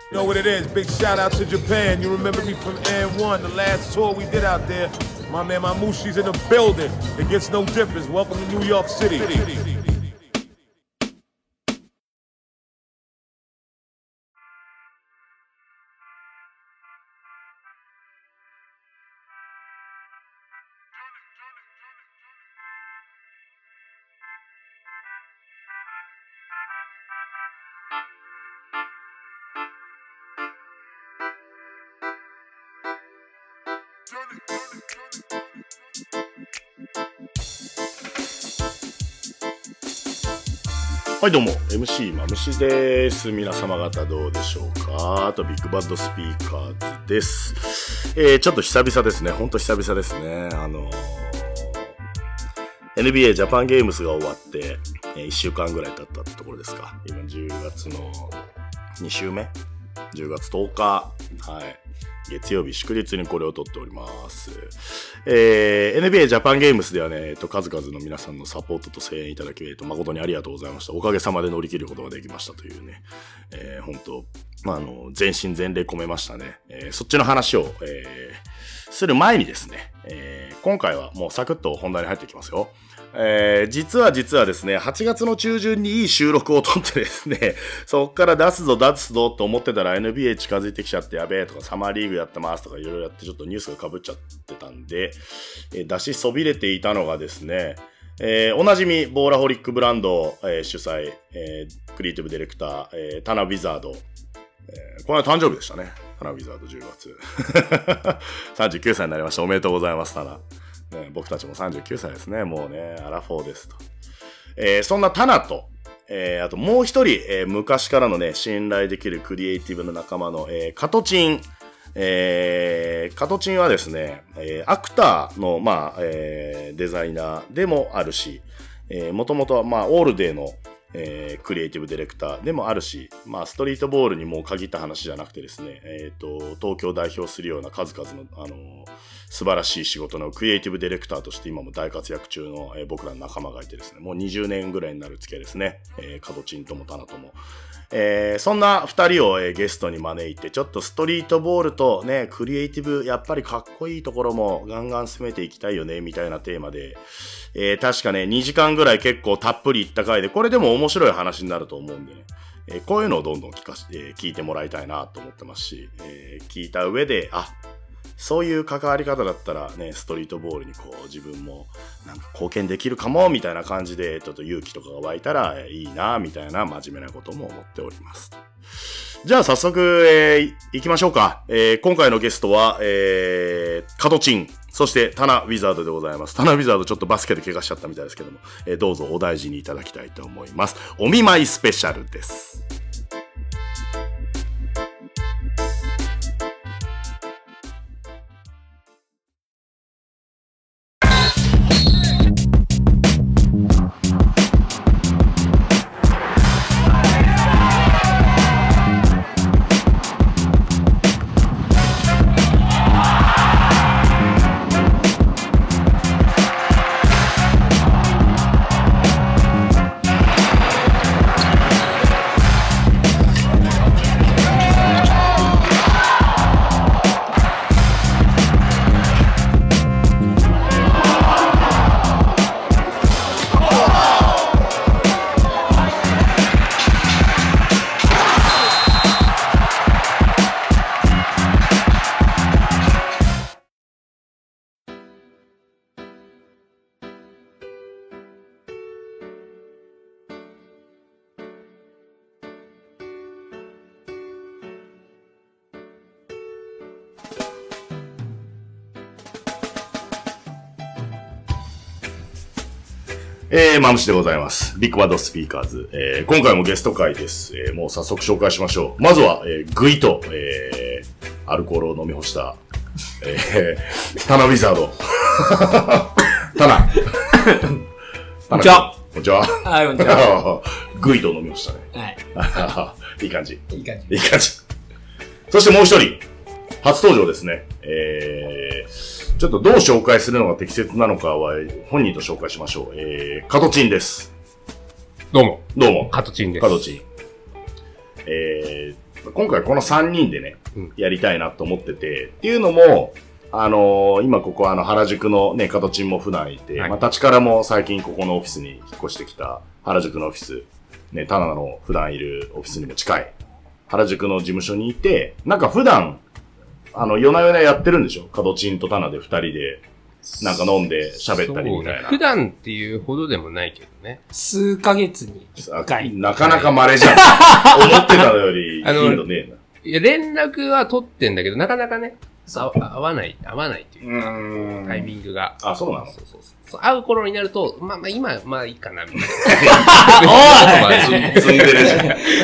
You know what it is, big shout out to Japan. You remember me from N1, the last tour we did out there. My man Mamushi's in the building. It gets no difference. Welcome to New York City. はいどうも MC マムシです。皆様方どうでしょうか。あとビッグバッドスピーカーズです。ちょっと久々ですね。ほんと久々ですね。NBA ジャパンゲームスが終わって、1週間ぐらい経ったところですか。今10月の2週目 ?10 月10日。はい。月曜日祝日にこれを撮っております。NBA ジャパンゲームスではね、数々の皆さんのサポートと声援いただき、誠にありがとうございました。おかげさまで乗り切ることができましたというね、本当全身全霊込めましたね。そっちの話を、する前にですね、今回はもうサクッと本題に入っていきますよ。実はですね、8月の中旬にいい収録を撮ってですね、そっから出すぞと思ってたら NBA 近づいてきちゃってやべえとかサマーリーグやってますとかいろいろやってちょっとニュースが被っちゃってたんで、出しそびれていたのがですね、おなじみボーラホリックブランド、主催、クリエイティブディレクター、タナ・ウィザード、この間誕生日でしたね。タナ・ウィザード10月。39歳になりました。おめでとうございます、タナ。ね、僕たちも39歳ですね。もうね、アラフォーですと。そんなタナと、あともう一人、昔からのね、信頼できるクリエイティブの仲間の、カトチン。カトチンはですね、アクターの、デザイナーでもあるし、もともとは、オールデーの、クリエイティブディレクターでもあるし、ストリートボールにもう限った話じゃなくてですね、東京を代表するような数々の、素晴らしい仕事のクリエイティブディレクターとして今も大活躍中の、僕らの仲間がいてですね、もう20年ぐらいになる付き合いですね、カドチンともタナとも。そんな二人を、ゲストに招いて、ちょっとストリートボールとね、クリエイティブ、やっぱりかっこいいところもガンガン攻めていきたいよね、みたいなテーマで、確かね、2時間ぐらい結構たっぷりいった回で、これでも面白い話になると思うんでね、こういうのをどんどん聞いてもらいたいなと思ってますし、聞いた上で、そういう関わり方だったらね、ストリートボールにこう自分もなんか貢献できるかもみたいな感じでちょっと勇気とかが湧いたらいいなみたいな真面目なことも思っております。じゃあ早速、行きましょうか。今回のゲストは、カトチン、そしてタナ・ウィザードでございます。タナ・ウィザードちょっとバスケで怪我しちゃったみたいですけども、どうぞお大事にいただきたいと思います。お見舞いスペシャルです。マムシでございます。ビッグバッドスピーカーズ。今回もゲスト会です。もう早速紹介しましょう。まずは、グイと、アルコールを飲み干した、タナ・ウィザード。タナ。 こんにちは。 こんにちは。 はい、こんにちは。 グイと飲み干したね。 はい。 いい感じ。 いい感じ。 いい感じ。そしてもう一人、初登場ですね。ちょっとどう紹介するのが適切なのかは本人と紹介しましょう。カトチンです。 どうも。 どうも。 カトチンです。 カトチン。 今回この3人でね、 うん、 やりたいなと思ってて、っていうのも、今ここ原宿のね、カトチンも普段いて、はい、まあ、立川も最近ここのオフィスに引っ越してきた原宿のオフィス、ね、タナの普段いるオフィスにも近い原宿の事務所にいて、なんか普段、夜な夜なやってるんでしょ？カトチンとタナで2人で、なんか飲んで喋ったりみたいな。 普段っていうほどでもないけどね。 数ヶ月に1回。 なかなか稀じゃん。思ってたのより頻度ねえな。 いや、連絡は取ってんだけど、なかなかね、合わないっていうか、タイミングが。 あ、そうなの？ そう会う頃になると、まあ今、まあいいかな、みたいな。 積んでるじゃん。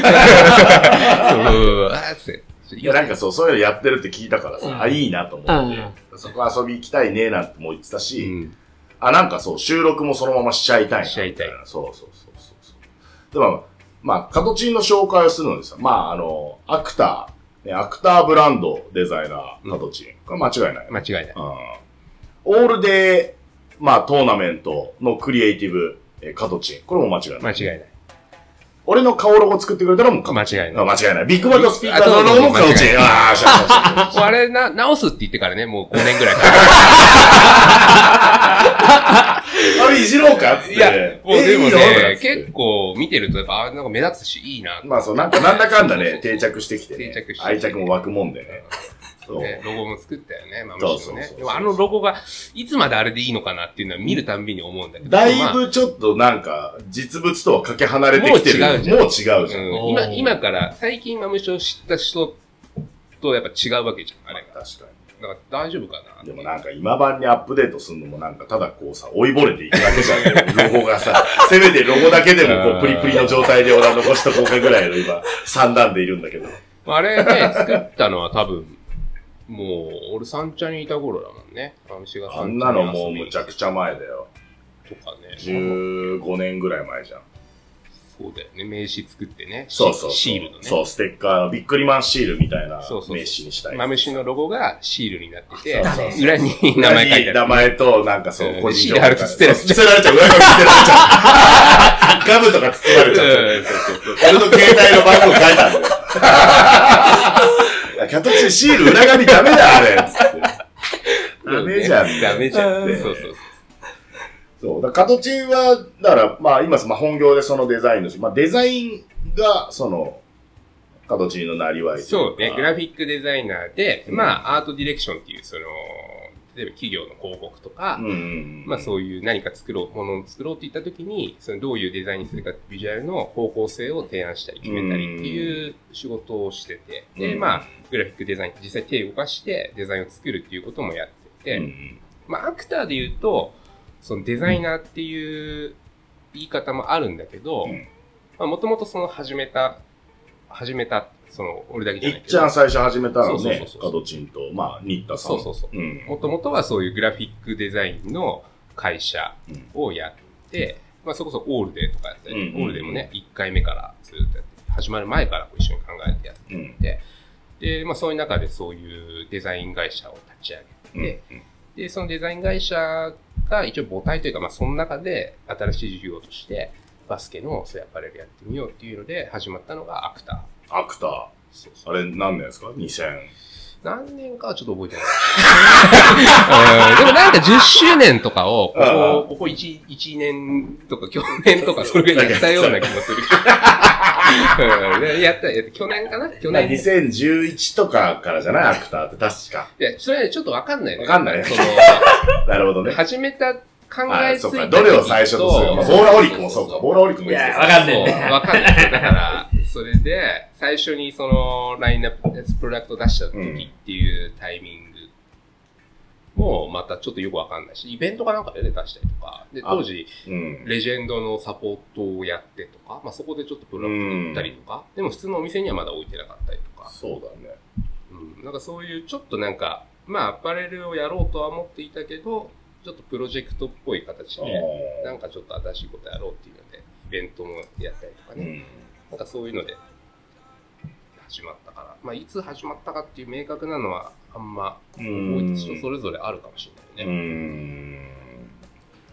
いや、なんかそういうのやってるって聞いたからさ、いいなと思って、そこ遊び行きたいねなんても言ってたし、なんか収録もそのまましちゃいたいな。 しちゃいたい。 そう。でも、まあ、カトチンの紹介をするのにさ、まあ、アクターブランドデザイナー、カトチン。これ間違いない。 間違いない。 オールデー、まあ、トーナメントのクリエイティブ、カトチン。これも間違いない。 間違いない。 俺の顔ロゴ作ってくれたらもう間違いない。 間違いない。ビッグバットスピーカーのロゴもカトチン。 あれ直すって言ってからね、もう5年ぐらいかかる。 あれいじろうかっつって。 いや、もうでもね、結構見てると、やっぱ、なんか目立つし、いいな。 まあなんだかんだね、定着してきてね。愛着も湧くもんでね。 そうね、ロゴも作ったよね、まあむしろね。でもロゴが、いつまであれでいいのかなっていうのは見るたんびに思うんだけど。 だいぶちょっとなんか、実物とはかけ離れてきてる。もう違うじゃん。 今から、最近マムシを知った人とやっぱ違うわけじゃん、あれが。確かに。だから大丈夫かな。 でもなんか今版にアップデートするのもなんかただこうさ、追いぼれていくだけじゃん。ロゴがさ、せめてロゴだけでもこうプリプリの状態で俺は残しとこうかぐらいの今、3段でいるんだけど。 あれね、作ったのは多分、もう、俺三茶にいた頃だもんね。 あんなのもうむちゃくちゃ前だよ。 とかね。 15年ぐらい前じゃん。 そうだよね。名刺作ってね。 そう。 シールのね。 そう、ステッカーのビックリマンシールみたいな名刺にしたい。 マムシのロゴがシールになってて、裏に名前書いてある。 名前と、なんかそう、個人情報。 シール貼ると捨てられちゃう。 裏紙捨てられちゃう。ガムとか包まれちゃう。俺の携帯の番号書いてあるんだよ。キャトチンシール裏紙ダメだ、あれつって。ダメじゃん。 ダメじゃん。そう。 そう。だカトチンは、だから、まあ今、本業でそのデザインのし、まあデザインが、カトチンのなりわい。 そうね。グラフィックデザイナーで、まあアートディレクションっていう、例えば企業の広告とか、まあそういう何かものを作ろうって言った時に、どういうデザインにするかビジュアルの方向性を提案したり決めたりっていう仕事をしてて、で、まあ、グラフィックデザイン、実際手を動かしてデザインを作るっていうこともやってて、まあアクターで言うと、デザイナーっていう言い方もあるんだけど、まあもともと始めた、俺だけじゃないけど。 いっちゃん最初始めたのね、カトチンと、まあ、新田さん。 そう。もともとはそういうグラフィックデザインの会社をやって、まあそこそオールデーとかやったり、オールデーもね、1回目からずっとやって、始まる前から一緒に考えてやってて、で、まあそういう中でそういうデザイン会社を立ち上げて、で、そのデザイン会社が一応母体というか、まあその中で新しい事業として、バスケのそういうアパレルやってみようっていうので始まったのがアクター。 アクター。そうあれ何年ですか ?2000。 何年かはちょっと覚えてない。でもなんか10周年とかを、ここ1年とか去年とかそれぐらいやったような気もするけど。やった、去年かな去年。 2011とかからじゃないアクターって確か。 いや、それちょっとわかんないね。 わかんないね。なるほどね。 始めた考えついたどれを最初とするか。ボーラオリックもそうか。ボーラオリックもいいです。 わかんないね。 わかんない。だから、それで、最初にラインナップ、プロダクト出した時っていうタイミングも、またちょっとよくわかんないし、イベントかなんかで出したりとか、で、当時、レジェンドのサポートをやってとか、まあそこでちょっとプロダクト売ったりとか、でも普通のお店にはまだ置いてなかったりとか。 そうだね。 なんかそういうちょっとなんか、まあアパレルをやろうとは思っていたけど、ちょっとプロジェクトっぽい形で、なんかちょっと新しいことやろうっていうので、イベントもやったりとかね。なんかそういうので始まったから、まあいつ始まったかっていう明確なのはあんま覚えて人それぞれあるかもしれないね。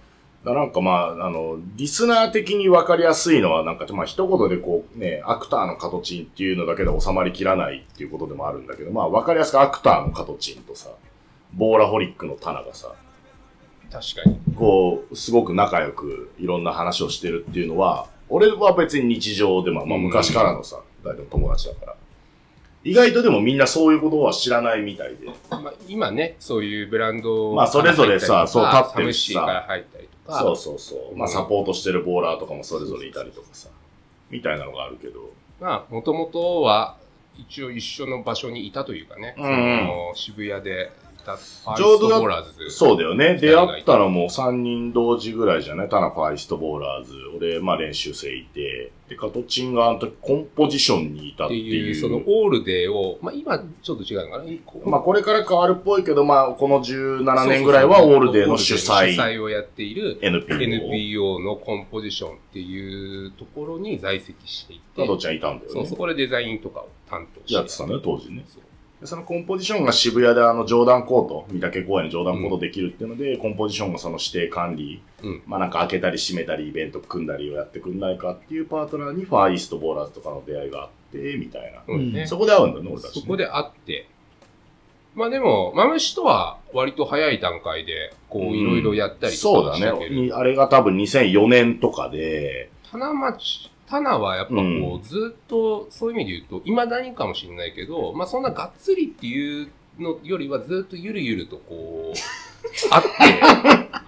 なんかまあ、リスナー的に分かりやすいのは、なんか、まあ一言でこうね、アクターのカトチンっていうのだけで収まりきらないっていうことでもあるんだけど、まあ分かりやすくアクターのカトチンとさ、ボーラホリックのタナがさ、 確かに。 こう、すごく仲良くいろんな話をしてるっていうのは、俺は別に日常でまあ昔からのさ、大体の友達だから。意外とでもみんなそういうことは知らないみたいで。 まあ、今ね、そういうブランドまあそれぞれさ、そう立ってサムるしさ。 シティから入ったりとか。 そうそうそう。まあサポートしてるボーラーとかもそれぞれいたりとかさ。みたいなのがあるけど。 まあ、もともとは一応一緒の場所にいたというかね。渋谷でいたファイストボーラーズ。 そうだよね。出会ったのも3人同時ぐらいじゃない？タナファイストボーラーズ。俺、まあ練習生いて。で、カトチンがあの時コンポジションにいたっていう。 そのオールデーを、まあ今ちょっと違うのかな。 まあこれから変わるっぽいけど、まあこの17年ぐらいはオールデーの主催をやっている NPO のコンポジションっていうところに在籍していて。 カトちゃんいたんだよね。 そこでデザインとかを担当して。 やってたね、当時ね。そのコンポジションが渋谷でジョーダンコート、三宅公園のジョーダンコートできるっていうので、コンポジションがその指定管理、まあなんか開けたり閉めたりイベント組んだりをやってくんないかっていうパートナーにファーイーストボーラーズとかの出会いがあって、みたいな。そこで会うんだね、俺たち、ね。 そこで会って。まあでも、マムシとは割と早い段階で、こういろいろやったりとかしたけど、 そうだね。あれが多分2004年とかで、 タナはやっぱこう、ずっと、そういう意味で言うと、未だにかもしれないけど、まあそんながっつりっていうのよりはずっとゆるゆるとこう、あって、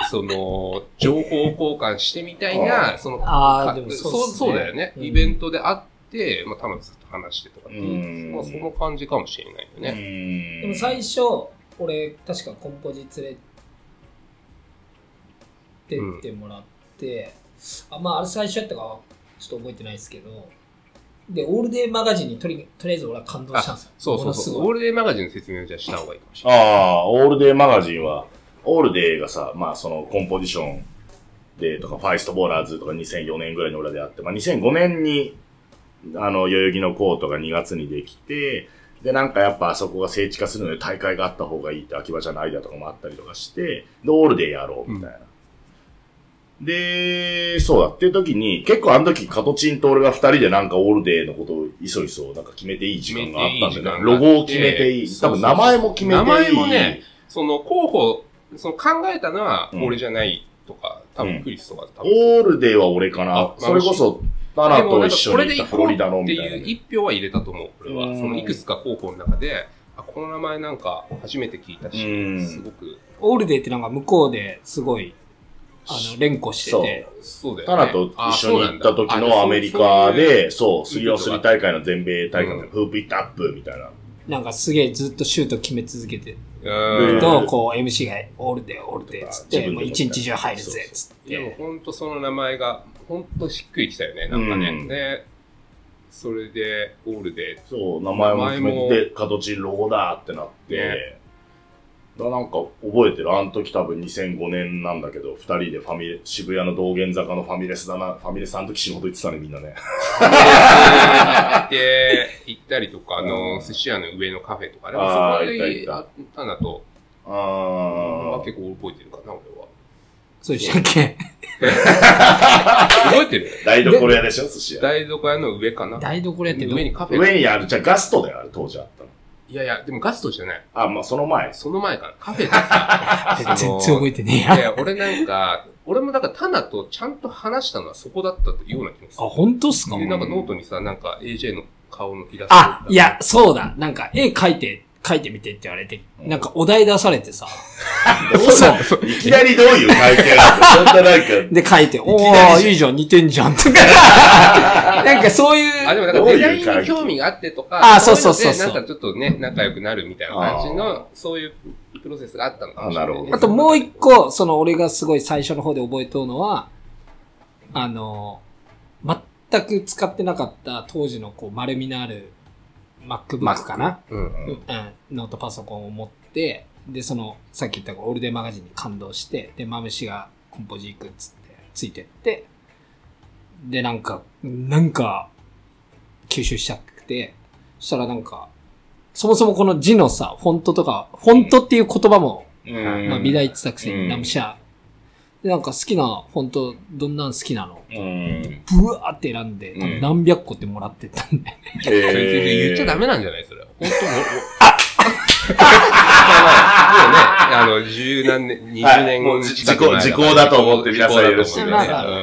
その、情報交換してみたいな、 でもそうだよね。イベントで会って、まあタナずっと話してとかっていう、まあその感じかもしれないよね。 でも最初、俺、確かコンポジ連れてってもらって、まああれ最初やったかちょっと覚えてないですけど、で、オールデーマガジンにとりあえず俺は感動したんですよ。 そう。オールデーマガジンの説明をじゃあした方がいいかもしれない。 オールデーマガジンは、オールデーがさ、まあそのコンポジションでとか、ファイストボーラーズとか2004年ぐらいの裏であって、まあ2005年に、代々木のコートが2月にできて、で、なんかやっぱあそこが聖地化するので大会があった方がいいって秋葉ちゃんのアイデアとかもあったりとかして、で、オールデーやろうみたいな。で、そうだっていう時に、結構あの時、カトチンと俺が二人でなんかオールデーのことをいそいそなんか決めていい時間があったんだよね。ロゴを決めていい。多分名前も決めていい。 名前もね、その候補、その考えたのは俺じゃないとか、多分クリスとか多分。 オールデーは俺かな。それこそ、タナと一緒に行ったフロリダのみたいな。 っていう一票は入れたと思う、これは。そのいくつか候補の中で、この名前なんか初めて聞いたし、すごく。 オールデーってなんか向こうですごい、連呼してて。 そうだよね。 タナと一緒に行った時のアメリカで、3on3 大会の全米大会のフープイットアップみたいな。 なんかすげえずっとシュート決め続けてこう MC がオールデーつって、もう一日中入るぜつって。 でもほんとその名前が、ほんとしっくりきたよね、なんかね。で、それで、オールデー。 そう、名前も決めて、カトチンロゴだってなって、なんか覚えてる。あの時多分2005年なんだけど、二人で渋谷の道玄坂のファミレスだな。ファミレスあの時仕事行ってたね、みんなね。 行ったりとか、寿司屋の上のカフェとかね。そこであったんだと、結構覚えてるかな、俺は。 そうでしたっけ覚えてる台所屋でしょ、寿司屋。 台所屋の上かな。 台所屋って上にカフェ。 上にある、じゃあガストだよ、あれ当時あったの。 いや、でもガストじゃない。 まあその前かな。カフェでさ、 全然覚えてねえや。 いや、俺もだからタナとちゃんと話したのはそこだったというような気がする。 本当っすか？ で、なんかノートにさ、なんか AJ の顔のイラスト。 いや、そうだ。なんか絵描いてみてって言われて、なんかお題出されてさ。 そう。いきなりどういう会見なの？そんななんか。 で書いて、いいじゃん、似てんじゃん。とか。なんかそういう。 でもなんかデザインに興味があってとか、 そう。 なんかちょっとね、仲良くなるみたいな感じの、そういうプロセスがあったのかもしれない、ね。 なるほど。 あともう一個、俺がすごい最初の方で覚えとうのは、全く使ってなかった当時のこう丸みのある MacBook かな、ノートパソコンを持って、で、さっき言ったオールデーマガジンに感動して、で、マムシがコンポジ行くっつって、ついてって、で、なんか、吸収したくて、そしたらなんか、そもそもこの字のさ、フォントっていう言葉も、まあ、美大って言ったくせに、マムシは、 で、なんか好きな、本当どんなん好きなのブワーって選んで、多分何百個ってもらってったんで。 それ言っちゃダメなんじゃないそれ。本当もう、もうね、十何年、20年後時効だと思って皆さんよろしくね。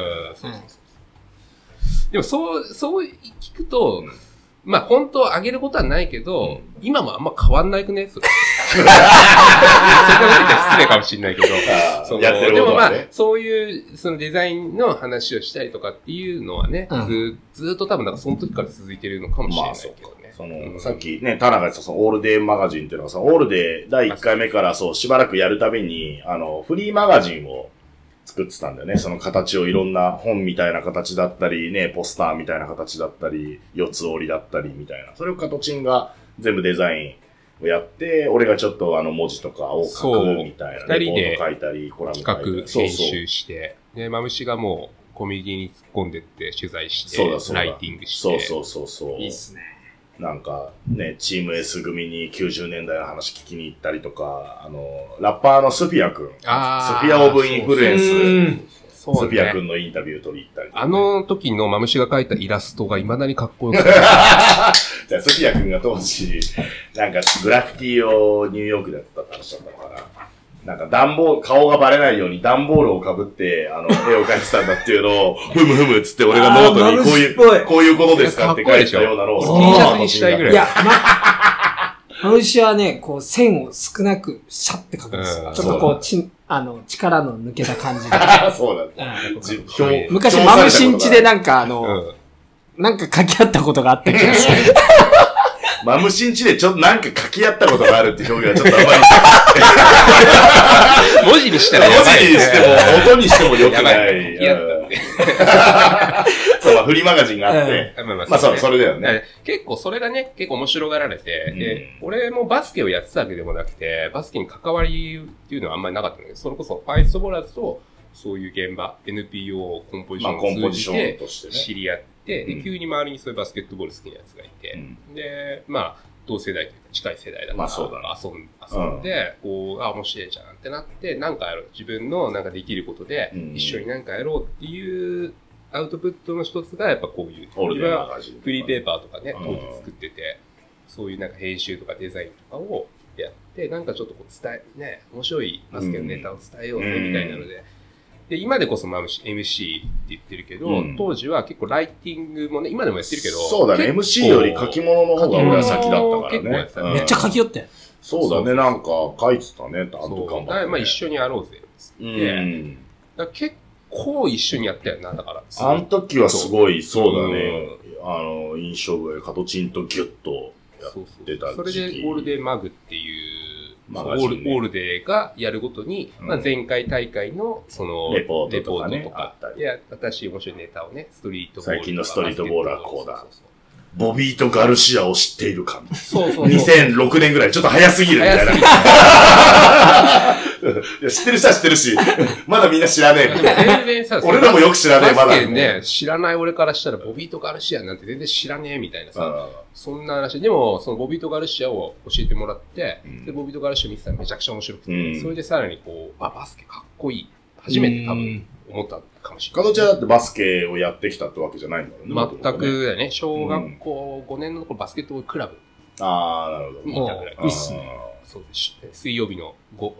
でもそう聞くと、まあ本当上げることはないけど、今もあんま変わんないくねそれ。それから見て失礼かもしれないけど。でもまあ、そういう、そのデザインの話をしたりとかっていうのはね、ずっと多分なんかその時から続いてるのかもしれないけどね。 さっきね、タナが言ったそのオールデーマガジンっていうのがさ、オールデー第1回目からそう、しばらくやるたびに、フリーマガジンを作ってたんだよね。その形をいろんな本みたいな形だったり、ね、ポスターみたいな形だったり、四つ折りだったりみたいな。それをカトチンが全部デザインをやって、俺がちょっと文字とかを書くみたいな。 二人で書いたり、コラム書いたり。 企画、編集して、で、マムシがもうコミュニティに突っ込んでって取材して、ライティングして。 そう。 いいっすね。 なんかね、チーム S 組に90年代の話聞きに行ったりとか、ラッパーのスフィア君。スフィアオブインフルエンス。スフィア君のインタビュー取り行ったり、ね。 あの時のマムシが描いたイラストが未だにかっこよくて。 じゃあスフィア君が当時、なんかグラフィティをニューヨークでやってたって話だったのかな。なんか顔がバレないように段ボールを被って、絵を描いてたんだっていうのを、ふむふむつって俺がノートにこういうことですかって書いてたようなのを、 T シャツにしたいぐらい。 いや、マムシはね、こう線を少なくシャッて描くんですよ。ちょっとこう、力の抜けた感じで。 そうだね。 昔マムシんちでなんかなんか書き合ったことがあった気がする。 マムシンチでちょっとなんか書き合ったことがあるって表現はちょっとあまり。 文字にしたらやばい、 文字にしても、音にしても良くない。 書き合ったんで。 そう、フリーマガジンがあって。まあそう、それだよね。 結構それがね、結構面白がられて、で、俺もバスケをやってたわけでもなくて、バスケに関わりっていうのはあんまりなかったんだけど、それこそファイストボーラーズと、そういう現場、NPO コンポジションを通じて知り合って、で、急に周りにそういうバスケットボール好きなやつがいて、で、まあ、同世代というか近い世代だから、遊んで、こう、面白いじゃんってなって、なんかやろう。自分のなんかできることで、一緒になんかやろうっていうアウトプットの一つが、やっぱこういう、フリーペーパーとかね、当時作ってて、そういうなんか編集とかデザインとかをやって、なんかちょっとこうね、面白いバスケのネタを伝えようぜ、みたいなので、で、今でこそMC って言ってるけど、当時は結構ライティングもね、今でもやってるけど。 そうだね、MC より書き物の方が俺は先だったからね。 めっちゃ書き寄って。 そうだね、なんか書いてたね、担当看板。 まあ一緒にやろうぜ、つって。結構一緒にやったよな、だから。 あの時はすごい、そうだね、印象がカトチンとギュッとやってた時期。 それでオールデーマグっていう、オールデーがやるごとに、まあ前回大会のそのレポートとかね、 いや、新しい面白いネタをね、ストリートボール。 最近のストリートボールはこうだ。ボビーとガルシアを知っているか。 そう。 2006年ぐらい、ちょっと早すぎるみたいな。いや知ってる人は知ってるし、まだみんな知らねえ。 全然さ、 俺らもよく知らねえ、まだ。 バスケね、知らない俺からしたら、ボビーとガルシアなんて全然知らねえみたいなさ、そんな話。でも、そのボビーとガルシアを教えてもらって、で、ボビーとガルシア見てたらめちゃくちゃ面白くて、それでさらにこう、バスケかっこいい。初めて多分思ったかもしれない。 カトちゃんだってバスケをやってきたってわけじゃないんだろうね。全くだね。小学校5年の頃バスケットボールクラブ。 ああ、なるほど。 見たぐらい。 いいっすね。 そうです。水曜日の10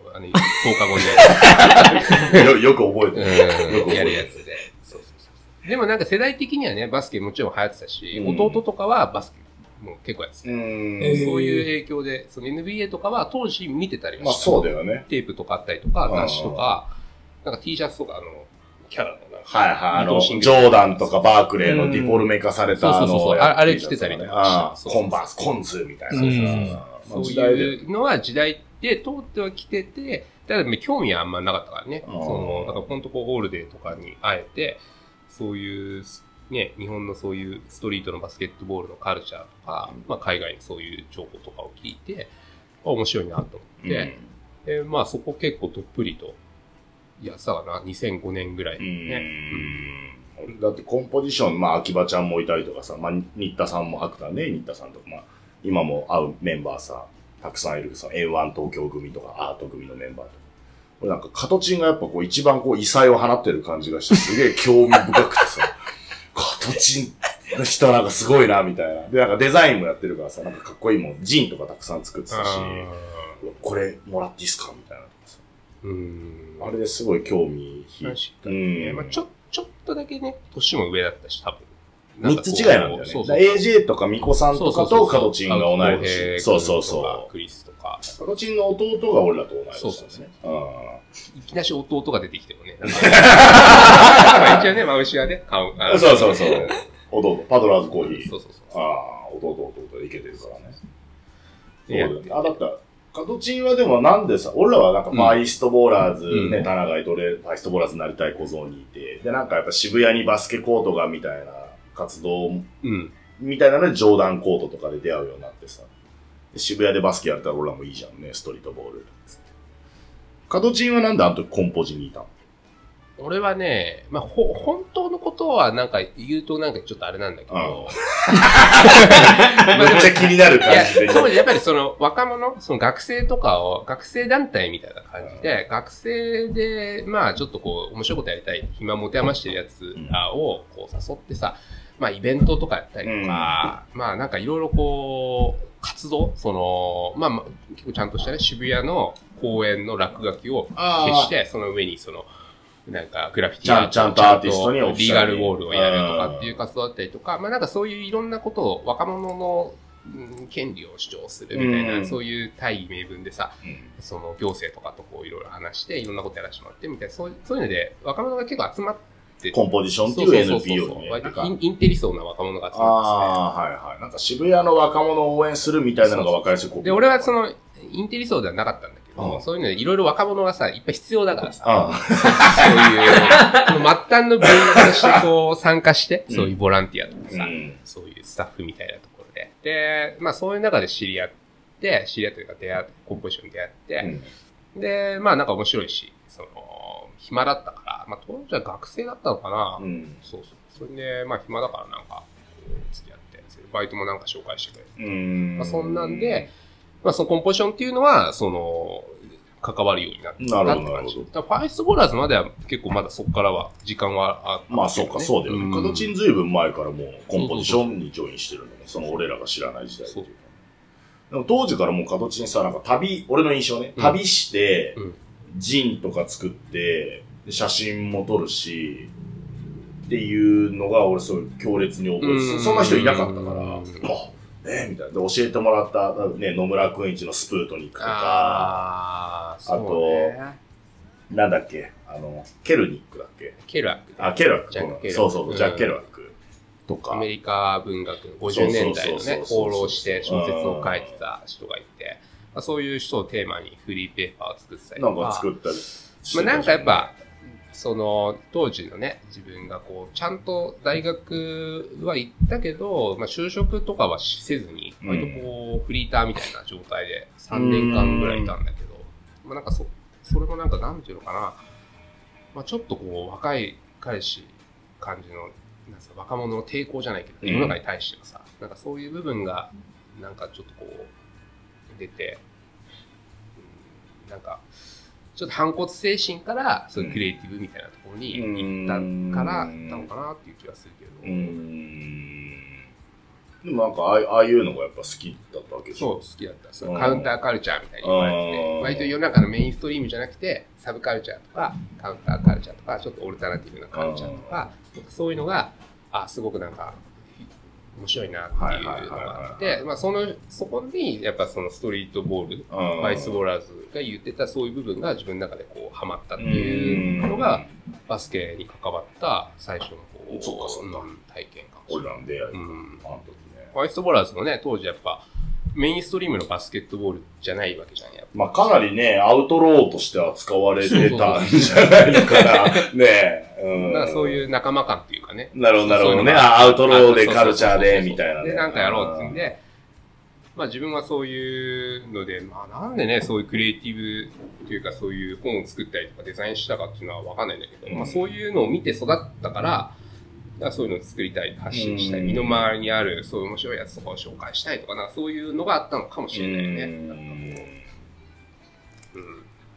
日後に。 よく覚えてる。 やるやつで。そう。でもなんか世代的にはね、バスケもちろん流行ってたし、弟とかはバスケも結構やってた。そういう影響で、その NBA とかは当時見てたりはして。 まあそうだよね。 テープとかあったりとか、雑誌とか、なんか T シャツとかキャラのジョーダンとかバークレーのディフォルメ化されたあれ着てたりとか。 コンバース、コンズみたいな。 そういうのは時代で通ってはきてて、ただ興味はあんまなかったからね。だから本当こうオールデーとかにあえて、そういうね、日本のそういうストリートのバスケットボールのカルチャーとか、まあ海外のそういう情報とかを聞いて、面白いなと思って、まあそこ結構どっぷりと、やってたかな、2005年ぐらいね。 だってコンポジション、まあ秋葉ちゃんもいたりとかさ、まあ新田さんも、アクターね、新田さんとか、まあ今も会うメンバーさ、たくさんいるさ、A1 東京組とかアート組のメンバーとか。 これなんかカトチンがやっぱこう一番こう異彩を放ってる感じがしてすげえ興味深くてさ、カトチンの人はなんかすごいなみたいな。で、なんかデザインもやってるからさ、なんかかっこいいもん、ジンとかたくさん作ってたし、これもらっていいっすかみたいなとかさ。あれですごい興味確かにね。まあちょっとだけね、年も上だったし、多分。 3つ違いなんだよね。そうそうそう AJ とかミコさんとかとカトチンが同い年。そうそうそう。 クリスとか。 カトチンの弟が俺らと同い年。 そうですね。いきなし弟が出てきてもね。一応ね、マムシはね、 そうそうそう。弟、パドラーズコーヒー。 そうそうそう。 ああ、弟でいけてるからね。そうだね。だったら、カトチンはでもなんでさ、俺らはなんかファイストボーラーズ、ね、田中イトレ、ファイストボーラーズになりたい小僧にいて、で、なんかやっぱ渋谷にバスケコートがみたいな活動、みたいなので、ジョーダンコートとかで出会うようになってさ、渋谷でバスケやったら俺らもいいじゃんね、ストリートボール。カトチンはなんであの時コンポジにいたの？ 俺はね、まあ、本当のことはなんか言うとなんかちょっとあれなんだけど。 めっちゃ気になる感じで。 当時やっぱりその若者、その学生とかを、学生団体みたいな感じで、学生で、まあちょっとこう、面白いことやりたい、暇持て余してるやつらをこう誘ってさ、まあイベントとかやったりとか、まあなんかいろいろこう、活動まあ結構ちゃんとしたね、渋谷の公園の落書きを消して、その上になんかグラフィティちゃんとアーティストにリーガルウォールをやるとかっていう活動だったりとか、まあなんかそういういろんなことを若者の権利を主張するみたいな、そういう大義名分でさ、その行政とかとこういろいろ話していろんなことやらせてもらってみたいな、そういうので若者が結構集まって、 コンポジションっていう NPO にね。 割とインテリ層な若者が集まって、 はいはい。なんか渋谷の若者を応援するみたいなのが分かりやすい。 で、俺はそのインテリ層ではなかったんだけど、そういうのでいろいろ若者がさ、いっぱい必要だからさ、そういう、末端の部員としてこう参加して、そういうボランティアとかさ、そういうスタッフみたいなところで。で、まあそういう中で知り合というかコンポジションに出会って、で、まあなんか面白いし、暇だったから、まあ当時は学生だったのかな、そう。それで、まあ暇だからなんか、付き合って、バイトもなんか紹介してくれて。まあそんなんで、まあそのコンポジションっていうのは、関わるようになったって感じ。ファイストボーラーズまでは結構まだそこからは時間はあった、ね。 まあそうか、そうだよね。カトチンずいぶん前からもうコンポジションにジョインしてるんだね。その俺らが知らない時代っていうか。でも当時からもうカトチンさ、なんか俺の印象ね、旅して、ジンとか作って、写真も撮るし、っていうのが俺すごい強烈に覚えて、そんな人いなかったから、みたいな。で、教えてもらった、ね、野村くんいちのスプートニックとか、あと、なんだっけ、ケルニックだっけ？ ケルアック。 ケルアック。そうそう、ジャック・ケルアックとか。 アメリカ文学の50年代のね、放浪して小説を書いてた人がいて、そういう人をテーマにフリーペーパーを作ってたりとか。 なんか作ったり。 まあなんかやっぱ、当時のね、自分がこう、ちゃんと大学は行ったけど、まあ就職とかはせずに、割とこう、フリーターみたいな状態で3年間ぐらいいたんだけど、まあなんかそれもなんかなんていうのかな、まあちょっとこう、若い彼氏感じの、なんか若者の抵抗じゃないけど、世の中に対してはさ、なんかそういう部分が、なんかちょっとこう、出て、なんか、ちょっと反骨精神から、そういうクリエイティブみたいなところに行ったから、行ったのかなっていう気がするけど。 でもなんか、ああいうのがやっぱ好きだったわけでしょ？ そう、好きだった。カウンターカルチャーみたいに言われてて、割と世の中のメインストリームじゃなくて、サブカルチャーとか、カウンターカルチャーとか、ちょっとオルタナティブなカルチャーとか、そういうのが、すごくなんか、面白いなっていうのがあって、まあそこに、やっぱそのストリートボール、ファイスボーラーズが言ってたそういう部分が自分の中でこう、ハマったっていうのが、バスケに関わった最初のこう、体験かもしれない。 俺らの出会い。 ファイストボーラーズもね、当時やっぱ、メインストリームのバスケットボールじゃないわけじゃんや。 まあかなりね、アウトローとしては使われてたんじゃないのかな。ねだからそういう仲間感っていうかね。 なるほどね。アウトローでカルチャーで、みたいな。 で、なんかやろうってんで、まあ自分はそういうので、まあなんでね、そういうクリエイティブっていうかそういう本を作ったりとかデザインしたかっていうのはわかんないんだけど、まあそういうのを見て育ったから、そういうのを作りたい、発信したい、身の回りにあるそういう面白いやつとかを紹介したいとか、なんかそういうのがあったのかもしれないよね。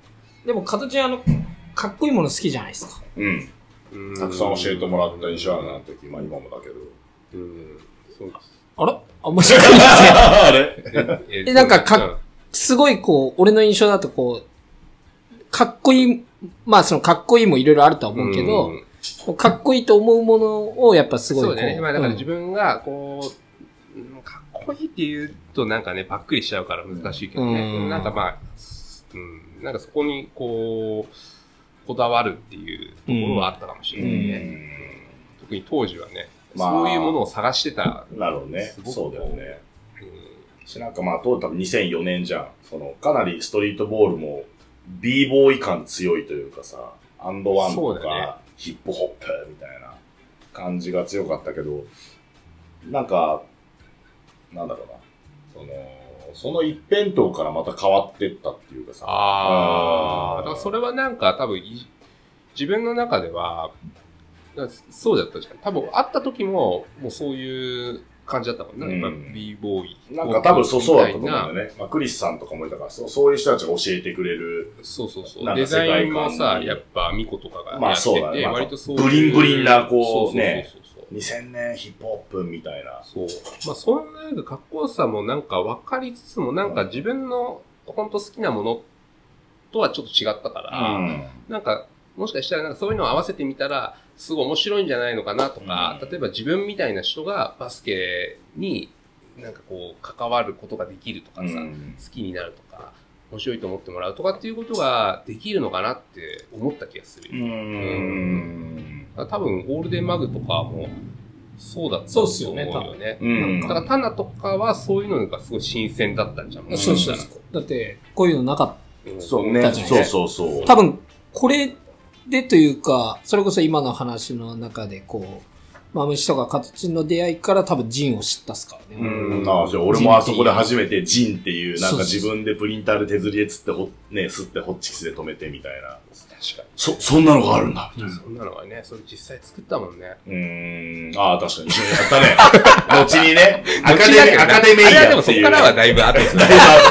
でも、形かっこいいもの好きじゃないですか。 うん。たくさん教えてもらった印象あるな、あの時。まあ今もだけど。 そうです。 あら面白い。 あれなんかすごい俺の印象だとかっこいい、まあそのかっこいいもいろいろあるとは思うけど、かっこいいと思うものをやっぱすごいそうだね。まあだから自分がかっこいいって言うとなんかね、ばっくりしちゃうから難しいけどね。なんかまあ、なんかそこにこだわるっていうところはあったかもしれないね。特に当時はね、そういうものを探してた。 なるほどね。そうだよね。なんかまあ、多分2004年じゃん。かなりストリートボールも b ボーイ感強いというかさ、アンドワンとかヒップホップみたいな感じが強かったけど、なんか、なんだろうな。その一辺倒からまた変わってったっていうかさ。 だからそれはなんか多分、自分の中では、そうだったじゃん。多分会った時も、もうそういう感じだったもんね。やっぱ b ボーイ。 なんか多分そうだったと思うんだよね。まあクリスさんとかもいたから、そういう人たちが教えてくれる。 そう。デザインもさ、やっぱミコとかがやってて、 まあそうだね。 割とそういう。 ブリンブリンな、ね。2000年ヒップホップみたいな。 そう。まあそんなかっこよさもなんか分かりつつも、なんか自分の本当好きなものとはちょっと違ったから、なんか、もしかしたらなんかそういうのを合わせてみたら、すごい面白いんじゃないのかなとか、例えば自分みたいな人がバスケになんか関わることができるとかさ、好きになるとか、面白いと思ってもらうとかっていうことができるのかなって思った気がする。多分、オールデンマグとかもそうだったと思うよね。だからタナとかはそういうのがすごい新鮮だったんじゃん。 そう。だって、こういうのなかった。 そうね。そう。 多分、これでというか、それこそ今の話の中でマムシとかカトチンの出会いから多分ジンを知ったっすからね。 じゃあ俺もあそこで初めてジンっていう、なんか自分でプリンターで手釣りで吸ってホッチキスで止めてみたいな。 確かに。 そんなのがあるんだ。 そんなのがね、それ実際作ったもんね。 確かに。やったね。後にね、アカデミーやでもそこからはだいぶ後ですね。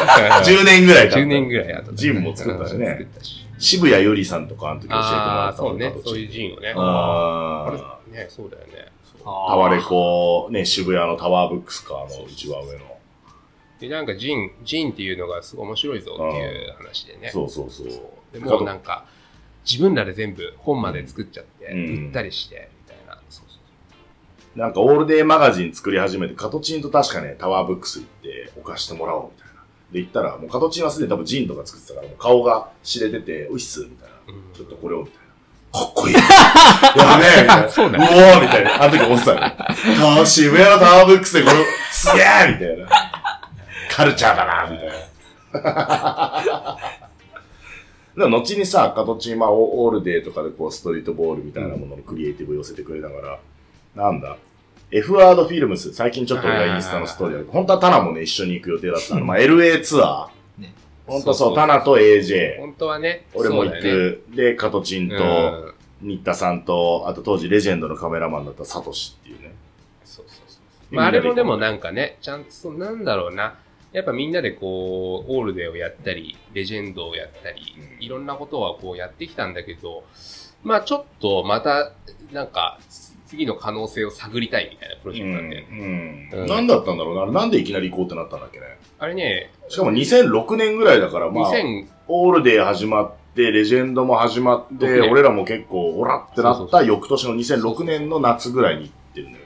10年ぐらいか。 10年ぐらい後。 ジンも作ったしね。渋谷ゆりさんとかあの時教えてもらったそうね。そういうジンをね。ね、そうだよね。 タワレコ、ね、渋谷のタワーブックスか、一番上の。 で、なんかジンっていうのがすごい面白いぞっていう話でね。 そう。 でもなんか、自分らで全部本まで作っちゃって、売ったりして、みたいな。 なんかオールデーマガジン作り始めて、カトチンと確かね、タワーブックス行って置かしてもらおうみたいな。で、行ったら、もうカトチンはすでに多分ジンとか作ってたから、もう顔が知れてて、ういっす、みたいな。ちょっとこれを、みたいな。かっこいい。やべえみたいな。 そうだね。うおーみたいな。あの時思ってたね。渋谷のタワーブックスでこれ、すげえみたいな。カルチャーだなみたいな。でも後にさ、カトチン、オールデーとかでストリートボールみたいなもののクリエイティブを寄せてくれながら、なんだ、F ワードフィルムス、最近ちょっと俺がインスタのストーリー本当はタナもね、一緒に行く予定だったの。LA ツアー。本当そう、タナと AJ。 本当はね。 俺も行く。で、カトチンと、新田さんと、あと当時レジェンドのカメラマンだったサトシっていうね。 そう。あれもでもなんかね、ちゃんと、なんだろうな。やっぱみんなでオールデーをやったり、レジェンドをやったり、いろんなことはやってきたんだけど、ちょっとまた、なんか、次の可能性を探りたいみたいなプロジェクトなんだよね。 何だったんだろうな。なんでいきなり行こうってなったんだっけね。 あれね。 しかも2006年ぐらいだから、オールデー始まって、レジェンドも始まって、俺らも結構、オラってなった翌年の2006年の夏ぐらいに行ってるのよ。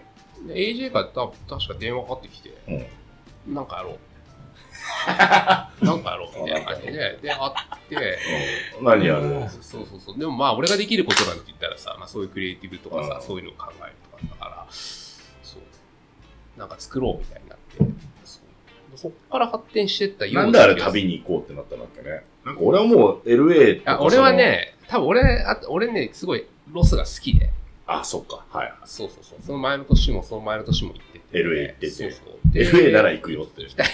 AJ が確か電話かかってきて、なんかやろう。なんかやろうみたいな感じで、会って、 何やる？ そう。でも俺ができることなんて言ったらさ、そういうクリエイティブとかさ、そういうのを考えるとかだから、そう。なんか作ろうみたいになって、そっから発展してったような。 なんであれ旅に行こうってなったんだっけね。なんか俺はもう LA とか俺はね、多分俺ね、すごいロスが好きで。 そっか。はい。 そう。その前の年も行ってて。 LA 行ってて。 そう。 LA なら行くよって。 そういうの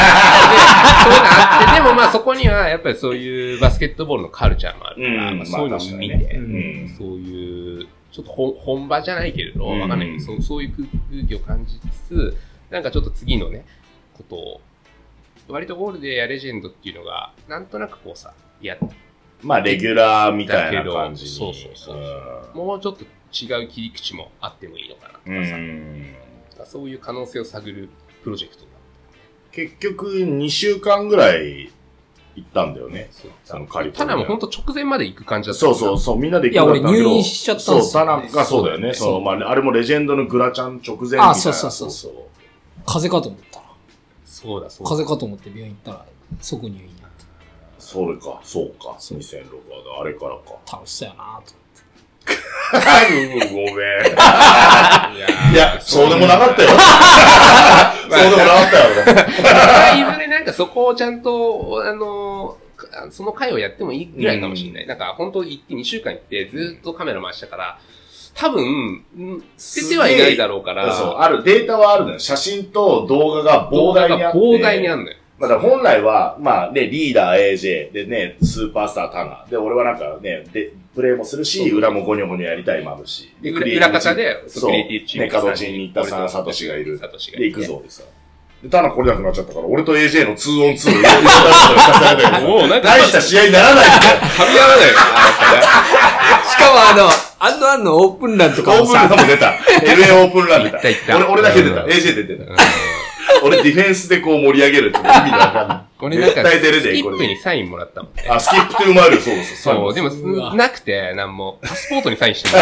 あって、でもそこにはやっぱりそういうバスケットボールのカルチャーもあるから、そういうのを見て、そういう、ちょっと本場じゃないけれど、わかんないけど、そういう空気を感じつつ、なんかちょっと次のね、ことを、割とゴールデンやレジェンドっていうのが、なんとなくまあ、レギュラーみたいな感じに。 そうそうそう。もうちょっと違う切り口もあってもいいのかなとかさ。そういう可能性を探るプロジェクトだ。 結局、2週間ぐらい行ったんだよね。そのカリフォルニア。 ただもうほんと直前まで行く感じだった。 そう、みんなで行くんだったけど。 いや、俺入院しちゃったんですよ、ね。 そうだよね。まあ、あれもレジェンドのグラちゃん直前みたいな。 そう。風邪かと思ったら。 そうだ。 風邪かと思って病院行ったら、即入院になった。 そうか。2006はあれからか。 楽しそうやなと思って。 ごめん。いや、そうでもなかったよ。そうでもなかったよ。 いずれなんかそこをちゃんと、その回をやってもいいぐらいかもしれない。なんか本当行って2週間行ってずっとカメラ回したから、多分、捨ててはいないだろうから。 そう、ある、データはあるのよ。写真と動画が膨大にあって。 膨大にあるのよ。 まあ、本来は、まあね、リーダー AJ でね、スーパースタータナー。で、俺はなんかね、で、プレイもするし、裏もゴニョゴニョやりたいもあるし。 で、裏方で、 そう、ね、カドチンに行ったサトシがいる。で、行くぞでさ。で、タナ来れなくなっちゃったから、俺と AJ の 2on2 を入れてたら、もう大した試合にならないみたいな。 噛み合わないよ。 しかもオープンランとかもさ。 オープンランも出た。LA オープンラン出た。俺だけ出た。AJ 出てた。俺ディフェンスでこう盛り上げるって意味がわかんない。 俺なんか、スキップにサインもらったもんね。 あ、スキップって生まれる、そうです。 そう、でも、なくて、なんも、パスポートにサインしてもらった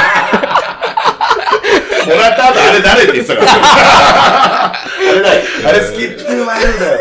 後、あれ誰って言ってたから。あれスキップって生まれるんだよ。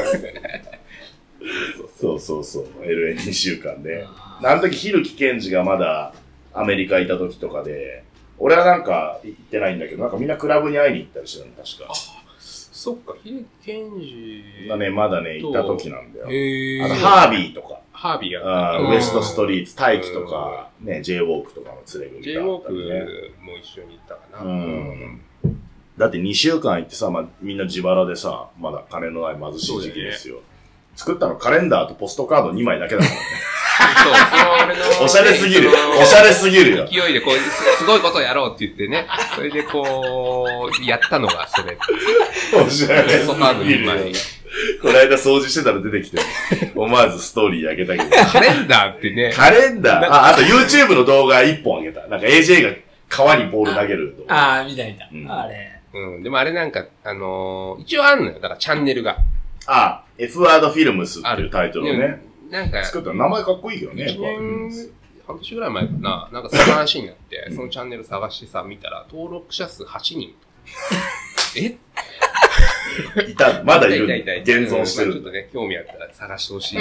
そう。LA2 週間で。あの時、ヒルキケンジがまだアメリカいた時とかで、俺はなんか行ってないんだけど、なんかみんなクラブに会いに行ったりしてたの、確か。 そっか、ヒルキケンジがね、まだね、行った時なんだよ。 あと、ハービーとか。 ハービーが。 ウエストストリート、大輝とか、ね、J ウォークとかの連れ組みだった、ね。J ウォークも一緒に行ったかな。 だって2週間行ってさ、まあ、みんな自腹でさ、まだ金のない貧しい時期ですよ。作ったのカレンダーとポストカード2枚だけだからね。そう、おしゃれすぎる。おしゃれすぎるよ。 勢いでこう、すごいことをやろうって言ってね。それでこう、やったのがそれ。 おしゃれすぎる。 ポストカード2枚。 この間掃除してたら出てきて、思わずストーリーあげたけど。 カレンダーってね。 カレンダーあと YouTube の動画1本あげた。なんか AJ が川にボール投げる動画。見た。あれ。 でもあれなんか、一応あるのよ。だからチャンネルが。 F ワードフィルムスっていうタイトルをね。 なんか、 作った名前かっこいいけどね。 半年ぐらい前かな。なんかその話になって、そのチャンネル探してさ、見たら、登録者数8人。 まだいる。現存してる。 ちょっとね、興味あったら探してほしい。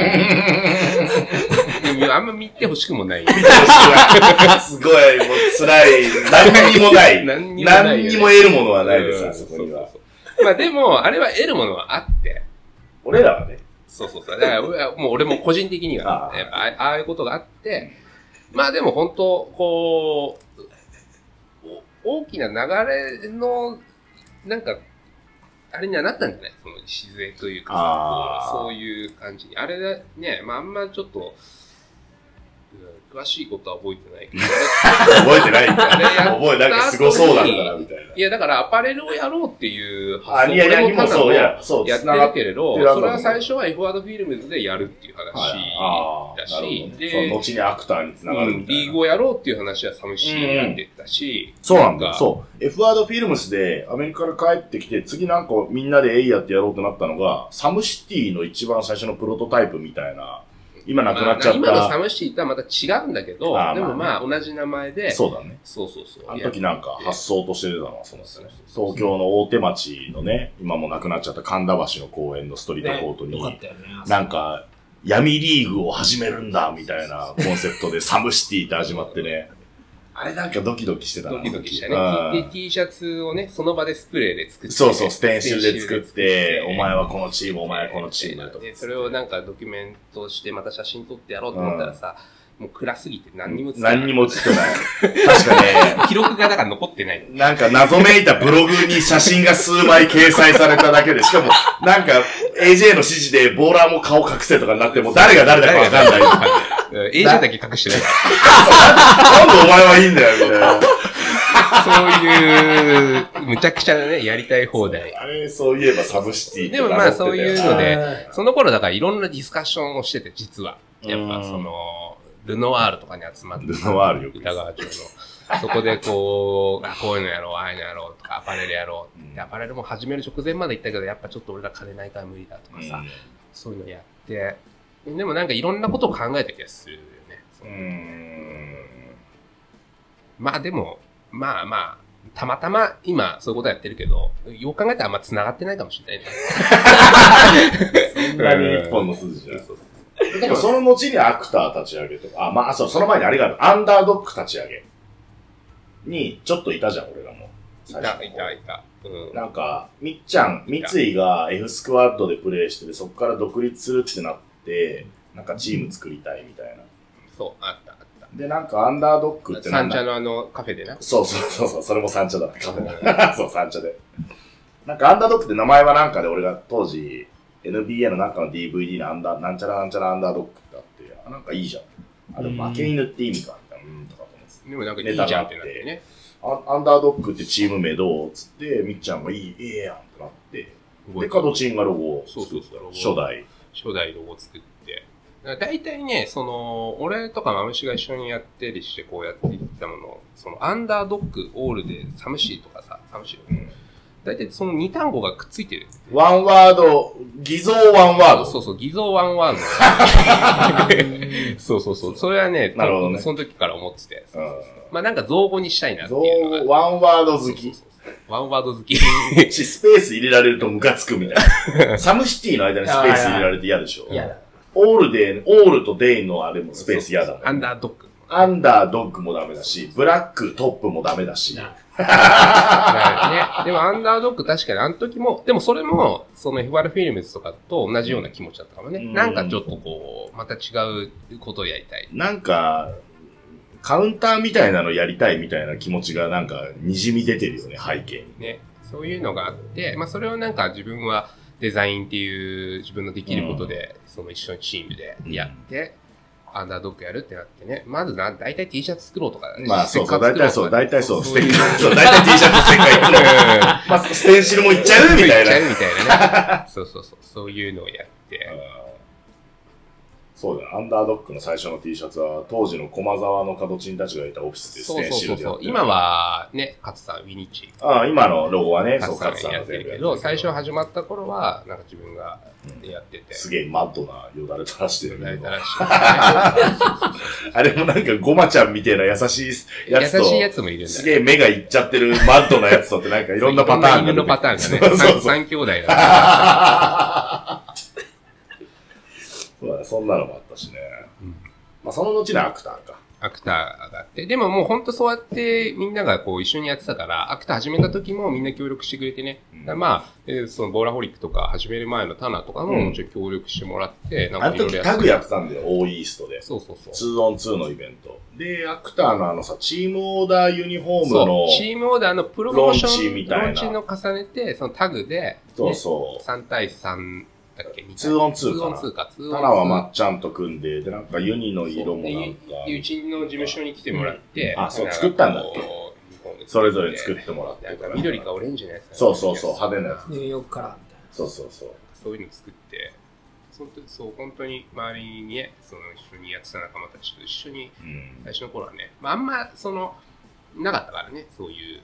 あんま見てほしくもない。見てほしくない。すごい、もう辛い。何にもない。何にも得るものはないです、あそこには。 まあでも、あれは得るものはあって。 俺らはね。 そう。だから俺も個人的には、ね、ああいうことがあって、まあでも本当、こう、大きな流れの、なんか、あれにはなったんじゃないその礎というかさ、そういう感じに。あれだね、まああんまちょっと、詳しいことは覚えてないけど。 覚えてないんだ。なんかすごそうだったな、みたいな。 いや、だからアパレルをやろうっていう発想俺もただやってるけれど、それは最初は F ワードフィルムズでやるっていう話だし、 で、後にアクターにつながるみたいな。 リーグをやろうっていう話はサムシーになってったし、 そうなんだ。そう。F ワードフィルムスでアメリカから帰ってきて、次なんかみんなでエイヤってやろうとなったのが、サムシティの一番最初のプロトタイプみたいな、今なくなっちゃった。 今のサムシティとはまた違うんだけど、でもまあ同じ名前で。 そうだね。 そう。 あの時なんか発想として出たのはそうですね。東京の大手町のね、今もなくなっちゃった神田橋の公園のストリートコートに、なんか闇リーグを始めるんだみたいなコンセプトでサムシティって始まってね。あれなんかドキドキしてたな。 ドキドキしたね。で、T シャツをね、その場でスプレーで作って。 そう、ステンシルで作って、お前はこのチーム、お前はこのチームと。 で、それをなんかドキュメントしてまた写真撮ってやろうと思ったらさ、もう暗すぎて何にも写ってない。 何にも写ってない。確かね。 記録がだから残ってない。 なんか謎めいたブログに写真が数枚掲載されただけで、しかもなんか AJ の指示でボーラーも顔隠せとかになって、もう誰が誰だかわかんない。 AJ だけ隠してない。 なんでお前はいいんだよ、みたいな。 そういう、むちゃくちゃなね、やりたい放題。 あれ、そういえばサブシティでもまあそういうので、その頃だからいろんなディスカッションをしてて、実は。やっぱその、 ルノワールとかに集まって、 ルノワールよく歌川町の。そこでこう、こういうのやろう、ああいうのやろうとか、アパレルやろう。でアパレルも始める直前まで言ったけど、やっぱちょっと俺ら金ないから無理だとかさ、そういうのやって、でもなんかいろんなことを考えた気がするよね。まあでも、まあ、たまたま今そういうことやってるけど、よく考えたらあんま繋がってないかもしれないね。 そんなに一本の筋じゃん。でもその後にアクター立ち上げとか、まあそう、その前にあれがある、アンダードック立ち上げにちょっといたじゃん、俺らも。 いた。 なんか、三井が F スクワッドでプレイしてて、そこから独立するってなって、なんかチーム作りたいみたいな。 そう、あった。 で、なんかアンダードックって三茶のカフェでな。 そう、それも三茶だな、カフェだ。そう、三茶で。なんかアンダードックって名前はなんかで俺が当時、NBA のなんかの DVD のなんちゃらアンダードックってあって、なんかいいじゃん。あれ負け犬って意味か、みたいな、とかと思って。 でもなんかいいじゃんってなってね。 アンダードックってチーム名どうつって、みっちゃんがいいやんってなって、で、カドチンがロゴを作った。初代ロゴを作って。だいたいね、俺とかマムシが一緒にやってりしてこうやっていったもの、アンダードック、オールでサムシーとかさ、サムシー。だいたいその2単語がくっついてる。 ワンワード、偽造ワンワード。 そう、偽造ワンワード。そう。それはね、 なるほどね。 その時から思ってて。まあなんか造語にしたいなっていうのが。 ワンワード好き。 ワンワード好き。 スペース入れられるとムカつくみたいな。サムシティの間にスペース入れられて嫌でしょ。 嫌だ。 オールとデインのあれもスペース嫌だ。 アンダードッグ。 アンダードッグもダメだし、ブラックトップもダメだし。 ね、でもアンダードッグ確かにあの時も、でもそれも、FR フィルムズとかと同じような気持ちだったかもね。なんかちょっとこう、また違うことをやりたい。 なんか、カウンターみたいなのやりたいみたいな気持ちがなんか滲み出てるよね、背景に。 ね。そういうのがあって、まあそれをなんか自分はデザインっていう自分のできることで、一緒にチームでやって、アンダードッグやるってなってね。まずだいたい T シャツ作ろうとかね。 まあそう、大体そう。大体 T シャツステッカー作ろう。まあステンシルもいっちゃうみたいな。 いっちゃうみたいなね。そう。そういうのをやって。 そうだね。アンダードッグの最初の T シャツは、当時の駒沢のカドチンたちがいたオフィスでステンシルでやってる。 今はね、勝さん、ウィニッチ。 今のロゴはね、 勝さんやってるけど、最初始まった頃は、なんか自分がやってて。 すげえマッドなよだれ垂らしてる。 よだれ垂らしてる。 あれもなんかゴマちゃんみたいな優しいやつと。 優しいやつもいるんだ。 すげえ目がいっちゃってるマッドなやつとってなんかいろんなパターンが。 犬のパターンがね。三兄弟だ。 そんなのもあったしね。まあその後のアクターか。 アクターがあって。でももうほんとそうやってみんながこう一緒にやってたから、アクター始めた時もみんな協力してくれてね。まあ、そのボーラホリックとか始める前のタナとかももちろん協力してもらって、 なんかいろいろタグやってたんだよ、オーイーストで。 そう。 2on2 のイベント。で、アクターのチームオーダーユニフォームの。 チームオーダーのプロモーション。 ローンチみたいな。 ローンチの重ねて、そのタグで、3対3。だっけ 2on2 かな。 2on2 か。 タナはまっちゃんと組んで、で、なんかユニの色もなんか。 うちの事務所に来てもらって、 そう、作ったんだっけそれぞれ作ってもらって。 なんか緑かオレンジのやつ。 そう、派手なやつ。 ニューヨークカラーみたいな。 そう。 そういうの作って、本当に周りにね、一緒にやってた仲間たちと一緒に、最初の頃はね、まああんま、なかったからね、そういう、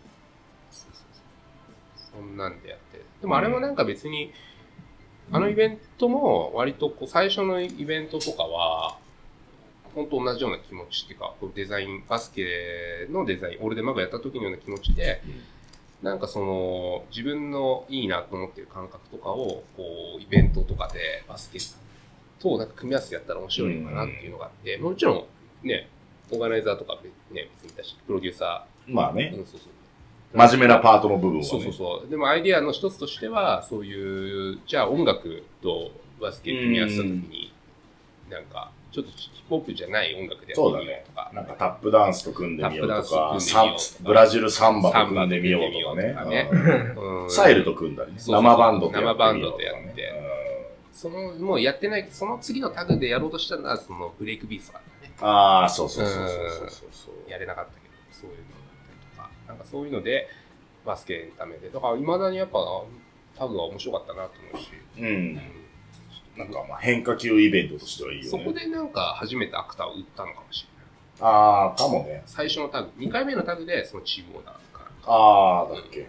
そんなんでやって。でもあれもなんか別に、あのイベントも割と最初のイベントとかは、本当同じような気持ちっていうか、デザイン、バスケのデザイン、オールデマグやった時のような気持ちで、なんか自分のいいなと思ってる感覚とかを、イベントとかでバスケとなんか組み合わせてやったら面白いのかなっていうのがあって、もちろんね、オーガナイザーとかね、別にいたし、プロデューサー。 まあね。真面目なパートの部分はね。 そう。でもアイディアの一つとしては、そういう、じゃあ音楽とバスケ組み合わせた時に、なんか、ちょっとヒップホップじゃない音楽でやってみようとか。 なんかタップダンスと組んでみようとか、ブラジルサンバと組んでみようとかね。サイルと組んだりね。生バンドとやってもうやってない、その次のタグでやろうとしたのは、ブレイクビーツとかね。 そう。 やれなかったけど、そういうの。なんかそういうので、バスケのためで。だから未だにやっぱタグは面白かったなと思うし。 なんかまあ変化球イベントとしてはいいよね。 そこでなんか初めてアクターを売ったのかもしれない。 ああ、かもね。 最初のタグ、2回目のタグでそのチームオーダーから。 ああ、だっけ。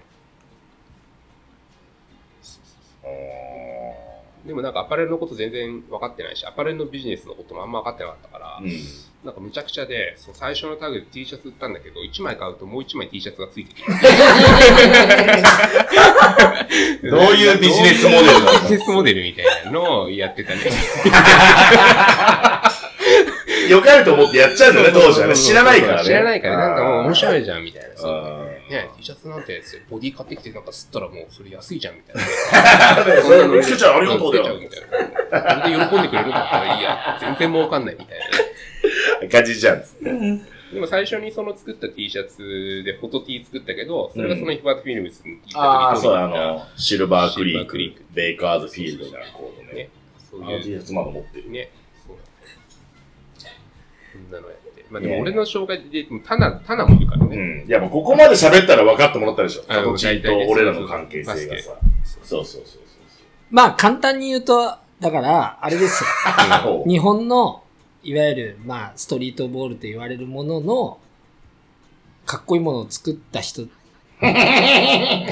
でもなんかアパレルのこと全然分かってないし、アパレルのビジネスのこともあんま分かってなかったから、なんかむちゃくちゃで、その最初のタグで T シャツ売ったんだけど、1枚買うともう1枚 T シャツがついてきて。 どういうビジネスモデルなの？ ビジネスモデルみたいなのをやってたね。 よかれと思ってやっちゃうんだよね、当時はね。知らないからね。 知らないから、なんかもう面白いじゃん、みたいな。ね、T シャツなんて、ボディ買ってきてなんか吸ったらもうそれ安いじゃん、みたいな。 それ見つけちゃう、ありがとうだよ。 みたいな。それで喜んでくれるんだったらいいや、全然儲かんないみたいな。 感じじゃん。 でも最初にその作った T シャツでフォト T 作ったけど、それがそのヒバートフィルムズに T シャツにああ、そう、シルバークリーク、ベイカーズフィールドみたいなコードね。 そういう T シャツまだ持ってる。 ね。そうそんなのやって。まあでも俺の紹介で、タナもいるからね。 いやもうここまで喋ったら分かってもらったでしょ。カトチンと俺らの関係性がさ。そう。 まあ簡単に言うと、だから、あれですよ。日本の、いわゆる、まあ、ストリートボールと言われるものの、かっこいいものを作った人です。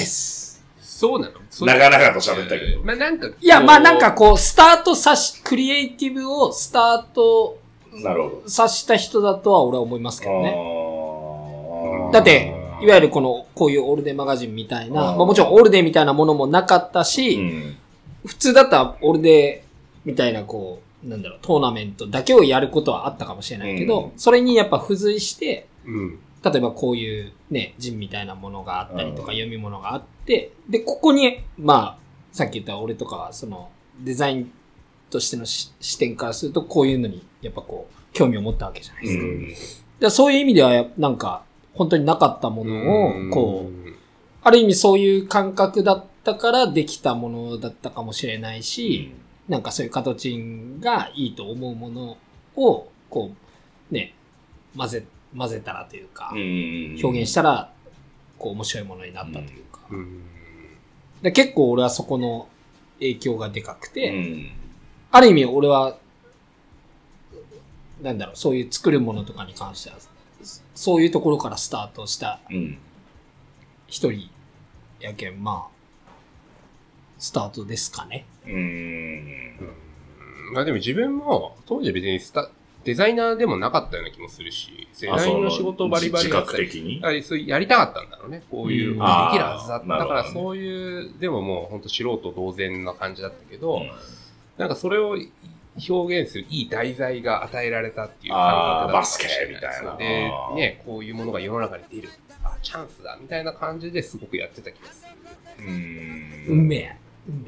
そうなの？ 長々と喋ったけど。 まあなんか。 いや、まあなんかこう、スタートクリエイティブをスタートさした人だとは俺は思いますけどね。だって、いわゆるこういうオールデーマガジンみたいな、まあもちろんオールデーみたいなものもなかったし、普通だったらオールデーみたいなこう、なんだろう、トーナメントだけをやることはあったかもしれないけど、それにやっぱ付随して、例えばこういうね、ジンみたいなものがあったりとか、読み物があって、で、ここに、まあ、さっき言った俺とかは、その、デザインとしての視点からすると、こういうのに、やっぱこう、興味を持ったわけじゃないですか。でそういう意味では、なんか、本当になかったものを、こう、ある意味そういう感覚だったからできたものだったかもしれないし、なんかそういうカトチンがいいと思うものを、こう、ね、混ぜたらというか、表現したら、こう面白いものになったというか。で結構俺はそこの影響がでかくて、ある意味俺は、なんだろう、そういう作るものとかに関しては、そういうところからスタートした一人やけん、まあ、スタートですかね。 まあでも自分も当時別にデザイナーでもなかったような気もするし、デザインの仕事をバリバリやったり、そうやりたかったんだろうね。こういう、できるはずだった。だからそういう、でももう本当素人同然な感じだったけど、なんかそれを表現するいい題材が与えられたっていう感覚だったバスケみたいな。 で、ね、こういうものが世の中に出る。チャンスだみたいな感じですごくやってた気がする。 運命や。運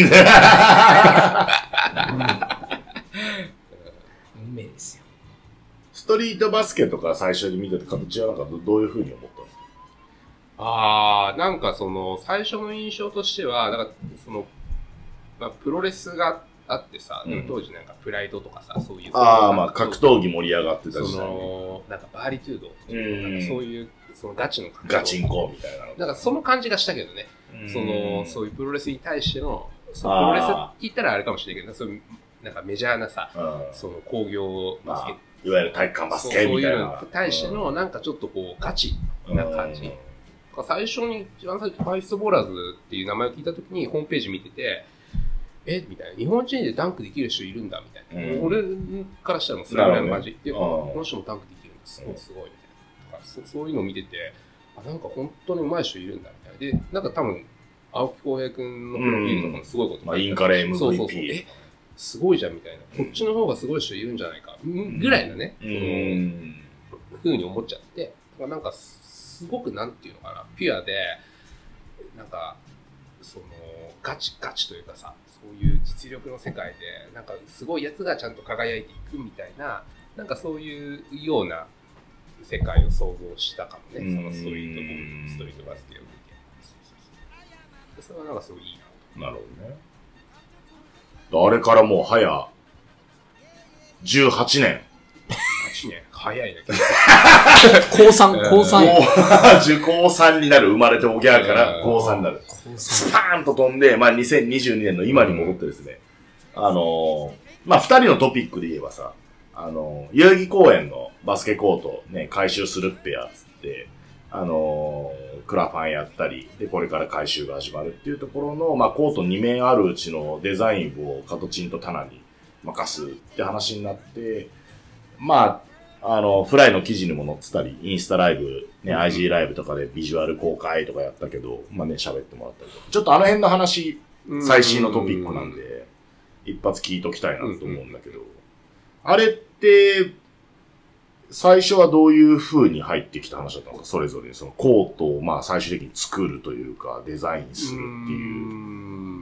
命ですよ。 ストリートバスケとか最初に見てた形はなんかどういう風に思ったんですか？ なんかその、最初の印象としては、なんかその、まあ、プロレスがあってさ、当時なんかプライドとかさ、そういう。 まあ格闘技盛り上がってたし、 その、なんかバーリトゥードっていう、なんかそういう、そのガチの感じ。 ガチンコみたいな。 なんかその感じがしたけどね。そういうプロレスに対しての、プロレスって言ったらあれかもしれないけど、そういう、なんかメジャーなさ、その工業バスケ、 いわゆる体育館バスケみたいな。そういうのに対しての、なんかちょっとこう、ガチな感じ。最初に、一番最初、ファイストボーラーズっていう名前を聞いたときに、ホームページ見てて、みたいな。日本人でダンクできる人いるんだ、みたいな。俺からしたらもうそれぐらいの感じ。で、この人もダンクできるんです。すごい、みたいな。そういうのを見てて、なんか本当に上手い人いるんだ、みたいな。で、なんか多分、青木浩平くんのプロフィールとかもすごいこと。 インカレ MVP。 そう。すごいじゃん、みたいな。こっちの方がすごい人いるんじゃないか。ぐらいのね、風に思っちゃって、なんか、すごくなんていうのかな、ピュアで、なんか、その、ガチというかさ、そういう実力の世界で、なんかすごいやつがちゃんと輝いていくみたいな、なんかそういうような世界を想像したかもね、そのストリートボール、ストリートバスケを見て。それはなんかすごいいいな。 なるほどね。あれからもう早、18年。 8年早いね。 高3。 受高3になる。生まれておぎゃーから高3になる。スパーンと飛んで、まあ2022年の今に戻ってですね。 まあ、二人のトピックで言えばさ、代々木公園のバスケコートね、改修するってやつって、クラファンやったり、で、これから改修が始まるっていうところの、まあ、コート2面あるうちのデザインをカトチンとタナに任すって話になって、まあ、フライの記事にも載ってたり、インスタライブ、ね、IG ライブとかでビジュアル公開とかやったけど、まあね、喋ってもらったりとか。ちょっとあの辺の話、最新のトピックなんで、一発聞いときたいなと思うんだけど、あれって、最初はどういう風に入ってきた話だったのか、それぞれそのコートをまあ最終的に作るというか、デザインするっていう。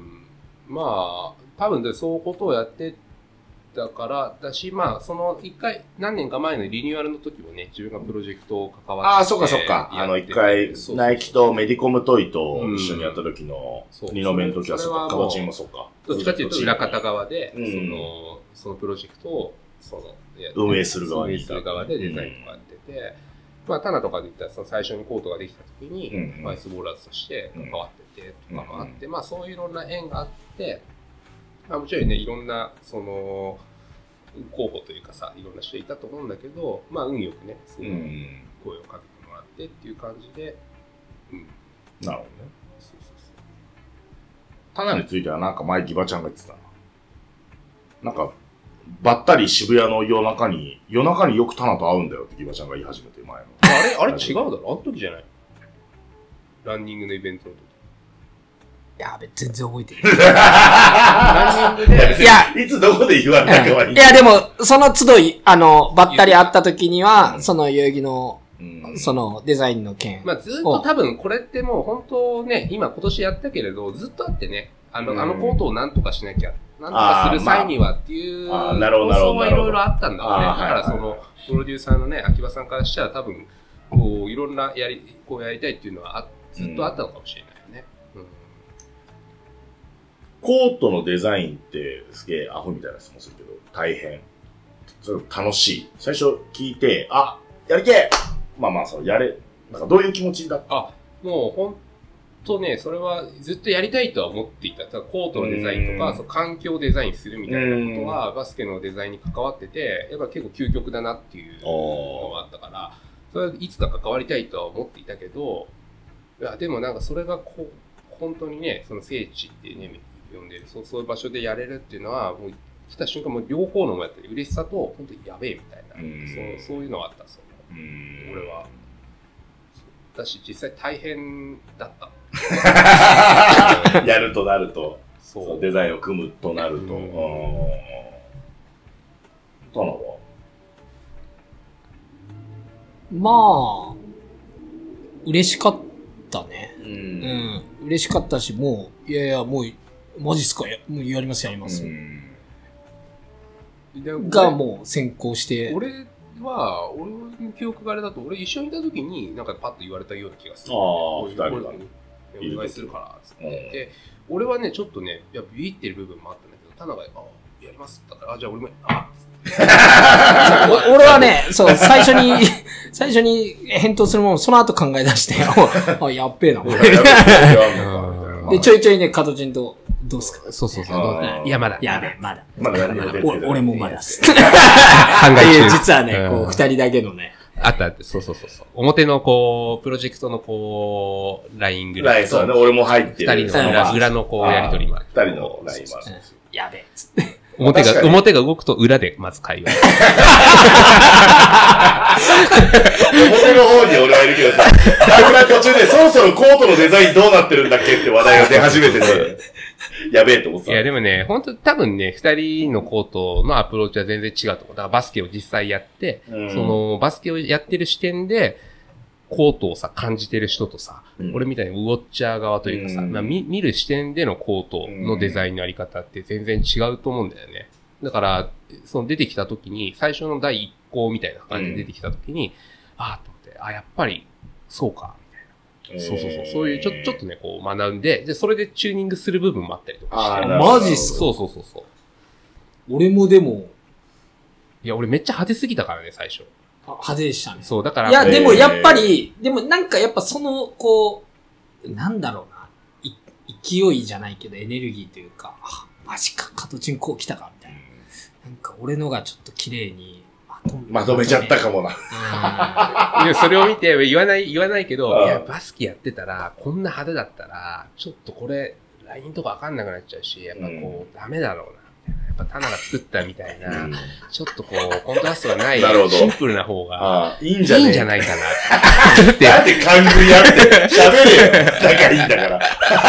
まあ、多分でそういうことをやってたからだし、まあ、その一回、何年か前のリニューアルの時もね、自分がプロジェクトを関わって。 ああ、そっかそっか。一回、ナイキとメディコムトイと一緒にやった時の、二の目の時はそっか、カバチンもそっか。 どっちかっていうと裏方側で、そのプロジェクトを、 運営する側でデザインとかやってて、まあ、タナとかで言ったら、その最初にコートができた時に、アイスボーラーズとして関わってて、とかもあって、まあ、そういういろんな縁があって、まあ、もちろんね、いろんな、候補というかさ、いろんな人いたと思うんだけど、まあ、運よくね、声をかけてもらってっていう感じで、 なるほどね。そうそうそう。タナについてはなんか前ギバちゃんが言ってたな。なんか、ばったり渋谷の夜中によくタナと会うんだよってギバちゃんが言い始めて、前の。 あれ違うだろ、あの時じゃないランニングのイベントの時。 やべ、全然覚えてない。 ランニングで。 いや、いつどこで言われたかはいい。 いや、でも、その都度、ばったり会った時には、その代々木の、そのデザインの件。 まあ、ずっと多分これってもう本当ね、今年やったけれど、ずっとあってね、あのコートをなんとかしなきゃ、なんとかする際にはっていう、構想はいろいろあったんだろうね。だからその、プロデューサーのね、秋葉さんからしたら多分、こう、いろんなこうやりたいっていうのはずっとあったのかもしれないよね。 コートのデザインってすげえアホみたいな質問するけど、大変。それ楽しい。最初聞いて、あ、やりけまあそう、なんかどういう気持ちだった？ もうほんとね、それはずっとやりたいとは思っていた。ただコートのデザインとか、そう環境をデザインするみたいなことは、バスケのデザインに関わってて、やっぱ結構究極だなっていうのがあったから、それはいつか関わりたいとは思っていたけど、いや、でもなんかそれが本当にね、その聖地ってね、呼んでる、そういう場所でやれるっていうのは、もう来た瞬間もう両方のもやってる嬉しさと、本当にやべえみたいな、そういうのがあった、俺は。だし、実際大変だった。 やるとなると、そうデザインを組むとなると。タナはまあ、嬉しかったね。嬉しかったし、もう、いや、もう、マジっすかもうやります。がもう先行して。 俺の記憶があれだと、俺一緒にいた時になんかパッと言われたような気がする。 二人がお願いするからつって。で、俺はね、ちょっとね、ビビってる部分もあったんだけど、タナが、やりますって言ったから、じゃあ俺も、 俺はね、そう、最初に返答するもの、その後考え出して、やっべえな、で、ちょいちょいね、カトチンと、どうすか？ そう。いや、まだ。 俺もまだ。考え中。 実はね、こう、二人だけのね。 あった。そう。表のこう、プロジェクトのこう、ライングループ。 そうね、俺も入ってる。 二人の裏のこう、やりとりもある。 二人のラインもある。 やべえ、つって。 表が動くと裏でまず会話。 表の方に俺はいるけどさ、だから途中でそろそろコートのデザインどうなってるんだっけって話題が出始めてて、やべえと思ってた。 いやでもね、本当多分ね、二人のコートのアプローチは全然違うと思う。だからバスケを実際やって、そのバスケをやってる視点で、コートをさ、感じてる人とさ、俺みたいにウォッチャー側というかさ、見る視点でのコートのデザインのあり方って全然違うと思うんだよね。だから、その出てきた時に、最初の第一項みたいな感じで出てきた時に、と思って、やっぱり、そうか、みたいな。そういう、ちょっとね、こう学んで、それでチューニングする部分もあったりとかして。 マジっすか？ そう。 俺もでも。 いや、俺めっちゃ派手すぎたからね、最初。 派手でしたね。 そう、だから。 いや、でもやっぱり、なんかやっぱその、こう、なんだろうな、勢いじゃないけどエネルギーというか、 マジか、カトチンこう来たか、みたいな。なんか俺のがちょっと綺麗にまとめちゃったかもな。 いや、それを見て言わないけど、いや、バスケやってたら、こんな派手だったら、ちょっとこれ、ラインとかわかんなくなっちゃうし、やっぱこう、ダメだろうな。やっぱタナが作ったみたいな、ちょっとこう、コントラストがない、シンプルな方が、いいんじゃないかな。 なんで勘繰りやって、喋れよ。仲いいんだから。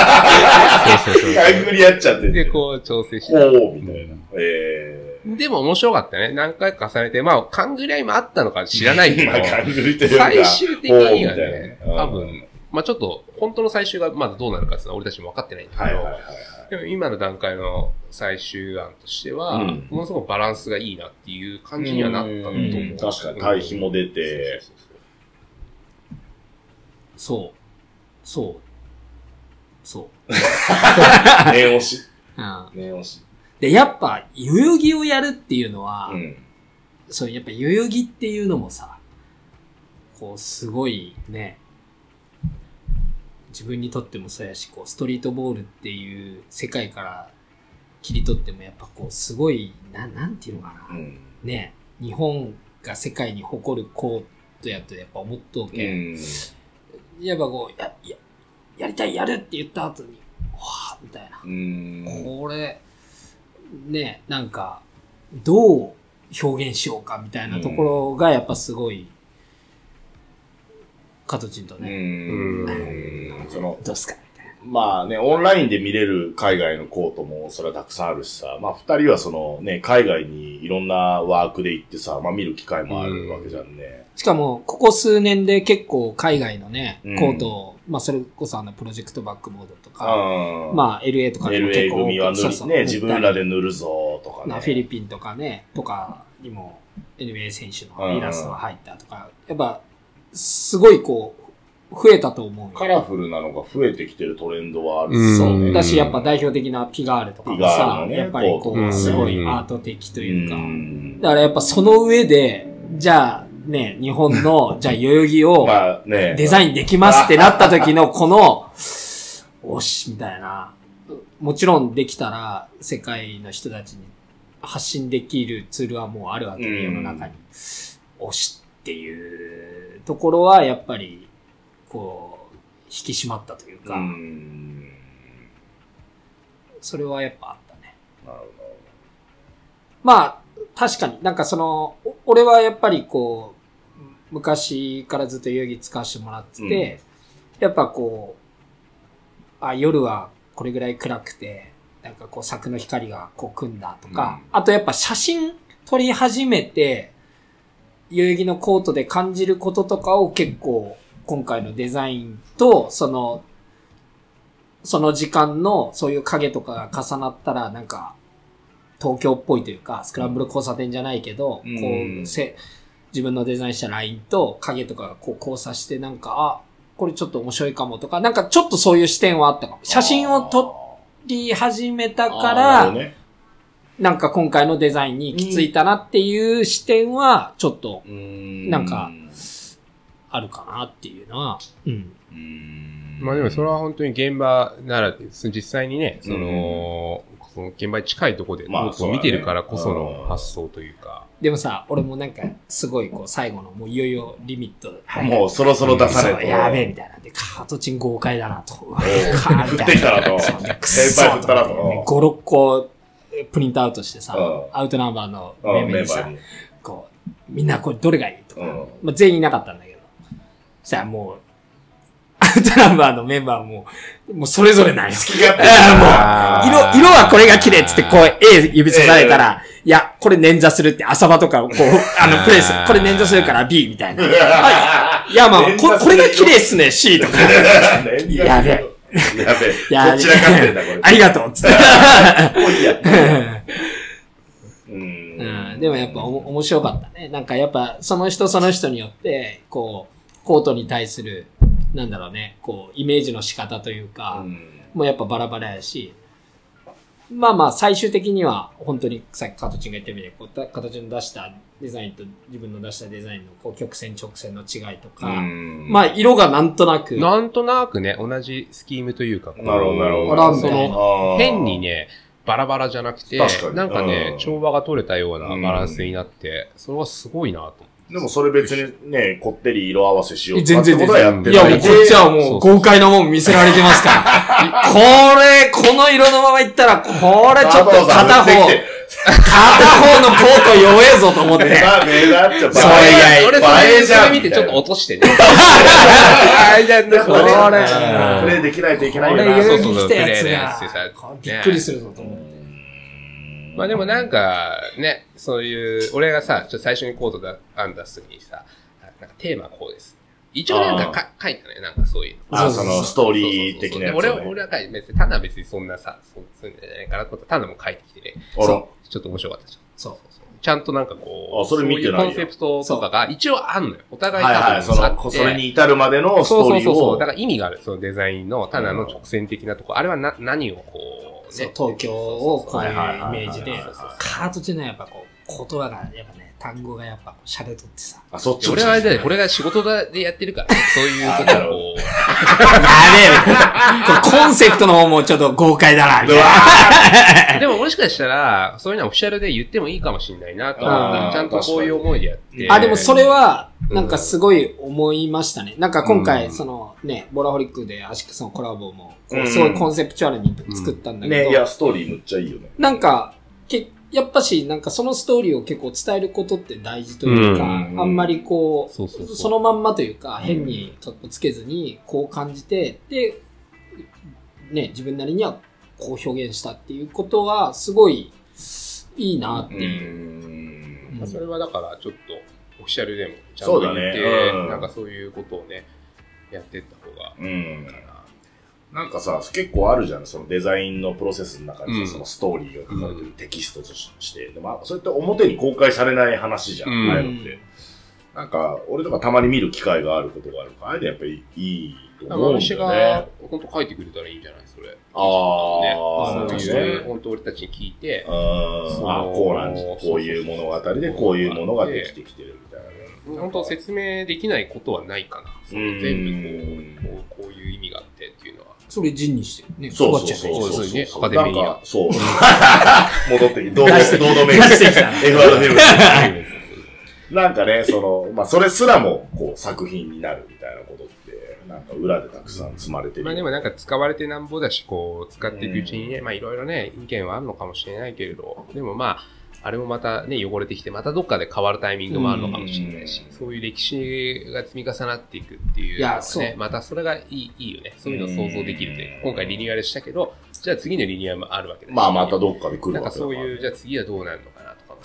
勘繰りやっちゃって。 で、こう、調整して。 おー、みたいな。 でも面白かったね。何回か重ねて、まあ、勘繰り合いもあったのか知らないけど、 勘繰りというか最終的にはね、多分、まあちょっと、本当の最終がまだどうなるかっていうのは俺たちも分かってないんだけど、でも今の段階の最終案としては、ものすごくバランスがいいなっていう感じにはなったと思う。 確かに対比も出て、 そう。 念押し。 念押し。で、やっぱ、代々木をやるっていうのは、そう、やっぱ代々木っていうのもさ、こう、すごいね、自分にとってもそうやし、こう、ストリートボールっていう世界から切り取っても、やっぱこう、すごい、なんていうのかな。ね、日本が世界に誇るコートやとやっぱ思っとうけん。やっぱこう、やりたい、やるって言った後に、わーみたいな。これ、ね、なんか、どう表現しようかみたいなところがやっぱすごい、加藤ちんとね。どうすかみたいな。 まあね、オンラインで見れる海外のコートもそれはたくさんあるしさ、まあ二人はそのね、海外にいろんなワークで行ってさ、まあ見る機会もあるわけじゃんね。 しかも、ここ数年で結構海外のね、コートを、まあそれこそプロジェクトバックボードとか、まあ LA とかでも結構 LA 組はね、自分らで塗るぞとかね。 フィリピンとかね、とかにも NBA 選手のイラストが入ったとか、やっぱ、すごいこう、増えたと思う。 カラフルなのが増えてきてるトレンドはあるそうね。だし、やっぱ代表的なピガールとかもさ、やっぱりこう、すごいアート的というか。だからやっぱその上で、じゃあね、日本の、じゃあ代々木をデザインできますってなった時のこの、おし、みたいな。もちろんできたら世界の人たちに発信できるツールはもうあるわけで、世の中に。おしっていうところはやっぱりこう引き締まったというか、それはやっぱあったね。なるほど。まあ確かになんかその俺はやっぱりこう昔からずっと代々木使わせてもらってて、やっぱこう夜はこれぐらい暗くてなんかこう柵の光がこう組んだとか、あとやっぱ写真撮り始めて代々木のコートで感じることとかを結構今回のデザインとその時間のそういう影とかが重なったらなんか東京っぽいというかスクランブル交差点じゃないけど、こう自分のデザインしたラインと影とかがこう交差してなんかこれちょっと面白いかもとかなんかちょっとそういう視点はあったかも。写真を撮り始めたからなんか今回のデザインに行き着いたなっていう視点はちょっとなんかあるかなっていうのは、 まあでもそれは本当に現場なら実際にね、その現場に近いところでノートを見てるからこその発想というか。 でもさ、俺もなんかすごいこう最後のもういよいよリミット、 もうそろそろ出さないとやべえみたいなんでカートチン豪快だなと。 振ってきたなと。先輩振ったなと。 5、6個プリントアウトしてさ、アウトナンバーのメンバーにさ、こう、みんなこれどれがいいとか、まあ、全員いなかったんだけど、そしたらもう、アウトナンバーのメンバーもうそれぞれないよ。 好き勝手。 もう、色はこれが綺麗っつってこう、A 指さされたら、いや、これ捻挫するって朝場とかこう、プレイする。これ捻挫するから B みたいな。はい。いや、まあ、これが綺麗っすね、C とか。やべえ。 やべえ。どちらかってんだ、これ。 ありがとうっつって。でもやっぱ面白かったね。なんかやっぱその人その人によって、こう、コートに対する、なんだろうね、こう、イメージの仕方というか、もうやっぱバラバラやし、まあまあ最終的には本当にさっき加藤ちんが言ったみたいに、加藤ちんの出したデザインと自分の出したデザインのこう曲線直線の違いとか、まあ色がなんとなくね、 同じスキームというか、 なるほど。 その変にね、 バラバラじゃなくて、なんかね、調和が取れたようなバランスになって、それはすごいなと思って。 でもそれ別にね、こってり色合わせしようとか全然ってことはやってない。 いや、もうこっちはもう豪快なもん見せられてますから。この色のままいったら、これちょっと片方のコート弱えぞと思って。 目立っちゃ俺それ見てちょっと落としてね。これ、プレイできないといけないよな。 これ代々木来たやつが、びっくりするぞと思って。 まあでもなんかね、そういう、俺がさ、ちょっと最初にコートでアンダースにさ、なんかテーマこうです。一応なんか書いたね、なんかそういう。 そのストーリー的なやつ、ね。 俺は書いて、別にタナは別にそんなさ、そういうんじゃないかなと思って、タナも書いてきてね。ちょっと面白かったじゃん。そう。ちゃんとなんかこう、 それ見てないコンセプトとかが一応あんのよ。お互い多分それに至るまでのストーリーを。 そう。だから意味がある、そのデザインのタナの直線的なところ。あれは何をこう、 ね、東京をこういうイメージで、カートっていうのはやっぱこう、言葉がやっぱね、単語がやっぱシャレとってさ。 そっち俺はね、これが仕事でやってるから、ね、そういうことをこう。 やべえ。コンセプトの方もちょっと豪快だな、みたいな。 でももしかしたら、そういうのはオフィシャルで言ってもいいかもしれないなと思って、ちゃんとこういう思いでやって。 でもそれは、なんかすごい思いましたね。なんか今回、そのね、ボラホリックでアシックスのコラボも、すごいコンセプチュアルに作ったんだけど。 ね、いや、ストーリーむっちゃいいよね。 なんか、やっぱし、なんかそのストーリーを結構伝えることって大事というか、あんまりこう、そのまんまというか、変にちょっとつけずに、こう感じて、で、ね、自分なりにはこう表現したっていうことは、すごいいいなっていう。 それはだからちょっと、オフィシャルでもちゃんと言って、なんかそういうことをね、やっていった方がいいかな。 なんかさ、結構あるじゃん、そのデザインのプロセスの中にそのストーリーが書かれてるテキストとして。でも、それって表に公開されない話じゃん、ああいうのって。なんか、俺とかたまに見る機会があることがあるから、あれでやっぱりいいと思うんだよね。 私が本当書いてくれたらいいんじゃないそれ。そういう、本当俺たちに聞いて、 こうなんです。こういう物語でこういうものができてきてるみたいな。 本当説明できないことはないかな。全部こういう意味があってっていうのは。 それ人にしてるね。 そうね。アカデミー。 そう。戻ってきて、堂々巡り。FRM。なんかね、それすらも、こう、作品になるみたいなことって、なんか裏でたくさん積まれてる。 まあでもなんか使われてなんぼだし、こう、使っていくうちにね、まあいろいろね、意見はあるのかもしれないけれど、でもまあ、あれもまたね、汚れてきて、またどっかで変わるタイミングもあるのかもしれないし、そういう歴史が積み重なっていくっていうのはね、またそれがいいよね。そういうのを想像できるというか、今回リニューアルしたけど、じゃあ次のリニューアルもあるわけだし。 まあまたどっかで来るわけだから。 なんかそういう、じゃあ次はどうなるのかなとか、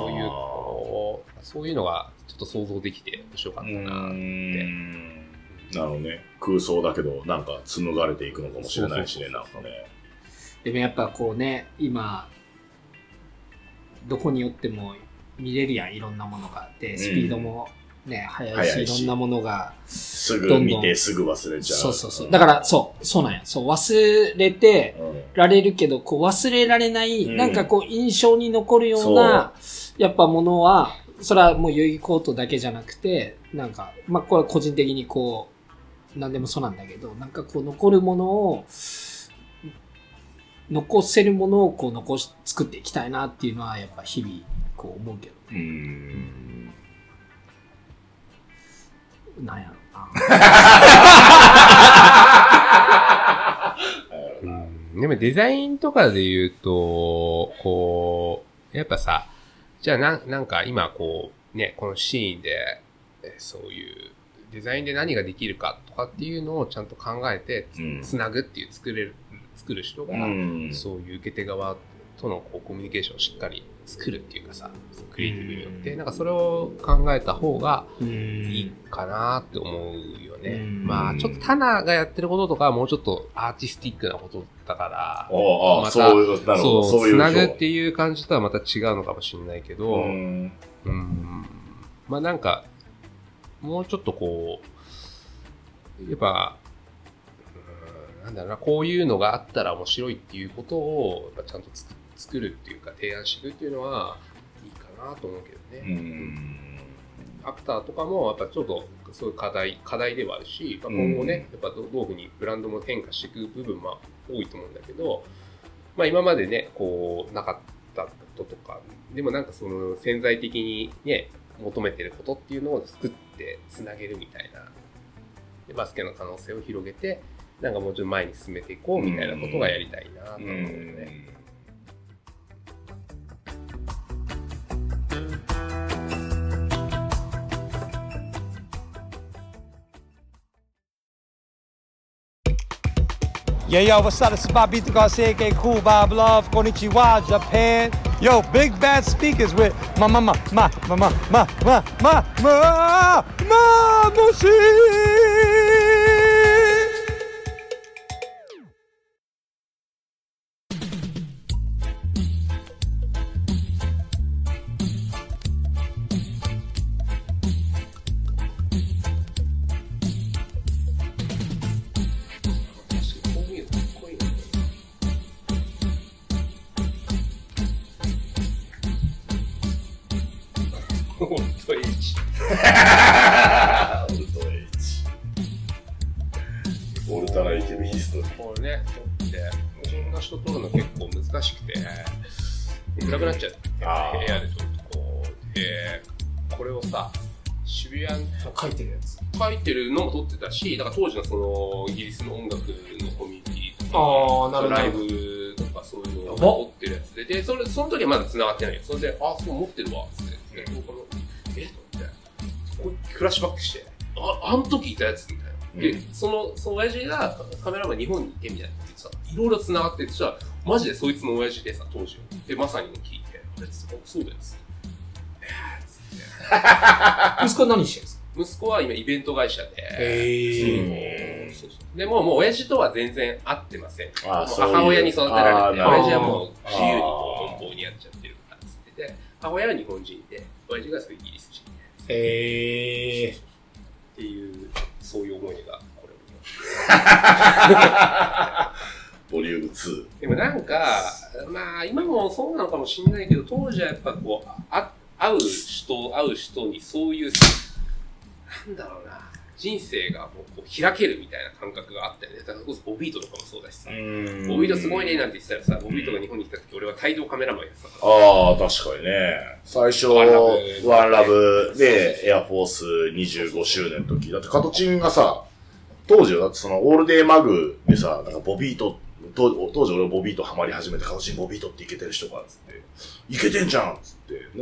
そういうのがちょっと想像できて面白かったなって。 なるほどね。空想だけど、なんか紡がれていくのかもしれないしね、なんかね。 でもやっぱこうね、今、どこによっても見れるやん、いろんなものがあって、スピードもね、速いし、いろんなものが。 すぐ見て、すぐ忘れちゃう。 そう。だから、そうなんや。そう、忘れてられるけど、こう忘れられない、なんかこう印象に残るような、やっぱものは、それはもう代々木コートだけじゃなくて、なんか、まあこれ個人的にこう、なんでもそうなんだけど、なんかこう残るものを、残せるものをこう作っていきたいなっていうのはやっぱ日々こう思うけどね。なんやろな。でもデザインとかで言うと、こう、やっぱさ、じゃあなんか今こう、ね、このシーンで、そういうデザインで何ができるかとかっていうのをちゃんと考えてつなぐっていう作る人が、そういう受け手側とのこうコミュニケーションをしっかり作るっていうかさ、クリエイティブによって、なんかそれを考えた方がいいかなって思うよね。まあちょっとタナがやってることとかはもうちょっとアーティスティックなことだから、またそうつなぐっていう感じとはまた違うのかもしれないけど、まあなんかもうちょっとこうやっぱなんだろうな、こういうのがあったら面白いっていうことをやっぱちゃんと作るっていうか提案していくっていうのはいいかなと思うけどね。アクターとかもやっぱちょっとそういう課題ではあるし、今後ね、やっぱどういうふうにブランドも変化していく部分も多いと思うんだけど、 まあ今までね、こう、なかったこととか、でもなんかその潜在的にね、求めてることっていうのを作ってつなげるみたいな。でバスケの可能性を広げて、なんかもうちょっと前に進めていこうみたいなことがやりたいなと思うよね。 Yo, what's up? This is Bobito Garcia, aka Cool Bob Love, Konnichiwa, Japan. Yo, big bad speakers with Mushi. オルト H。 オルタナイティブヒストリー。 これね、取って、そんな人取るの結構難しくて、暗くなっちゃう。部屋で撮るとこう。で、これをさ、渋谷に書いてるやつ。 書いてるのも撮ってたし、だから当時のその、イギリスの音楽のコミュニティとか、ライブとかそういうのを撮ってるやつで、で、その時はまだ繋がってないよ。それで、あ、そう持ってるわ、つって。と思って、これフラッシュバックして、あの時いたやつみたいな。で、その親父がカメラマン日本にいてみたいなって言ってさ、いろいろ繋がっててさ、マジでそいつの親父でさ、当時。で、まさにも聞いて、あれ、そうだよ、つって。 息子何してるんですか？ 息子は今イベント会社で。そう。でもう親父とは全然会ってません。母親に育てられて、親父はもう自由にこう奔放にやっちゃってるからつってて、母親は日本人で、親父がそういうイギリス人で。っていう、そういう思い出が、これボリューム2。 でもなんか、まあ今もそうなのかもしれないけど、当時はやっぱこう、会う人にそういう、なんだろうな、人生がもうこう開けるみたいな感覚があったよね。だからこそボビートとかもそうだしさ。ボビートすごいねなんて言ってたらさ、ボビートが日本に来た時俺は帯同カメラマンやってたから。 ああ、確かにね。最初、ワンラブでエアフォース25周年の時。だってカトチンがさ、当時はだってそのオールデイマグでさ、なんかボビート、当時俺はボビートハマり始めて、カトチンボビートってイケてる人が、つって、イケてんじゃんつって、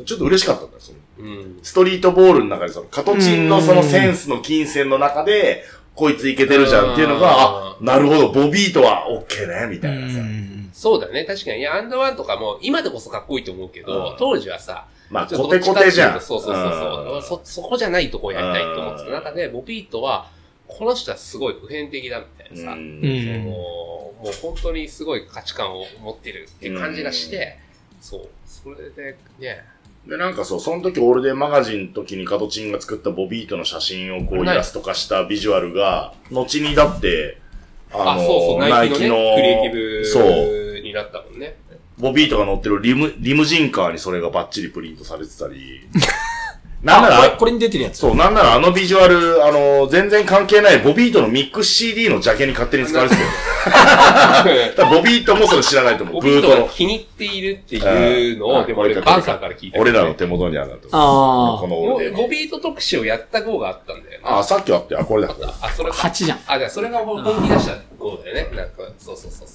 ちょっと嬉しかったんだよ、その。ストリートボールの中でその、カトチンのそのセンスの金銭の中で、こいつイケてるじゃんっていうのが、あ、なるほど、ボビートはオッケーね、みたいなさ。 そうだね、確かに。いや、アンドワンとかも、今でこそかっこいいと思うけど、当時はさ、 まあ、コテコテじゃん。 そう。そこじゃないとこをやりたいと思ってた中で、ボビートは、この人はすごい普遍的だみたいなさ、もう本当にすごい価値観を持ってるっていう感じがして、そう、それでね。 で、なんかそう、その時オールデンマガジンの時にカトチンが作ったボビートの写真をこうイラスト化したビジュアルが、後にだって、 そう、ナイキのクリエイティブになったもんね。 ボビートが乗ってるリムジンカーにそれがバッチリプリントされてたり、なんなら、 これに出てるやつ。 そう、なんならあのビジュアル、全然関係ないボビートのミックス CD のジャケに勝手に使われてたよ。ボビートもそれ知らないと思う。 ボビートが気に入っているっていうのを、でも俺バンさんから聞いた。 俺らの手元にあるなと。 このボビート特集をやった号があったんだよね。 さっきあったよ。これだ。 それ 8じゃん。 じゃあそれが本気出した号だよね。なんか、そう。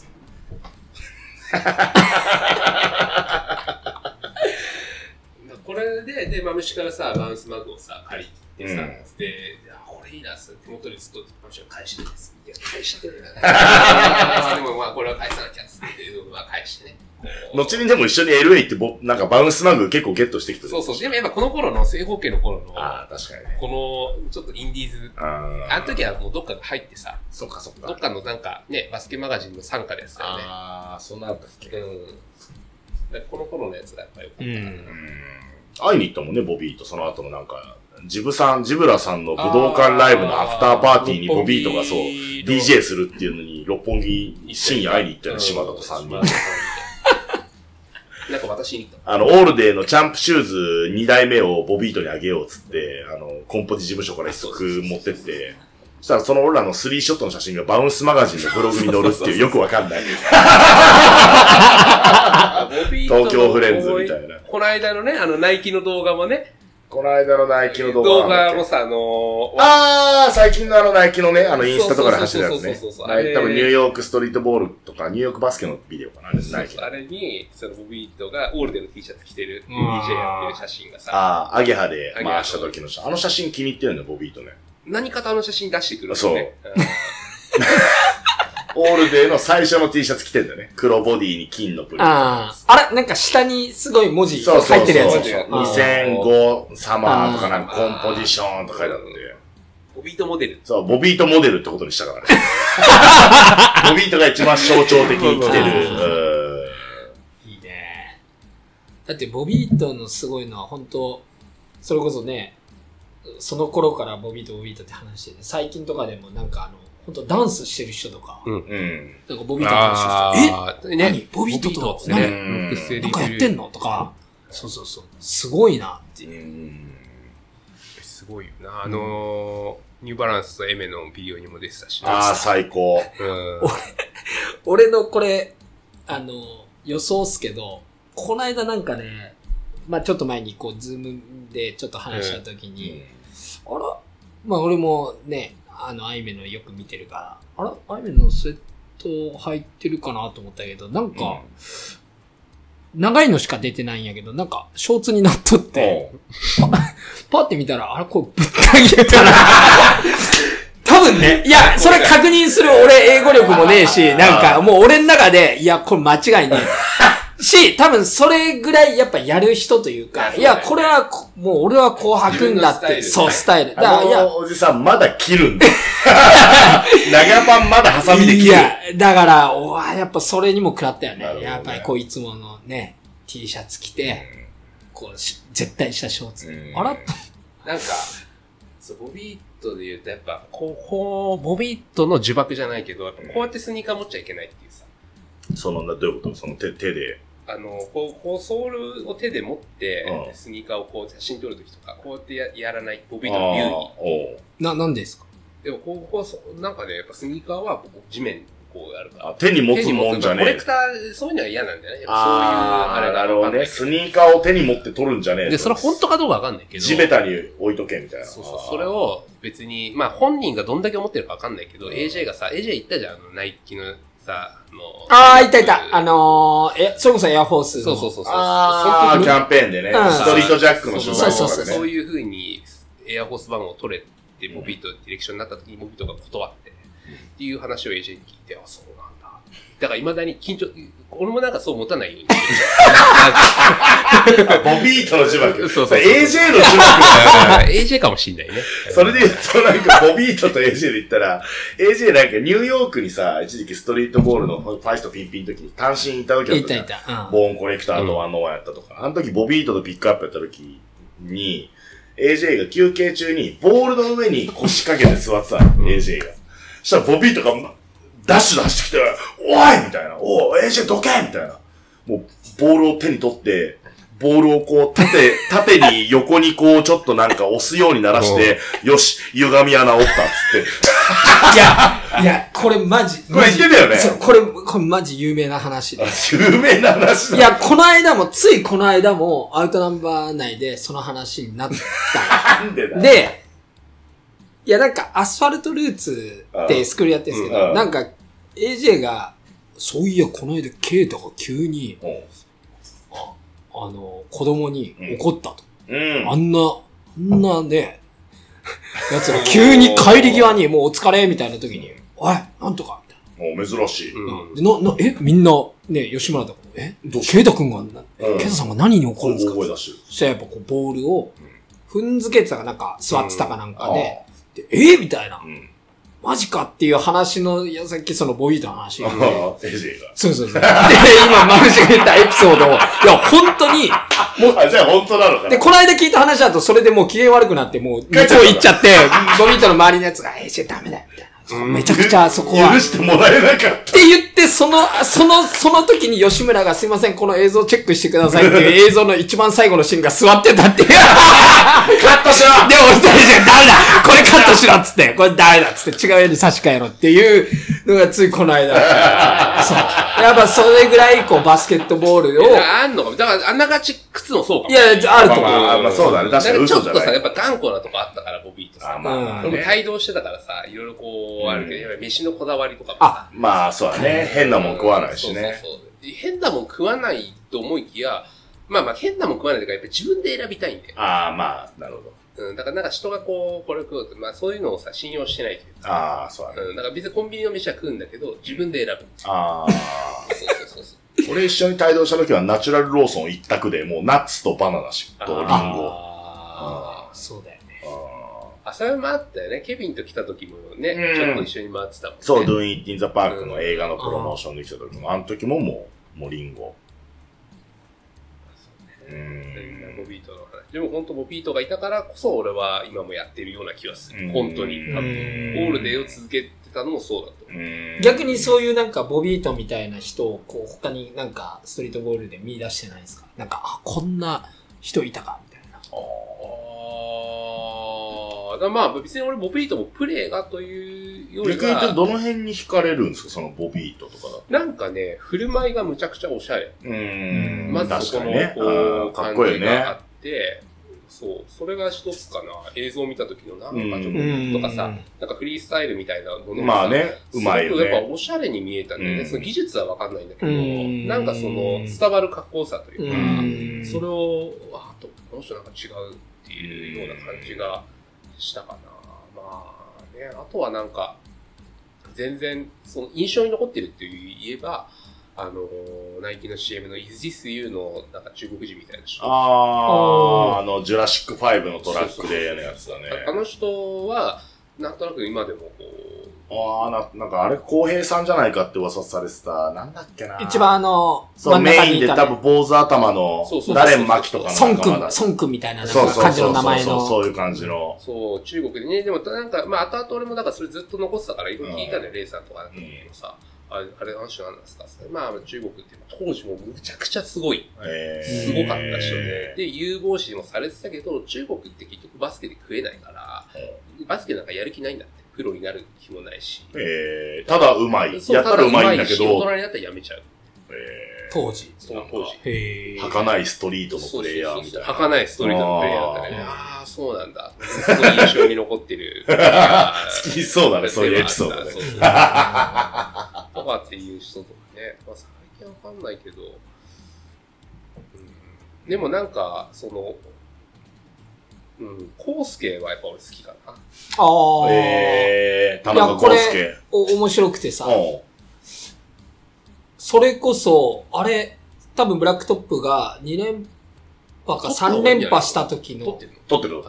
これで、マムシからさ、バウンスマグをさ、借りてさ、で、これいいな、手元にずっと、マムシが返してるんです。いや、返してるよね。でもまあ、これは返さなきゃっつっていうのは返してね。 後にでも一緒に LA ってなんかバウンスマグ結構ゲットしてきてる。 そう。でもやっぱこの頃の、正方形の頃の、 確かにね。 この、ちょっとインディーズ、あの時はもうどっかが入ってさ、 そっか。 どっかのなんかね、バスケマガジンの傘下でやつだよね。 そんなあったっけ。 この頃のやつがやっぱよかったな。 会いに行ったもんね、ボビーと。その後のなんか、ジブラさんの武道館ライブのアフターパーティーにボビートがそう、DJ するっていうのに、六本木深夜会いに行ったよね、島田と3人。 なんか私に行った。 オールデーのチャンプシューズ2台目をボビートにあげようっつって、コンポジ事務所から一足持ってって、 したらその俺らのスリーショットの写真がバウンスマガジンのブログに載るっていうよくわかんない。東京フレンズみたいな。 この間のね、ナイキの動画もね。 この間のナイキの動画もさ、 最近のナイキのね、インスタとかで走るやつね。多分ニューヨークストリートボールとか、ニューヨークバスケのビデオかな、ナイキ。 あれに、そのボビートがオールデンの T シャツ着てる DJ やってる写真がさ。 アゲハで回した時のあの写真気に入ってるんだよ、ボビートね。 何かと写真出してくるんだよね。 そう。オールデーの最初の T シャツ着てんだよね。黒ボディに金のプリント。 あれなんか下にすごい文字入ってるやつ。 2005サマーとかなんかコンポジションとか書いてあって。 ボビートモデル。 そう、ボビートモデルってことにしたからね。ボビートが一番象徴的に着てる。 いいね。だってボビートのすごいのは本当それこそね、その頃からボビートって話してて、最近とかでもなんか本当ダンスしてる人とか、なんかボビートの話してる人、何ボビートと何なんかやってんのとか、そう、すごいなっていう。 すごいよな。ニューバランスとエメのビデオにも出てたし。 最高。 俺のこれ、予想っすけど、この間なんかね、まあちょっと前にこう、ズームでちょっと話したときに、まあ俺もね、アイメのよく見てるから、アイメのスウェット入ってるかなと思ったけど、なんか、長いのしか出てないんやけど、なんか、ショーツになっとって、パって見たら、これぶった切ったな。多分ね、いや、それ確認する俺英語力もねえし、なんかもう俺の中で、いや、これ間違いねえ。し、多分それぐらいやっぱやる人というか、いや、これはもう俺はこう履くんだって、そう、スタイル。 おじさんまだ切るんだ。長パンまだハサミで切る。いや、 だから、やっぱそれにも食らったよね。やっぱりこういつものね、T シャツ着て、こう、絶対したショーツ。なんか、 ボビートで言うとやっぱ、ボビートの呪縛じゃないけど、やっぱこうやってスニーカー持っちゃいけないっていうさ。 どういうことその手で。 こう、ソールを手で持って、スニーカーをこう写真撮るときとか、こうやってやらない、ボビートの流儀。 なんですか？ でも、なんかね、やっぱスニーカーは地面こうやるから。 手に持つもんじゃねえ。 コレクター、そういうのは嫌なんだよね。そういう、あれが。 なるほどね。スニーカーを手に持って取るんじゃねえ。 で、それ本当かどうかわかんないけど。 地べたに置いとけみたいな。 そう。それを別に、まあ本人がどんだけ思ってるかわかんないけど、AJ がさ、AJ 言ったじゃん、ナイキのさ、 いた。それこそエアフォースの。 そう。 キャンペーンでね。ストリートジャックの取材とかでね。 そういう風に、エアフォース番号を取れて、ボビートディレクションになった時にボビートが断って、っていう話を AJ に聞いて、そうなんだ。だから未だに緊張、俺もなんかそう持たないようにしてる。 ボビートの呪縛。 そう。 AJ の呪縛。 AJ かもしんないね。 それで言うとなんかボビートと AJ で言ったら、AJ なんかニューヨークにさ、一時期ストリートボールのファイストピンピンの時に単身行った時だったじゃん。 いた。 ボーンコレクターのワンやったとか。あの時ボビートとピックアップやった時に、AJ が休憩中にボールの上に腰掛けて座ってたの、AJ が。そしたらボビートがダッシュ出してきて、おいみたいな。AJ どけみたいな。もう、ボールを手に取って、ボールをこう、縦に横にこう、ちょっとなんか押すように鳴らして、よし、歪み穴折ったっつって。 いや、これマジ。 これ言ってたよね。 そう、これマジ有名な話で。 有名な話だ。 いや、ついこの間も、アウトナンバー内でその話になった。 なんでだで、いや、なんか、アスファルトルーツってスクールやってるんですけど、なんか、AJ が、そういや、この間、ケイタが急に、子供に怒ったと。あんなね、やつが急に帰り際に、もうお疲れみたいな時に、おい、なんとかみたいな。珍しい。 みんな、ね、吉村とか、ケイタ君が、ケイタさんが何に怒るんですかそしたらやっぱこう、ボールを、踏んづけてたかなんか、座ってたかなんかで、みたいな。マジかっていう話の、さっきそのボビートの話。 AJ が。 そう。で、今、マルシが言ったエピソードを、いや、本当に、 もう、じゃあ本当なのかな。 で、この間聞いた話だと、それでもう機嫌悪くなって、もう、向こう行っちゃって、ボビートの周りのやつが、AJ ダメだよ、みたいな。 めちゃくちゃそこは。 許してもらえなかった。 って言って、その時に吉村がすいません、この映像チェックしてくださいっていう映像の一番最後のシーンが座ってたっていう。カットしろで、俺二人じゃダメだこれカットしろっつって、これダメだっつって違うように差し替えろっていうのがついこの間。そう。やっぱそれぐらいこうバスケットボールを。 あんのかも。だからあんながち靴もそうかも。 いや、あると思う。 まあそうだね。確かに嘘じゃない。 ちょっとさ、やっぱ頑固なとこあったから、ボビーとさ。俺も帯同してたからさ、いろいろこう、あるけど、やっぱり飯のこだわりとかもさ。 まあそうだね。変なもん食わないしね。 そう。変なもん食わないと思いきや、まあ変なもん食わないとか、やっぱり自分で選びたいんだよ。 ああ、まあ、なるほど。 だからなんか人がこう、これ食うと、まあそういうのをさ、信用してないというか。 ああ、そうだね。 だから別にコンビニの飯は食うんだけど、自分で選ぶ。 ああ。 そう。 俺一緒に帯同した時はナチュラルローソン一択で、もうナッツとバナナとリンゴ。 そうだよね。 それもあったよね。ケビンと来た時もね、ちょっと一緒に回ってたもんね。 そう、ドゥーン・イッティン・ザ・パークの映画のプロモーションで来た時も、あの時ももうリンゴ。 ボビートの話。でも本当ボビートがいたからこそ俺は今もやってるような気がする。本当に。多分オールデーを続けてたのもそうだと思う。 逆にそういうなんかボビートみたいな人をこう他になんかストリートボールで見出してないですか？なんか、こんな人いたかみたいな。 まあ別に俺ボビートもプレーがというよりは。 逆に言うとどの辺に惹かれるんですかそのボビートとかだ。 なんかね、振る舞いがむちゃくちゃおしゃれ。まずそこのこう感じがあって、そう、それが一つかな。映像を見た時のなんかちょっとかさ、なんかフリースタイルみたいなものがまあね、うまいよね。 やっぱおしゃれに見えたんだよね。その技術はわかんないんだけど、なんかその伝わる格好さというか、それを、この人なんか違うっていうような感じがしたかな。まあね、あとはなんか、全然、その印象に残ってるって言えば、ナイキの CM の Is This You のなんか中国人みたいな人。 ジュラシック5のトラックでやるやつだね。 あの人は、なんとなく今でもこう、 なんかあれ、浩平さんじゃないかって噂されてた、なんだっけな。 一番そう、メインで多分坊主頭の、ダレンマキとかのソン君みたいな感じの名前の。 そういう感じの。 そう、中国でね、でもなんか、まあ後々俺もだからそれずっと残ってたから、いろいろ聞いたね、レイさんとかだけどさ、あれ、あの人なんですかまあ中国って当時もむちゃくちゃすごい。すごかった人で。で、有望視もされてたけど、中国って結局バスケで食えないから、バスケなんかやる気ないんだって。プロになる気もないし。 ただうまい。やったらうまいんだけど。 大人になったらやめちゃう。 当時。 儚いストリートのプレイヤーみたいな。 儚いストリートのプレイヤーだったね。ああ、そうなんだ。すごい印象に残ってる。 好きそうだね、そういうエピソードね。 とかっていう人とかね。まあ最近わかんないけど。でもなんか、コウスケはやっぱ俺好きかな。 田中コウスケ。 面白くてさ。それこそ、あれ、多分ブラックトップが2連覇か3連覇した時の。 撮ってる。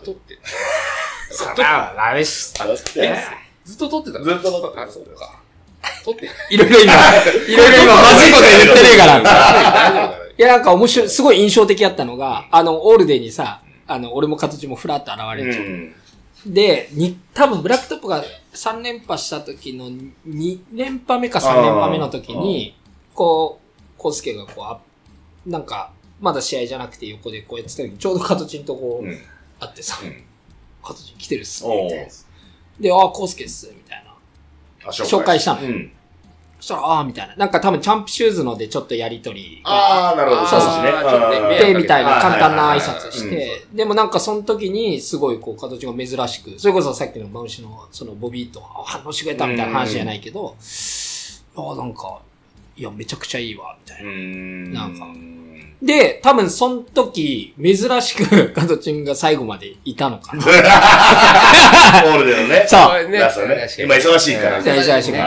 あれし。 ずっと撮ってた。 ずっと撮ってた。 あ、そうか。撮っていろいろ今、まずいこと言ってねえから。いや、なんか面白い、すごい印象的だったのが、オールデーにさ、俺も形もフラッと現れちゃう。で、多分ブラックトップが3連覇した時の2連覇目か3連覇目の時に、コウスケがなんか、まだ試合じゃなくて横でこうやってた時に、ちょうどカトチンと会ってさ、カトチン来てるっすね、みたいな。で、コウスケっす、みたいな。紹介したの。そしたら、みたいな。なんか多分チャンプシューズのでちょっとやりとり。 なるほど。 そうそう。で、みたいな簡単な挨拶して、でもなんかその時にすごい形が珍しく、それこそさっきのマウシのそのボビーと反応してくれたみたいな話じゃないけど、なんか、いや、めちゃくちゃいいわ、みたいな。なんか。で、多分その時、珍しくカトチンが最後までいたのかな。 オールデーのね。 そう。 今忙しいから。 忙しいから。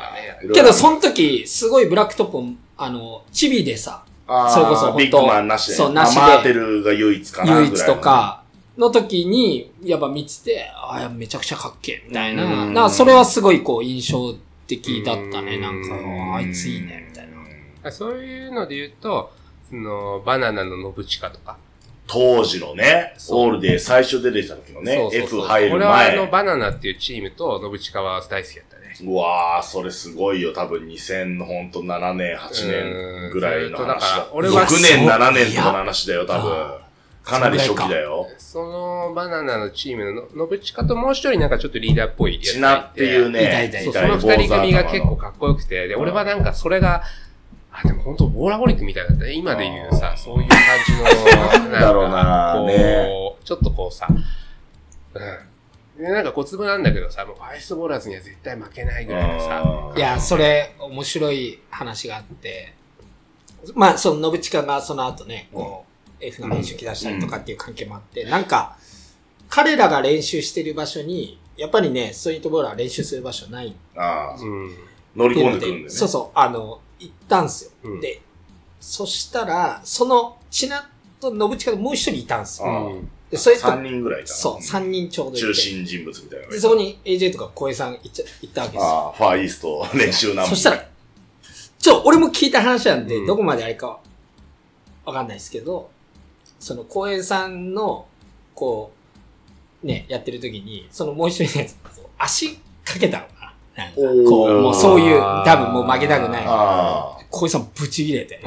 けど、その時、すごいブラックトップ、チビでさ、それこそビッグマンなしで。そう、なしで。マーテルが唯一かな。 唯一とか、の時に、やっぱ見てて、めちゃくちゃかっけえ、みたいな。なんか、それはすごい印象的だったね。なんか、あいついいね、みたいな。 そういうので言うと、バナナのノブチカとか。 当時のね、オールデー最初出てきた時のね、 そうそうそう F 入る俺は前。 バナナっていうチームと、信近は大好きだったね。 うわー、それすごいよ。多分2007年、8年ぐらいの話だかだ。 ら俺は 6年、7年とかの話だよ、多分。かなり初期だよ。 そのバナナのチームの信近ともう一人なんかちょっとリーダーっぽいやつちなっていうね、 そうその二人組が結構かっこよくて、で、俺はなんかそれが、でも本当ボーラホリックみたいだったね。今で言うさ、そういう感じの、 なんだろうなこう、 ねちょっとこうさ、でなんか小粒なんだけどさ、もうファイストボーラーズには絶対負けないぐらいのさ。 いや、それ、面白い話があって、まあ、その、信近がその後ね、こう、F の練習来だしたりとかっていう関係もあって、なんか、彼らが練習してる場所に、やっぱりね、ストリートボーラー練習する場所ないああ、乗り込んでくるんだよね。 そうそう、行ったんすよ。で、そしたら、その、ちなと信近ともう一人いたんすよ。で、それと、 3人ぐらいいたそう、3人ちょうどいて。 中心人物みたいな。 で、そこに AJ とか小江さん行ったわけですよ。 ああ、ファーイースト練習なんそしたら、俺も聞いた話なんで、どこまであれかわかんないですけど、その小江さんの、こう、ね、やってる時に、そのもう一人のやつ、足かけたのかな。なんかこう、もうそういう、多分もう負けたくない。小江さんブチ切れて。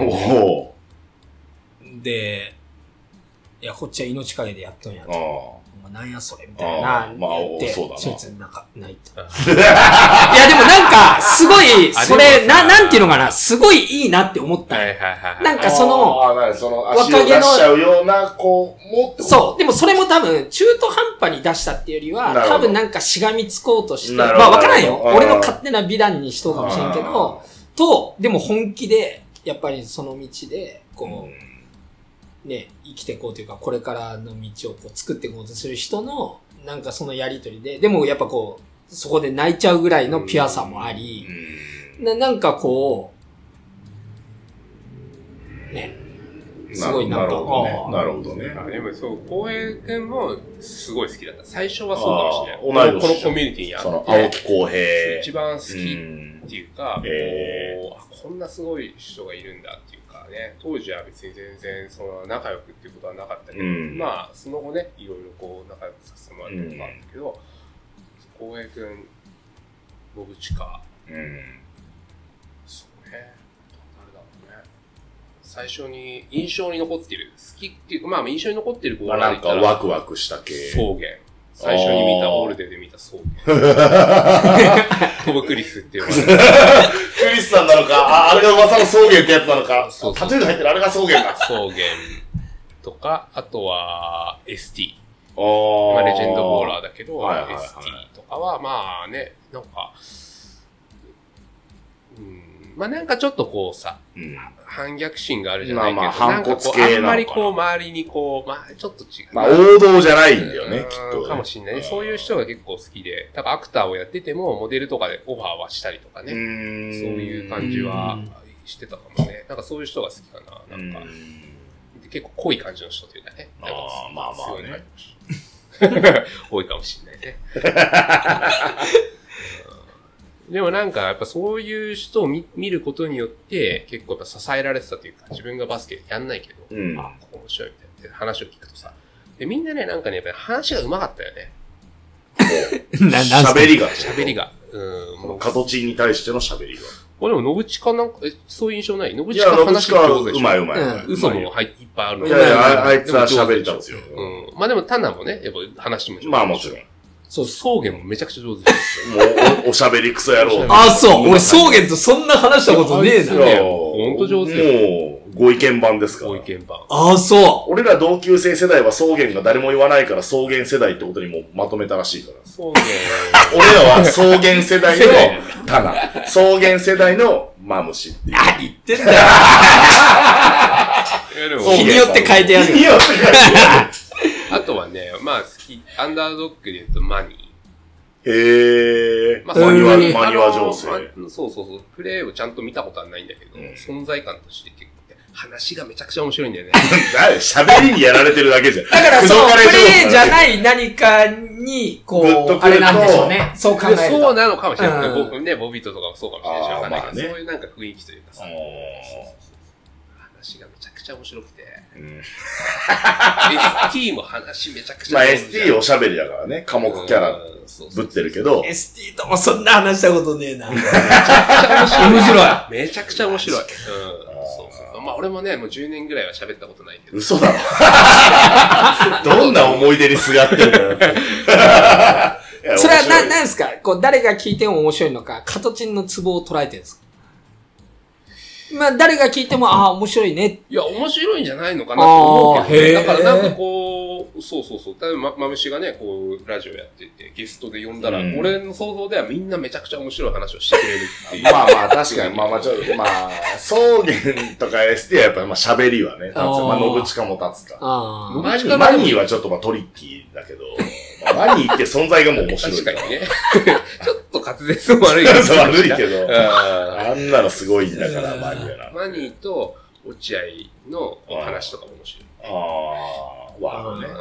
で、いや、こっちは命かけてやっとんやと。お前なんやそれみたいな。言って、そいつなんか泣いた。いや、でもなんか、すごい、それ、なんていうのかな、すごいいいなって思った。なんかその、 若気の出しちゃうような、こう、もって。 そう。でもそれも多分、中途半端に出したっていうよりは、多分なんかしがみつこうとして、まあわからんよ。俺の勝手な美談にしとうかもしれんけど、でも本気で、やっぱりその道で、こう、ね、生きていこうというか、これからの道をこう作っていこうとする人の、なんかそのやりとりで、でもやっぱこう、そこで泣いちゃうぐらいのピュアさもあり、なんかこう、ね、すごいなんか、 なるほどね。 でもそう、光平くんもすごい好きだった。最初はそうかもしれない。このコミュニティにあって。 その、青木光平。 一番好きっていうか、こんなすごい人がいるんだっていうかね、当時は別に全然その仲良くっていうことはなかったけど、まあ、その後ね、いろいろこう仲良くさせてもらったことがあるんだけど、光平くん、信近、そうね、誰だろうね。最初に印象に残っている、好きっていうか、まあ印象に残っている子がなんかワクワクした系。 草原。最初に見た、オールデーで見た草原。トム・クリスって呼ばれる。 クリスさんなのか、あれが噂の草原ってやつなのか、タトゥーが入ってるあれが草原だ。 草原とか、あとは ST。まあレジェンドボーラーだけど、ST とかは、まあね、なんか、まあなんかちょっとこうさ、反逆心があるじゃないけど、 反骨系なのかな。 あんまりこう周りにこう、まあちょっと違う。 まあ王道じゃないんだよね、きっと。 かもしんないね。そういう人が結構好きで、多分アクターをやってても、モデルとかでオファーはしたりとかね。そういう感じはしてたかもね。なんかそういう人が好きかな。なんか、結構濃い感じの人というかね。まあまあね。多いかもしんないね。でもなんかやっぱそういう人を見ることによって結構やっぱ支えられてたというか、自分がバスケやんないけど、面白いみたいな話を聞くとさ、でみんなね、なんかね、やっぱり話が上手かったよね。 喋りが。形に対しての喋りが。 でも、信近なんか、そういう印象ない？信近話が上手でしょ。 うまい。 嘘もいっぱいあるの。 いや、あいつは喋れたんですよ。 まあでも、タナもね、やっぱ話も上手。 まあもちろん。 そう、草原もめちゃくちゃ上手ですよ。もう、おしゃべりクソ野郎。 そう。俺、草原とそんな話したことねえな。 ほんと上手よ。もう、ご意見番ですから。 ご意見番。 そう。 俺ら同級生世代は草原が誰も言わないから草原世代ってことにもまとめたらしいから。 草原。 俺らは草原世代のタナ。草原世代のマムシ。 何言ってんだよ。日によって変えてやる。日によって変えてやる。 あとはね、まあ好き、アンダードッグで言うとマニー。 マニワ情勢。 そう。プレイをちゃんと見たことはないんだけど、存在感として結構、話がめちゃくちゃ面白いんだよね。 喋りにやられてるだけじゃん。 だからそう、プレイじゃない何かに、こう、あれなんでしょうね。そう考えると。 そうなのかもしれない。僕ね、ボビットとかもそうかもしれないし、わかんないけど、そういうなんか雰囲気というかさ。 話がめちゃくちゃ面白くて。 うん ST も話めちゃくちゃまあ面白い。 ST おしゃべりだからね、寡黙キャラぶってるけど、 ST ともそんな話したことねえな。 面白い。めちゃくちゃ面白い。そうそう。まあ俺もね、もう10年ぐらいは喋ったことないけど。 嘘だろ。どんな思い出にすがってるのよ。 それは何ですか？こう、誰が聞いても面白いのか、カトチンのツボを捉えてるんですか？まあ、誰が聞いても、ああ、面白いね。 いや、面白いんじゃないのかなと思うけど、 だからなんかこう、そう。例えば、まむしがね、こう、ラジオやってて、ゲストで呼んだら、俺の想像ではみんみんなめちゃくちゃ面白い話をしてくれるっていう。 まあ確かに、ちょっと、草原とか ST はやっぱり喋りはね、立つ。信近も立つか。マニーはちょっとトリッキーだけど、マニーって存在がもう面白いから。 確かにね。ちょっと滑舌も悪いけど。 悪いけど、あんなのすごいんだから、マニーはな。 マニーと落合の話とかも面白い。 ワーね。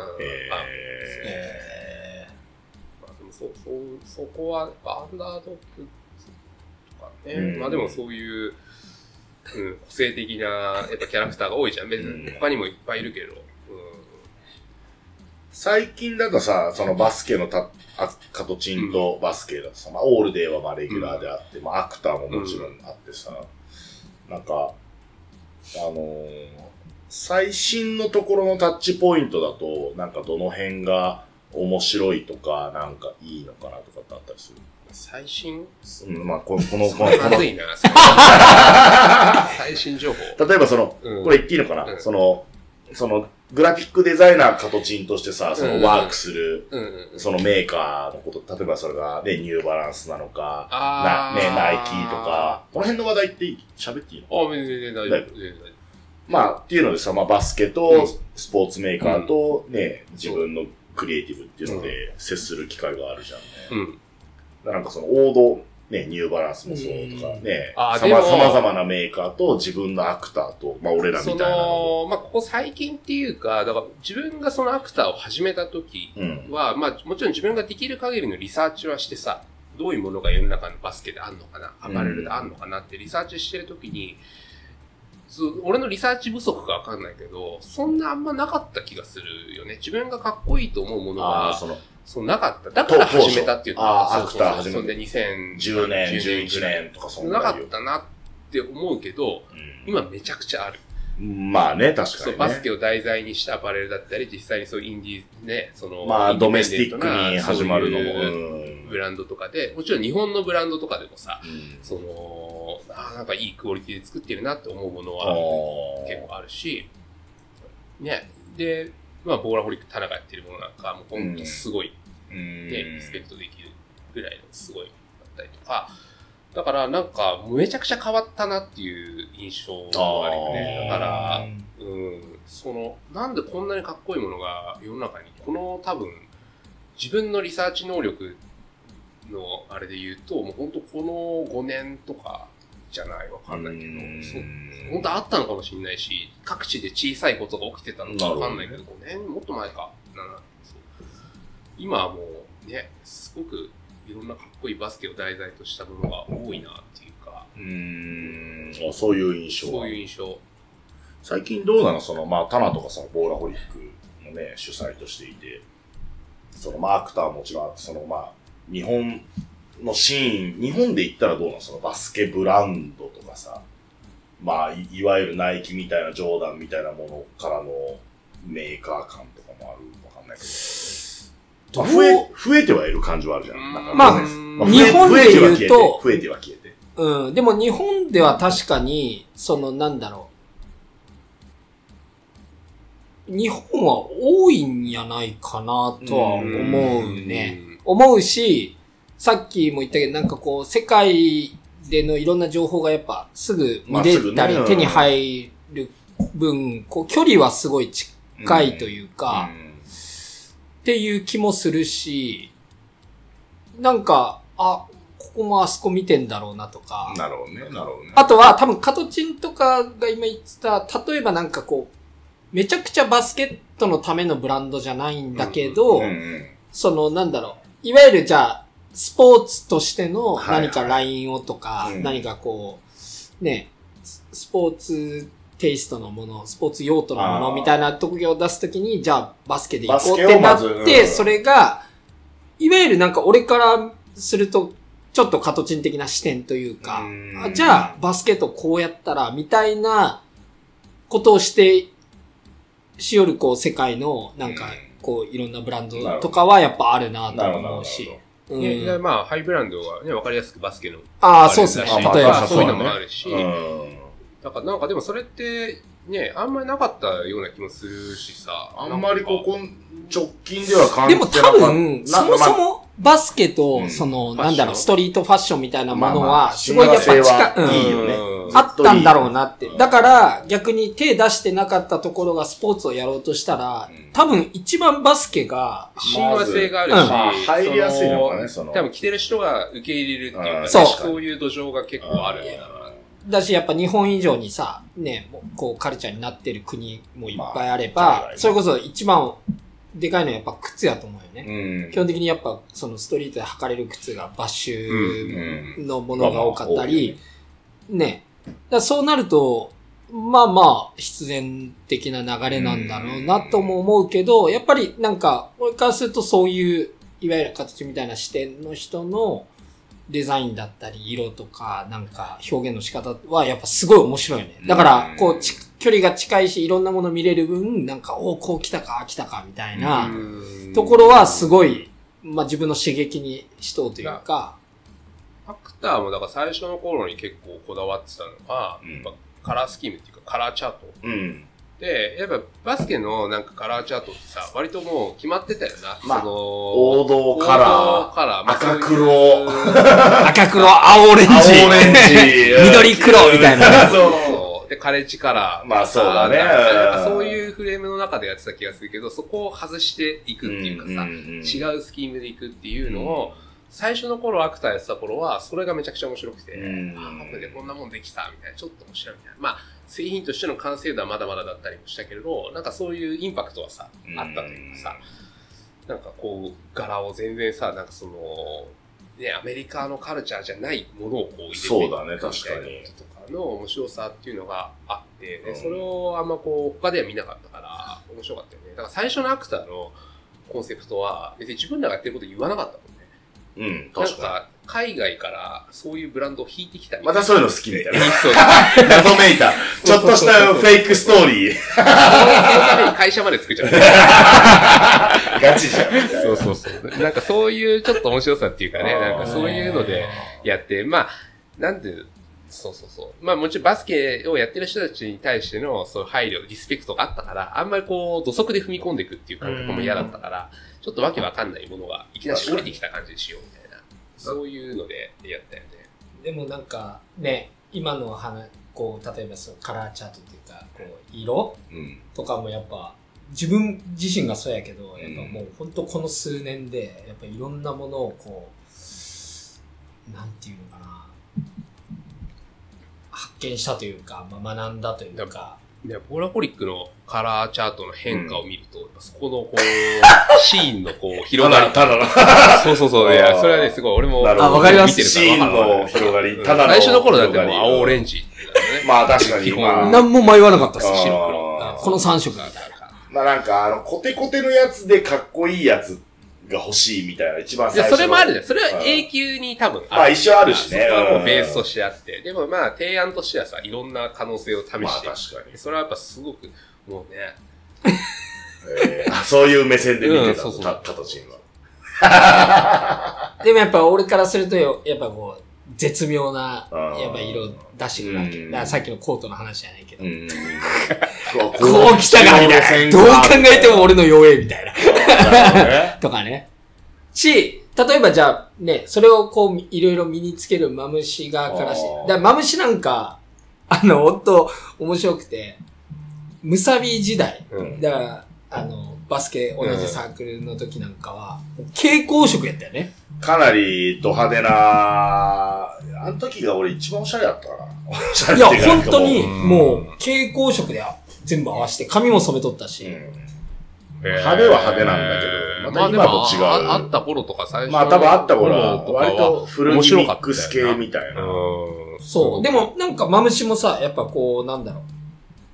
そこは、アンダードッグとかね。まあでもそういう、個性的な、やっぱキャラクターが多いじゃん。別に他にもいっぱいいるけど。 最近だとさ、そのバスケのカトチンとバスケだとさ、オールデーはレギュラーであって、アクターももちろんあってさ、なんか、最新のところのタッチポイントだと、なんかどの辺が面白いとか、なんかいいのかなとかってあったりする？ 最新？ このまずいな。最新情報。 例えばこれ言っていいのかな？その、グラフィックデザイナーカトチンとしてさ、ワークする、そのメーカーのこと、例えばそれがね、ニューバランスなのか、ナイキとか、この辺の話題って喋っていいの？ 全然大丈夫。 っていうのでさ、バスケとスポーツメーカーとね、自分のクリエイティブっていうので接する機会があるじゃんね。なんか王道、ね、ニューバランスもそうとかね、様々なメーカーと自分のアクターと、俺らみたいな。 ここ最近っていうか、だから自分がそのアクターを始めた時は、もちろん自分ができる限りのリサーチはしてさ、どういうものが世の中のバスケであんのかな、アパレルであんのかなってリサーチしてる時に、俺のリサーチ不足かわかんないけど、そんなあんまなかった気がするよね。自分がかっこいいと思うものが、なかった。だから始めたっていうのは、 アクター始めた。 そんで2010 年、11年とかそんなかったなって思うけど、今めちゃくちゃある。 まあね、確かにね。 バスケを題材にしたアパレルだったり、実際にそういうインディーね、 ドメスティックに始まるのも、 ブランドとかで、もちろん日本のブランドとかでもさ、なんかいいクオリティで作ってるなって思うものは結構あるし、ね、で、ボーラホリック田中やってるものなんか、もうほんとすごい、リスペクトできるぐらいのすごいだったりとか、だからなんかめちゃくちゃ変わったなっていう印象があるよね。だから、なんでこんなにかっこいいものが世の中に、多分、自分のリサーチ能力のあれで言うと、もう本当この5年とかじゃないわかんないけど、本当あったのかもしれないし、各地で小さいことが起きてたのかわかんないけど、5年もっと前か。今はもうね、すごくいろんなかっこいいバスケを題材としたものが多いなっていうか。 そういう印象。 そういう印象。 最近どうなのタナとかさ、ボーラホリックのね、主催としていて、アクターはもちろんあって、日本のシーン、日本で言ったらどうなのバスケブランドとかさ、いわゆるナイキみたいなジョーダンみたいなものからのメーカー感とかもあるわかんないけど。増えてはいる感じはあるじゃん。 日本で言うと、 増えては消えて。 でも日本では確かに、日本は多いんやないかなとは思うね。思うし、さっきも言ったけど、世界でのいろんな情報がやっぱすぐ見れたり手に入る分、距離はすごい近いというか、っていう気もするし、ここもあそこ見てんだろうなとか。 なるほどね。 あとは多分カトチンとかが今言ってた、例えばめちゃくちゃバスケットのためのブランドじゃないんだけど、いわゆるじゃあ、スポーツとしての何かラインをとか、何かスポーツテイストのもの、スポーツ用途のものみたいな特技を出すときに、じゃあバスケで行こうってなって、それが、いわゆるなんか俺からすると、ちょっとカトチン的な視点というか、じゃあバスケットこうやったら、みたいなことをしよるこう世界のなんかこういろんなブランドとかはやっぱあるなと思うし。 まあハイブランドはね、わかりやすくバスケの。 そうですね。 例えばそういうのもあるし。だからなんかでもそれってね、あんまりなかったような気もするしさ。 あんまり直近では感じてなかった。 でも多分、そもそもバスケと、ストリートファッションみたいなものは、すごいやっぱいいよね。 あったんだろうなって。だから逆に手出してなかったところがスポーツをやろうとしたら、多分一番バスケが、 親和性があるし、 入りやすいのかね、 多分着てる人が受け入れるっていうか、そういう土壌が結構あるんだな。 だし、やっぱ日本以上にさ、ね、こうカルチャーになってる国もいっぱいあれば、それこそ一番でかいのはやっぱ靴やと思うよね。基本的にやっぱそのストリートで履かれる靴がバッシュのものが多かったり、ね。だそうなると、まあまあ必然的な流れなんだろうなとも思うけど、やっぱりなんか、俺からするとそういう、いわゆる形みたいな視点の人の、デザインだったり、色とか、なんか表現の仕方はやっぱすごい面白いね。だから、こう、距離が近いし、いろんなもの見れる分、なんか、こう来たか、みたいなところはすごい、まあ自分の刺激にしとうというか。 アクターもだから最初の頃に結構こだわってたのが、やっぱカラースキームっていうかカラーチャート。で、やっぱバスケのなんかカラーチャートってさ、割ともう決まってたよな。 王道カラー。赤黒。 青オレンジ。緑黒みたいな。 そう。で、カレッジカラー。 まあそうだね。 そういうフレームの中でやってた気がするけど、そこを外していくっていうかさ、違うスキームでいくっていうのを、最初の頃アクターやってた頃は、それがめちゃくちゃ面白くて、これでこんなもんできたみたいな、ちょっと面白いみたいな。まあ、製品としての完成度はまだまだだったりもしたけれど、なんかそういうインパクトはさ、あったというかさ、なんかこう、柄を全然さ、なんかその、ね、アメリカのカルチャーじゃないものをこう入れてそうだね、確かに。 とかの面白さっていうのがあって、でそれをあんまこう、他では見なかったから、面白かったよね。だから最初のアクターのコンセプトは、別に自分らがやってること言わなかったもんね。確かに。なんか、海外からそういうブランドを引いてきたみたいな。 またそういうの好きみたいな。謎めいた。ちょっとしたフェイクストーリー。 そのために会社まで作っちゃう。ガチじゃん。 そう。なんかそういうちょっと面白さっていうかね、なんかそういうのでやって、まあ、なんで、そう。まあもちろんバスケをやってる人たちに対してのそう配慮、リスペクトがあったから、あんまりこう土足で踏み込んでいくっていう感覚も嫌だったから、ちょっとわけわかんないものがいきなり降りてきた感じにしようみたいな。そういうのでやったよね。 でもなんかね、今のこう、例えばそのカラーチャートっていうか、こう、色、とかもやっぱ、自分自身がそうやけど、やっぱもう本当この数年で、やっぱいろんなものをこう、なんていうのかな、発見したというか、まあ、学んだというか。 ね、ポーラホリックのカラーチャートの変化を見ると、そこのこう、シーンのこう、広がり。 ただそう。いや、それはね、すごい、俺も、 わかります。 シーンの広がり。 ただの。最初の頃だってもう青オレンジ。 まあ確かに。 基本。 何も迷わなかったっす。 白黒。 この3色みたいな。 まあなんか、コテコテのやつでかっこいいやつが欲しいみたいな、一番最初の。 それもあるじゃん。それは永久に多分ある。 まあ一緒あるしね。 そこはもうベースとしてあって。でもまあ提案としてはさ、いろんな可能性を試して。まあ確かに。それはやっぱすごく、もうね。 そういう目線で見てた、形には。でもやっぱ俺からすると、やっぱこう、絶妙な、やっぱ色出してくるわけ。だからさっきのコートの話じゃないけど。こう来たかみたいな。どう考えても俺の弱えみたいな。とかね。例えばじゃあね、それをこういろいろ身につけるマムシ側からして。だからマムシなんか、ほんと面白くて、ムサビ時代。だから、バスケ同じサークルの時なんかは、蛍光色やったよね。 かなりド派手な、あの時が俺一番オシャレだったかな。 いや、本当に、もう、蛍光色で全部合わせて、髪も染めとったし。 派手は派手なんだけど、また今と違う。 あった頃とか最初まあ多分あった頃は、割と古着ミックス系みたいな。 そう。でも、なんかマムシもさ、やっぱこう、なんだろう。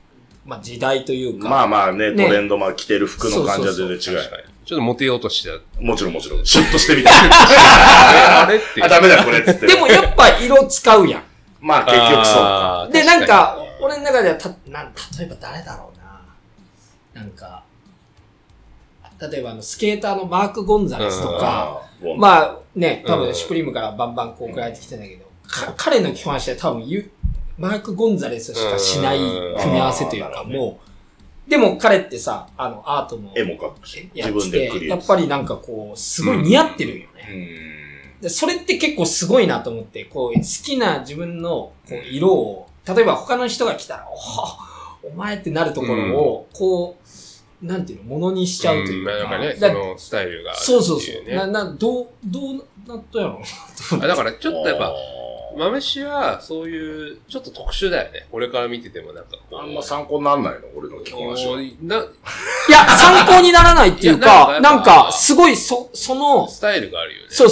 まあ時代というか。 まあまあね、トレンド、まあ着てる服の感じは全然違う。 ちょっとモテようとしてた。 もちろん。シュッとしてみたい。 あれって。 あ、ダメだこれっつって。 でもやっぱ色使うやん。 まあ結局そうか。 で、なんか、俺の中では例えば誰だろうな。なんか、例えばスケーターのマーク・ゴンザレスとか、まあね、多分シュプリームからバンバンこう送られてきてんだけど、彼の基本はして多分マーク・ゴンザレスしかしない組み合わせというか、もう、でも彼ってさ、アートも絵も描くし、 や自分でクリエイト。 やっぱりなんかこう、すごい似合ってるよね。でそれって結構すごいなと思って、こう、好きな自分のこう色を、例えば他の人が来たら、お前ってなるところを、こう、なんていうの、ものにしちゃうというか。 なんかね、そのスタイルがあるっていうね。 そう。どうなったやろだからちょっとやっぱ、マムシは、そういう、ちょっと特殊だよね。俺から見ててもなんかこう。 あんま参考になんないの俺の基本話は。 いや、参考にならないっていうか、なんか、すごい、その、 スタイルがあるよね。 そう。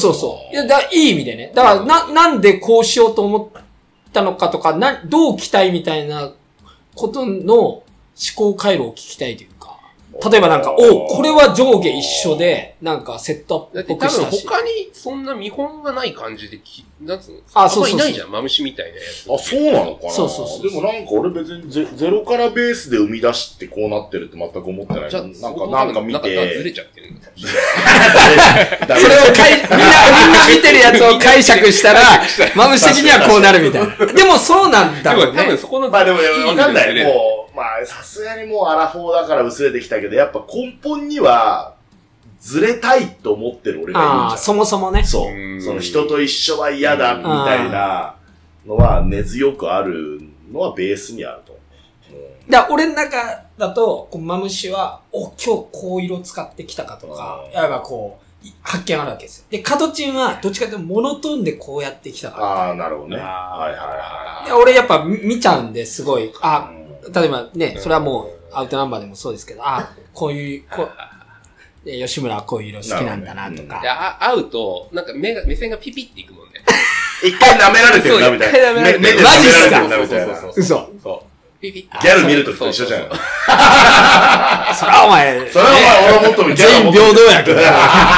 いや、いい意味でね。だから、なんでこうしようと思ったのかとか、どう期待みたいなことの思考回路を聞きたいというか。例えばなんか、これは上下一緒で、なんかセットアップっぽくしたし。 だって多分他にそんな見本がない感じでなんつうのそういないじゃん、マムシみたいなやつ。 あ、そうなのかなそう。 でもなんか俺別にゼロからベースで生み出してこうなってるって全く思ってない。 じゃあ、 なんか見て。 ずれちゃってるのかもしれそれをみんな見てるやつを解釈したら、マムシ的にはこうなるみたいな。でもそうなんだろうね。 多分そこの、 まあでもわかんない。もう、まあさすがにもうアラフォーだから薄れてきたけど、やっぱ根本には、ずれたいと思ってる俺がいるんじゃん。 そもそもね。 そう。その人と一緒は嫌だみたいなのは根強くあるのはベースにあると思う。 だから俺の中だと、マムシは、今日こう色使ってきたかとか、やっぱこう、発見あるわけですよ。で、カトチンは、どっちかというとモノトーンでこうやってきたかなるほどね。はい。 で俺やっぱ見ちゃうんで、すごい、例えばね、それはもう、アウトナンバーでもそうですけど、こういう、吉村はこういう色好きなんだなとか。 会うと、なんか目線がピピっていくもんね。 一回舐められてるな、みたいな。目で舐められてるな、みたいな。 嘘。 ピピギャル見るときと一緒じゃん。 それはお前、 俺もっと全員平等やけど。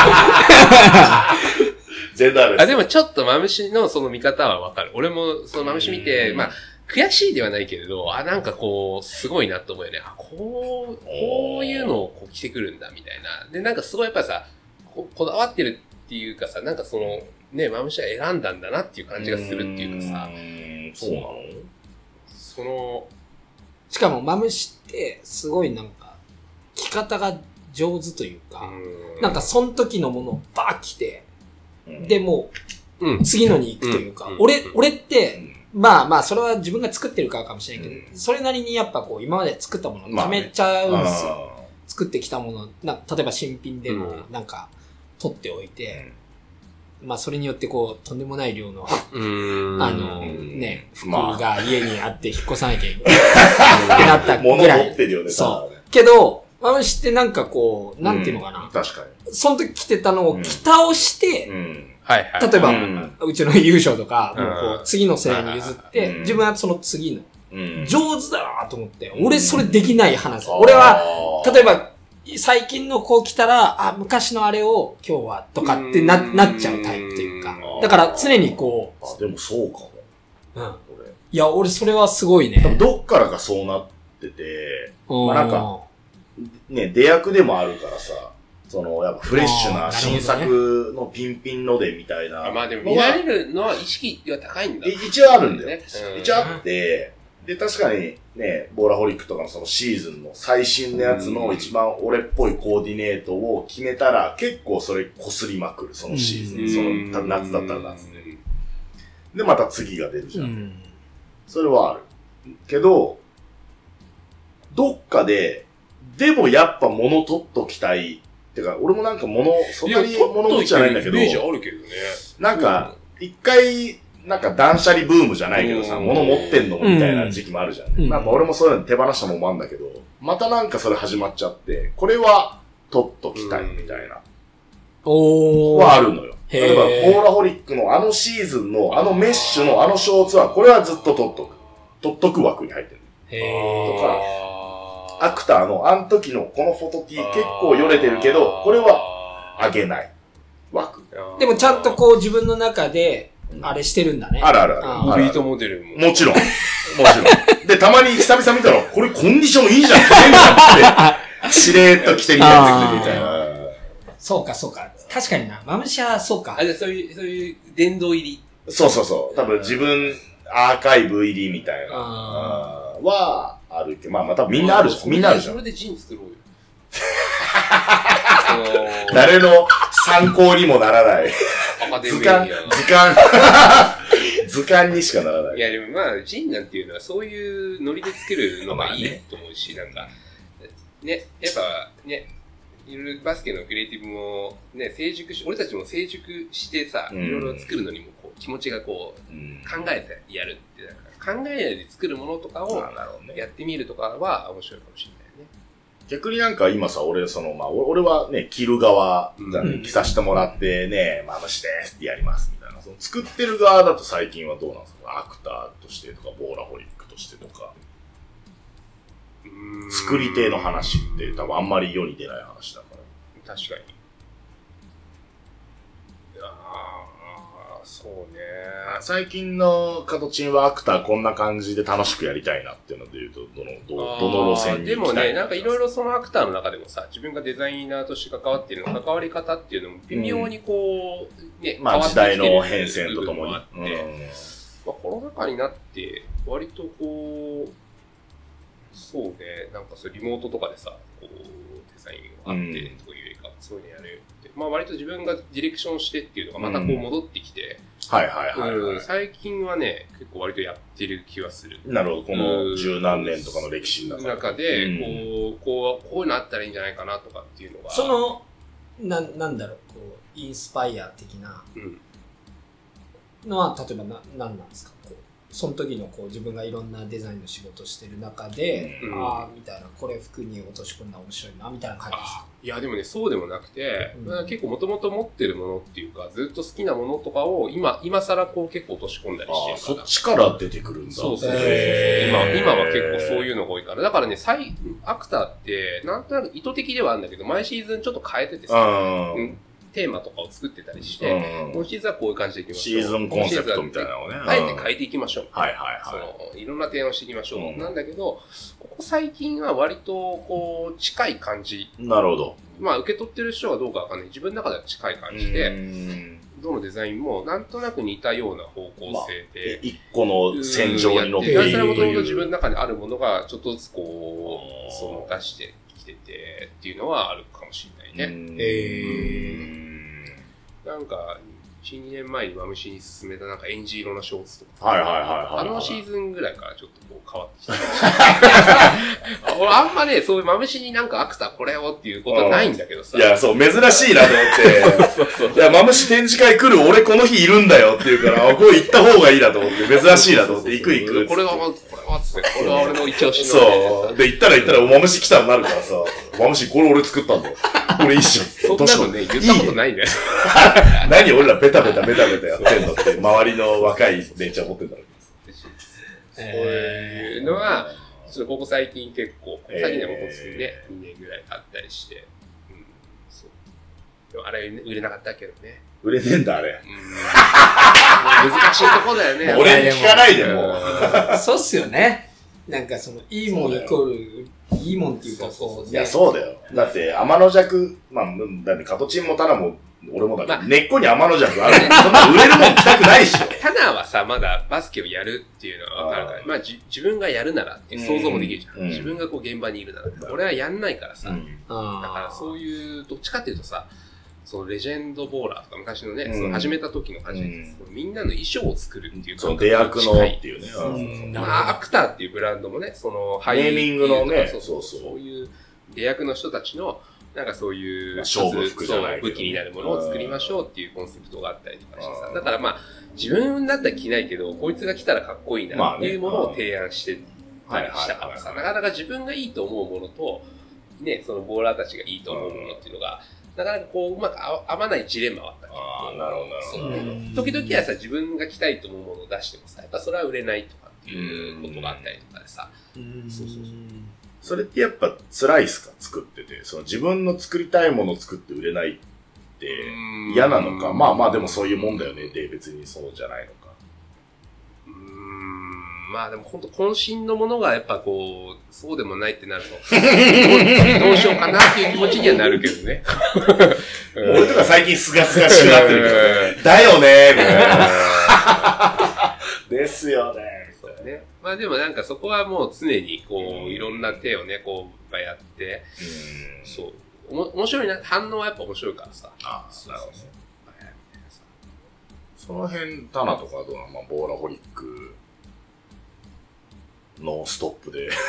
ジェンダーレス。 でもちょっとマムシのその見方はわかる。俺もそのマムシ見て、まあ、悔しいではないけれど、なんかこう、すごいなと思うよね。こういうのをこう着てくるんだ、みたいな。で、なんかすごいやっぱさ、こだわってるっていうかさ、なんかその、ね、マムシが選んだんだなっていう感じがするっていうかさ。 そうなの？ その、 しかもマムシってすごいなんか着方が上手というか、なんかその時のものをバー着て、でもう次のに行くというか、俺ってまあそれは自分が作ってるからかもしれないけど、それなりにやっぱこう今まで作ったものを貯めちゃうんですよ。作ってきたもの、例えば新品でもなんか取っておいて、まあそれによってこうとんでもない量のね、服が家にあって引っ越さなきゃいけないってなったぐらい。 物持ってるよね。 そう。けど、マムシってなんかこう、なんていうのかな。 確かに。 その時着てたのを着倒して、例えば、うちの優勝とか、こう次の世代に譲って、自分はその次の、上手だなと思って、俺それできない話です。俺は、例えば、最近の子来たら、昔のあれを今日はとかってなっちゃうタイプというか。だから常にこう。 でもそうかも。 いや、俺それはすごいね。 どっからかそうなってて、まあなんか、ね、出役でもあるからさ、その、やっぱフレッシュな新作のピンピンのでみたいな。 まあでも見られるのは意識が高いんだ。 一応あるんだよ。一応あって、で、確かにね、ボーラホリックとかのそのシーズンの最新のやつの一番俺っぽいコーディネートを決めたら、結構それ擦りまくる、そのシーズン。その、夏だったら夏で。で、また次が出るじゃん。それはある。けど、どっかで、でもやっぱ物取っときたい。てか、俺もなんかそんなに物持ちじゃないんだけど、 イメージあるけどね。 なんか、一回、なんか断捨離ブームじゃないけどさ、物持ってんのみたいな時期もあるじゃん。なんか俺もそういうの手放したもんもあるんだけど、またなんかそれ始まっちゃって、これは取っときたいみたいな。はあるのよ。例えば、ボーラホリックのあのシーズンのあのメッシュのあのショーツは、これはずっと取っとく枠に入ってる。とか、 アクターのあの時のこのフォトティー結構よれてるけど、これはあげない枠。 でもちゃんとこう自分の中で、あれしてるんだね。 あるあるモビートモデルも。 もちろん。もちろん。で、たまに久々見たら、これコンディションいいじゃんって、しれーっと着てみたいみたいな。 そうか、そうか。確かにな。マムシは、そうか。 じゃあそういう殿堂入り。 そうそうそう。多分自分、アーカイブ入りみたいな。は、あるけど、まあ多分みんなあるじゃん。みんなあるじゃん。 それでジン作ろうよ。 誰の参考にもならない。図鑑にしかならない。 いやでもまあ、ジンなんていうのはそういうノリで作るのがいいと思うし、なんか、ね、やっぱね、いろいろバスケのクリエイティブもね、俺たちも成熟してさ、いろいろ作るのにもこう気持ちがこう、考えてやるって、考えないで作るものとかをやってみるとかは面白いかもしれないね。 逆になんか今さ、俺はね、着る側だね、着させてもらってね、まぶしですってやりますみたいな。その作ってる側だと最近はどうなんですか？アクターとしてとか、ボーラホリックとしてとか。作り手の話って多分あんまり世に出ない話だから。 確かに。そうね。 最近のカトチンはアクターこんな感じで楽しくやりたいなっていうので言うと、どの路線に行きたい？ でもね、なんかいろいろそのアクターの中でもさ、自分がデザイナーとして関わっているの、関わり方っていうのも微妙にこう、ね、 まあ時代の変遷とともに。 まあコロナ禍になって、割とこう、そうね、なんかそうリモートとかでさ、こう、デザインがあって、というよりか、そういうのやるって。まあ割と自分がディレクションしてっていうのがまたこう戻ってきて、 はいはいはい。 最近はね、結構割とやってる気はする。 なるほど、この十何年とかの歴史の中で、こういうのあったらいいんじゃないかなとかっていうのが。 その、なんだろう、こう、インスパイア的なのは、例えば何なんですか？こうその時のこう自分がいろんなデザインの仕事してる中で、ああ、みたいな、これ服に落とし込んだ面白いな、みたいな感じですか？ いや、でもね、そうでもなくて、結構もともと持ってるものっていうか、ずっと好きなものとかを今更こう結構落とし込んだりしてるから。 そっちから出てくるんだ。 そう。今は結構そういうのが多いから。だからね、アクターって、なんとなく意図的ではあるんだけど、毎シーズンちょっと変えててさ、テーマとかを作ってたりして、今シーズンはこういう感じでいきましょう。 シーズンコンセプトみたいなのをね。 あえて変えていきましょう。 はいはいはい。 いろんな提案をしていきましょう。なんだけど、ここ最近は割とこう、近い感じ。 なるほど。 まあ、受け取ってる人はどうかわかんない。自分の中では近い感じで、どのデザインもなんとなく似たような方向性で。 一個の戦場に乗っているという。 それはもともと自分の中にあるものがちょっとずつこう、出してきててっていうのはあるかもしれないね。なんか、1、2年前にマムシに勧めたなんかエンジ色のショーツとか。あのシーズンぐらいからちょっとこう変わってきた。俺あんまね、そういうマムシになんかアクターこれをっていうことはないんだけどさ。 いや、そう、珍しいなと思って。いや、マムシ展示会来る俺この日いるんだよって言うから、これ行った方がいいなと思って、珍しいなと思って、行く。 これはつって、これは俺の一押しの。 そう。で、行ったらマムシ来たらなるからさ、マムシこれ俺作ったんだよ。これいいっしょ。 そんなのね、言ったことないね。 何俺らベタベタやってんのって、周りの若い姉ちゃん持ってんだろう。 そういうのは、ちょっとここ最近結構、最近でもここね、2年ぐらいあったりして、そう。でもあれ売れなかったけどね。 売れねえんだ、あれ。 難しいとこだよね。 俺に聞かないでも。 そうっすよね。なんかその、いいもんイコール、いいもんっていうかこう、 いや、そうだよ。だって、天の弱、まあ、だって、カトチンもタナも、俺もだけど、根っこに天の弱ある。そんな売れるもん来たくないし。 タナはさ、まだバスケをやるっていうのはわかるから、まあ自分がやるならって想像もできるじゃん。自分がこう現場にいるなら。俺はやんないからさ。だからそういう、どっちかっていうとさ、そのレジェンドボーラーとか昔のね、その始めた時の感じで、みんなの衣装を作るっていうその出役のっていうね。 まあ、アクターっていうブランドもね、その、 ネーミングのね、 そういう出役の人たちの、なんかそういう、 勝負服じゃない武器になるものを作りましょうっていうコンセプトがあったりとかしてさ。だからまあ、自分だったら着ないけど、こいつが着たらかっこいいなっていうものを提案してたりしたからさ、なかなか自分がいいと思うものと、ね、そのボーラーたちがいいと思うものっていうのが、なかなかこう、うまく合わないジレンマはあったけど。 なるほど。時々はさ、自分が着たいと思うものを出してもさ、やっぱそれは売れないとかっていうことがあったりとかでさ。そう。 それってやっぱ辛いっすか？作ってて。その自分の作りたいものを作って売れないって嫌なのか。まあまあでもそういうもんだよねって別にそうじゃないのか。 まあでも本当渾身のものがやっぱこう、そうでもないってなると、どうしようかなっていう気持ちにはなるけどね。 俺とか最近すがすがしくなってるけど、だよねみたいな。ですよね。 そうね。まあでもなんかそこはもう常にこう、いろんな手をね、こう、やって、そう。面白いな、反応はやっぱ面白いからさ。 ああ、なるほどね。その辺、タナとかはどうなの？まあ、ボーラホリック。ノンストップで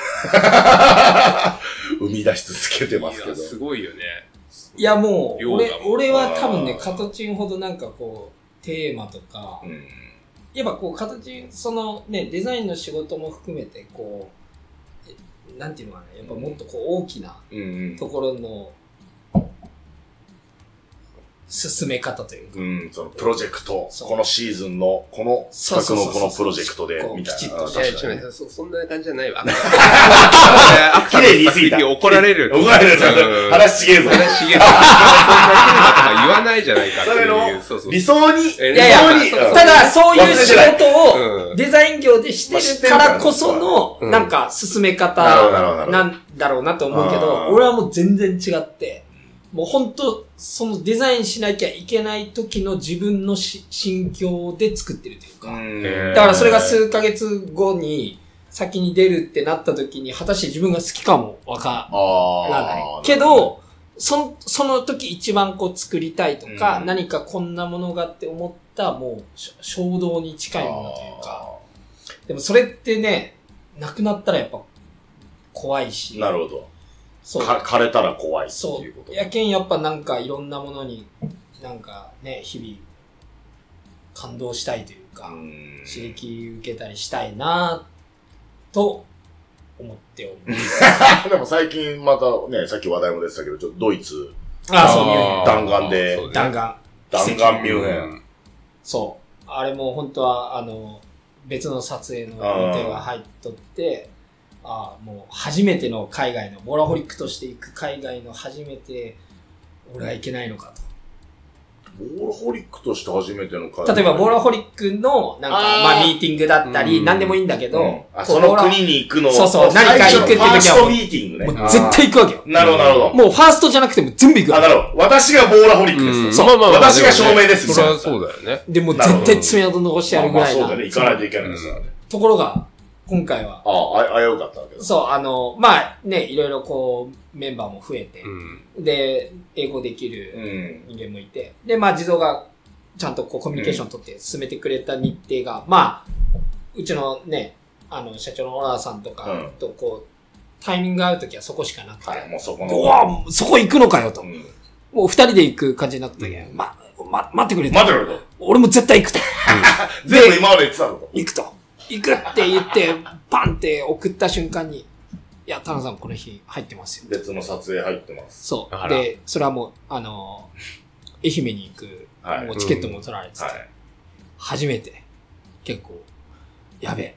生み出し続けてますけど。 すごいよね。 いやもう、俺は多分ね、カトチンほどなんかこう、テーマとか、やっぱこう、カトチン、そのね、デザインの仕事も含めて、こう、なんていうのかな、やっぱもっとこう、大きなところの、進め方というか。 そのプロジェクト、このシーズンの、この企画のこのプロジェクトで、みたいな。 きちっとそんな感じじゃないわ。 綺麗に言い過ぎた。 怒られる。 怒られる。話しげえぞ。 話しげえぞ。そんなテーマとか言わないじゃないかっていう。 理想に、 ただそういう仕事をデザイン業でしてるからこその、なんか進め方なんだろうなと思うけど、俺はもう全然違って、もう本当そのデザインしなきゃいけない時の自分の心境で作ってるというか。だからそれが数ヶ月後に先に出るってなった時に果たして自分が好きかもわからない。けど、その時一番こう作りたいとか、何かこんなものがって思ったもう衝動に近いものというか。でもそれってね、なくなったらやっぱ怖いし。 なるほど。 そう。 枯れたら怖いっていうこと。 そう。やけんやっぱなんかいろんなものになんかね、日々感動したいというか、刺激受けたりしたいなと思っております。 でも最近またね、さっき話題も出てたけど、ちょっとドイツ。 そう、ミュンヘン。 弾丸で。 弾丸ミュンヘン。 そう。あれも本当は別の撮影の予定が入っとって、もう初めての海外の、ボーラホリックとして行く海外の初めて、俺は行けないのかと。 ボーラホリックとして初めての海外。 例えばボーラホリックの、なんか、まあミーティングだったり、何でもいいんだけど、 その国に行くのを、 そう、何か行くって時は、 ファーストミーティングね。 もう絶対行くわけよ。 なるほど、なるほど。 もうファーストじゃなくても全部行くわけ。 なるほど。私がボーラホリックです。そう。私が証明です。 それはそうだよね。 でも絶対爪痕残してやるぐらいな。 そうだね。行かないといけないですからね。 ところが、今回は。 危うかったわけだ。 そう、まあね、いろいろこう、メンバーも増えて、で、英語できる人間もいて、で、まあ、地蔵がちゃんとこう、コミュニケーション取って進めてくれた日程が、まあ、うちのね、社長のオラーさんとかとこう、タイミング合うときはそこしかなくて、 もうそこの。うわそこ行くのかよと。もう二人で行く感じになったけど、待ってくれと。 待ってくれと。 俺も絶対行くと。 全部今まで言ってたのと。 行くと。行くって言って、パンって送った瞬間に、いや、タナさんこの日入ってますよ。 別の撮影入ってます。 そう。で、それはもう、愛媛に行く、もうチケットも取られてて、初めて、結構、やべえ。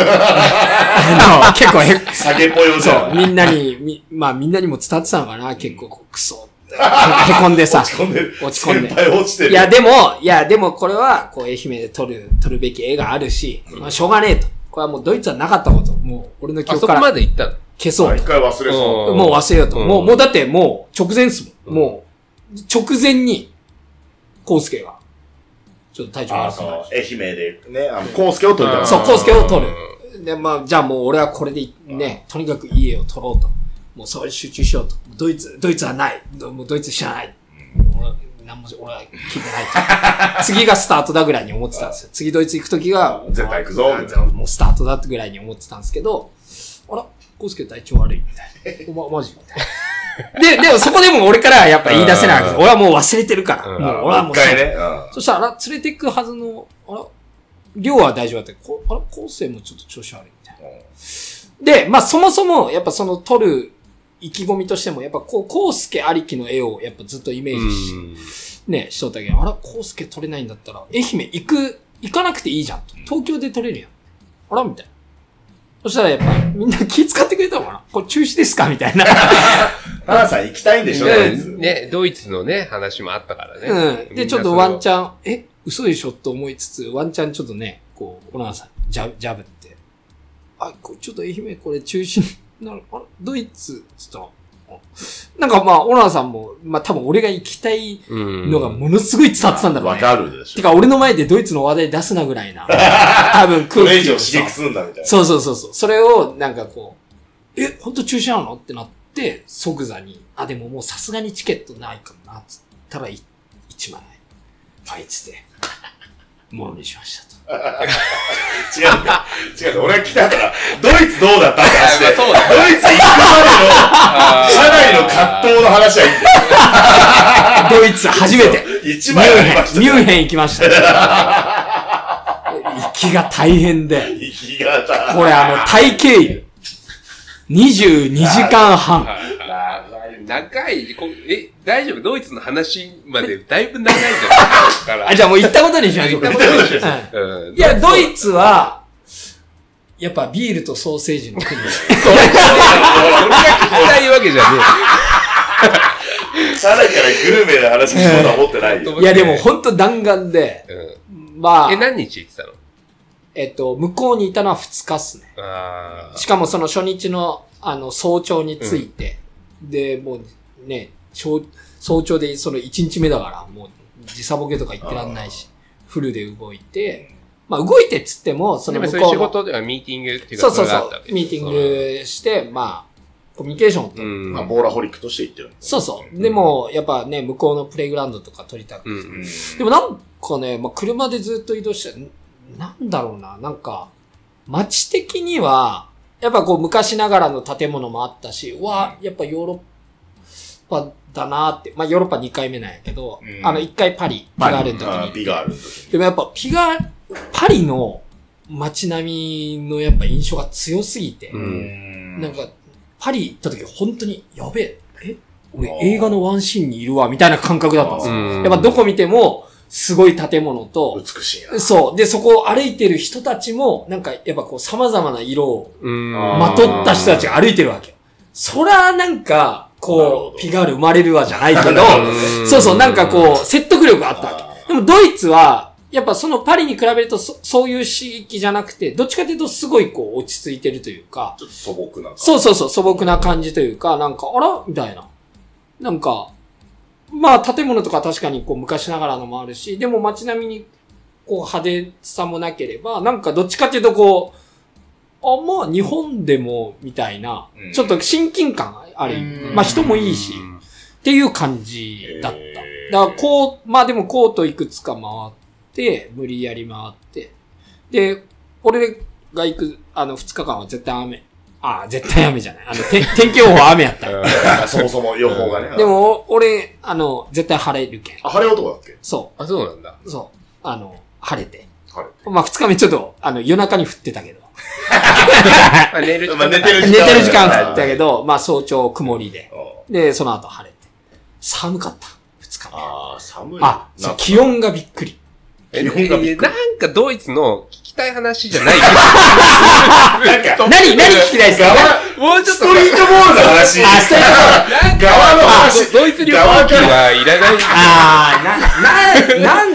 結構酒ぽよじゃん。 そう、みんなにも伝わってたのかな、結構、クソ。へこんでさ。 落ち込んで。 落ち込んで。 先輩落ちてる。 いや、でもこれは、こう、愛媛で撮るべき絵があるし、まあ、しょうがねえと。これはもうドイツはなかったこと。もう、俺の記憶から。 そこまで行ったの消そう。 一回忘れそう。 もう忘れようと。もうだってもう直前っすもん。もう、直前に、コウスケが、ちょっと体調悪くなる。 愛媛でね、コウスケを撮りたい。 そう、コウスケを撮る。で、まあ、じゃあもう俺はこれでね、とにかく家を撮ろうと。もうそれに集中しようと。ドイツはない。もうドイツ知らない。俺は聞いてないと。次がスタートだぐらいに思ってたんですよ。次ドイツ行くときが、 絶対行くぞ。 もうスタートだってぐらいに思ってたんですけど、あら、コウスケ体調悪いみたいな。マジみたいな。でもそこでも俺からはやっぱ言い出せないわけ。俺はもう忘れてるから。もう俺はもう。 一回ね。 そしたら、連れてくはずの、量は大丈夫だった。コウスケもちょっと調子悪いみたいな。で、まあそもそも、やっぱその撮る意気込みとしても、やっぱコウスケありきの絵をやっぱずっとイメージしとったけど、コウスケ撮れないんだったら、愛媛行かなくていいじゃん。東京で撮れるやん。みたいな。そしたらやっぱみんな気遣ってくくれたのかなこれ中止ですかみたいな。 花さん行きたいんでしょ、 ね、ドイツのね、話もあったからね。 うん。で、ちょっとワンチャン、嘘でしょと思いつつ、ワンチャンちょっとね、こう、小野さん、ジャブって。これちょっと愛媛これ中止になる。ドイツ、ちょっと、なんかまあ、小野さんも、まあ多分俺が行きたいのがものすごい伝わってたんだろうね。 わかるでしょ。 てか俺の前でドイツの話題出すなぐらいな。多分これ以上刺激するんだみたいな。 そう。それをなんかこう、本当中止なのってなって、即座に、でももうさすがにチケットないかもな、つったら1枚、あいつで、ものにしましたと。 違う。俺が来たから、ドイツどうだったって話で、ドイツ行くまでの、社内の葛藤の話はいいんだよ。 ドイツ初めて。 1枚ありました。 ミュンヘン行きました。行きが大変で。これタイ経由。22時間半。 長い、大丈夫ドイツの話までだいぶ長いんじゃないから。 じゃあもう行ったことにしましょうか。いや、ドイツは、やっぱビールとソーセージの国。 俺が聞きたいわけじゃねえ。さらからグルメの話しようとは思ってないよ。 いやでもほんと弾丸で、まあ。 何日行ってたの？ 向こうにいたのは2日っすね。しかもその初日の、早朝に着いて、で、もうね、早朝でその1日目だから、もう時差ボケとか言ってらんないし、フルで動いて、まあ動いてっつっても、その向こうの。 でもそういう仕事ではミーティングっていうか、 そう。ミーティングして、まあ、コミュニケーションを取る。 まあ、ボーラホリックとして言ってる。 そう。でも、やっぱね、向こうのプレイグラウンドとか撮りたくて。でもなんかね、まあ車でずっと移動して、なんだろうな、なんか、街的には、やっぱこう昔ながらの建物もあったし、やっぱヨーロッパだなって、まあヨーロッパ2回目なんやけど、1回パリがある時に。 ピガールの時に。 でもやっぱパリの街並みのやっぱ印象が強すぎて、なんかパリ行った時本当にやべえ、俺映画のワンシーンにいるわみたいな感覚だったんですよ。やっぱどこ見てもすごい建物と、 美しいな。 そう。で、そこを歩いてる人たちも、なんか、やっぱこう、様々な色を、まとった人たちが歩いてるわけよ。そら、なんか、こう、ピガール生まれるわじゃないけど、そう、なんかこう、説得力があったわけ。でも、ドイツは、やっぱそのパリに比べると、そういう刺激じゃなくて、どっちかというと、すごいこう、落ち着いてるというか、 ちょっと素朴な。 そう、素朴な感じというか、なんか、あらみたいな。なんか、まあ、建物とか確かにこう昔ながらのもあるし、でも街並みにこう派手さもなければ、なんかどっちかっていうとこう、まあ日本でもみたいな、ちょっと親近感がある。まあ人もいいし、っていう感じだった。だからまあでもコートいくつか回って、無理やり回って、で、俺が行く2日間は絶対雨。絶対雨じゃない。天気予報は雨やったよ。 そもそも予報がね。 でも、俺、絶対晴れるけん。 晴れ男だっけ？ そう。 そうなんだ。 そう。晴れて。まあ、2日目ちょっと、夜中に降ってたけど。 寝てる時間降ったけど、まあ、早朝曇りで。で、その後晴れて。寒かった。2日目。 寒い。 気温がびっくり。 なんかドイツの聞きたい話じゃないけど。何聞きたいですか？ もうちょっとストリートボールの話。側の話。 ドイツ旅行機はいらない。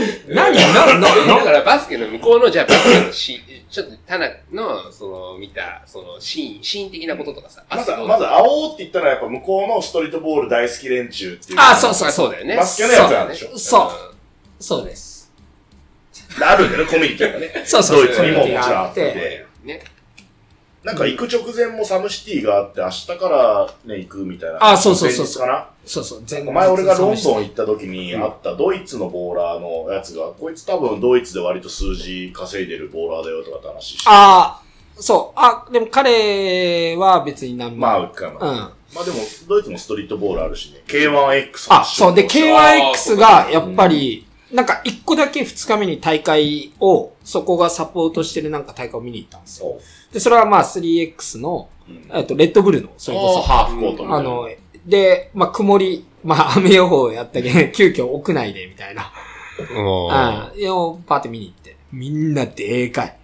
だからバスケの向こうの、じゃあバスケのちょっとタナの、見た、シーン的なこととかさ。 まず、会おうって言ったらやっぱ向こうのストリートボール大好き連中っていう。 そうだよね。 バスケのやつなんでしょ？ そうです。 あるんだよね、コミュニティがね。ドイツにももちろんあって。なんか行く直前もサムシティがあって、明日からね、行くみたいな。 そう。 前日かな？ そう。 前俺がロンドン行った時にあったドイツのボーラーのやつが、こいつ多分ドイツで割と数字稼いでるボーラーだよとかって話して。 そう。でも彼は別に何も。 まあでも、ドイツもストリートボールあるしね。K1X。 そう。で、K1X がやっぱり、なんか一個だけ2日目に大会を、そこがサポートしてるなんか大会を見に行ったんですよ。で、それはまあ 3X の、レッドブルの、それこそ。 ハーフコートみたいな。 で、まあ曇り、まあ雨予報やったけん、急遽屋内でみたいな。パーって見に行って。みんなでかい。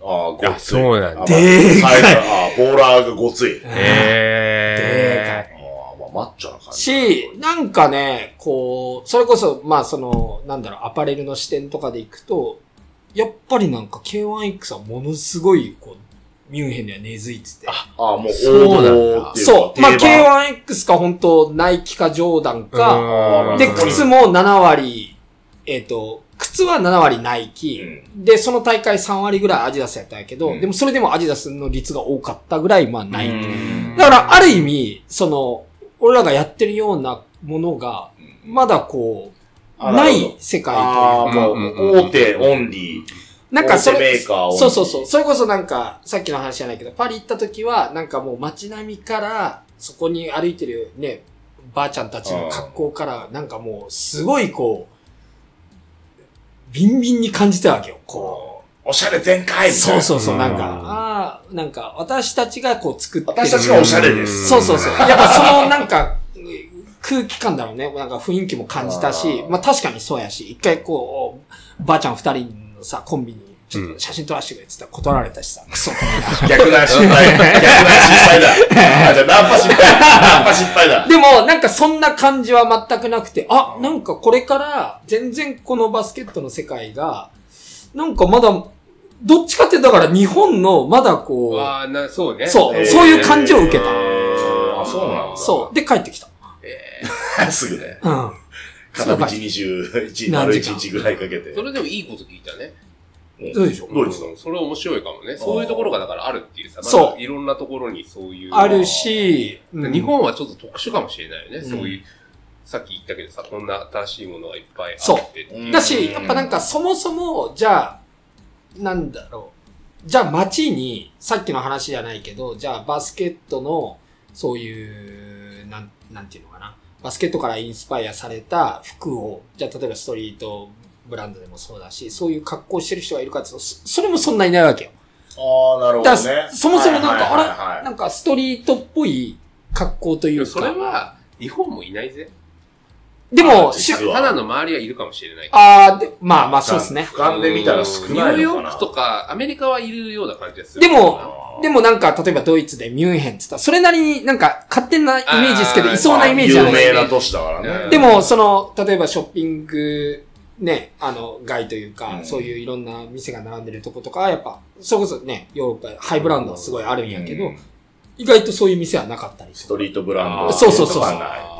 ああ、ごつい。 そうなんだ。 でかい。 ボーラーがごつい。 でかい。 マッチョな感じ。 し、なんかね、こう、それこそ、まあアパレルの視点とかでいくと、やっぱりなんか K1X はものすごい、こう、ミュンヘンには根付いてて。 もう王道っていうか。 そう。まあ K1X か本当ナイキかジョーダンか、で、靴も7割、靴は7割ナイキ、で、その大会3割ぐらいアジダスやったんやけど、でもそれでもアジダスの率が多かったぐらい、まあナイキ。だから、ある意味、俺らがやってるようなものが、まだこう、ない世界というか。 もう、大手オンリー。 なんか大手メーカーオンリー。 そう。それこそなんか、さっきの話じゃないけど、パリ行った時は、なんかもう街並みから、そこに歩いてるね、ばあちゃんたちの格好から、なんかもう、すごいこう、ビンビンに感じたわけよ。こう、おしゃれ全開みたいな。 そう、なんか、なんか、私たちがこう作ってる。 私たちがおしゃれです。 そう。やっぱそのなんか、空気感だろうね。なんか雰囲気も感じたし、まあ確かにそうやし、一回こう、ばあちゃん二人のさ、コンビニ、ちょっと写真撮らせてくれって言ったら断られたしさ、クソ。 逆な失敗だ。じゃあナンパ失敗だ。 でも、なんかそんな感じは全くなくて、なんかこれから全然このバスケットの世界が、なんかまだ、どっちかってだから日本のまだこう、 そうね。 そういう感じを受けた。 そうなんだ。 そう。で、帰ってきた。 すぐね。 うん。 片道21、丸1日ぐらいかけて。 それでもいいこと聞いたね。 どうでしょう？ どうですか？ それ面白いかもね。そういうところがだからあるっていうさ、 そう。 いろんなところにそういう。 あるし、 日本はちょっと特殊かもしれないよね。そういう、さっき言ったけどさ、こんな新しいものがいっぱいあって。 そう。だし、やっぱなんかそもそも、じゃあ、なんだろう。じゃあ街に、さっきの話じゃないけど、じゃあバスケットの、そういう、なんていうのかな。バスケットからインスパイアされた服を、じゃあ例えばストリートブランドでもそうだし、そういう格好してる人がいるかっていうと、それもそんなにいないわけよ。 なるほどね。 そもそもなんか、なんかストリートっぽい格好というか。 それは、日本もいないぜ。 でも、 ただの周りはいるかもしれない。 まあそうですね。 俯瞰で見たら少ないのかな。 ニューヨークとかアメリカはいるような感じでする。でもなんか、例えばドイツでミュンヘンって言ったら、それなりになんか勝手なイメージですけど、いそうなイメージじゃないですか。 有名な都市だからね。 でも、例えばショッピング、ね、街というか、そういういろんな店が並んでるとことか、やっぱ、それこそね、ヨーロッパ、ハイブランドはすごいあるんやけど、意外とそういう店はなかったり。 ストリートブランド。 そう。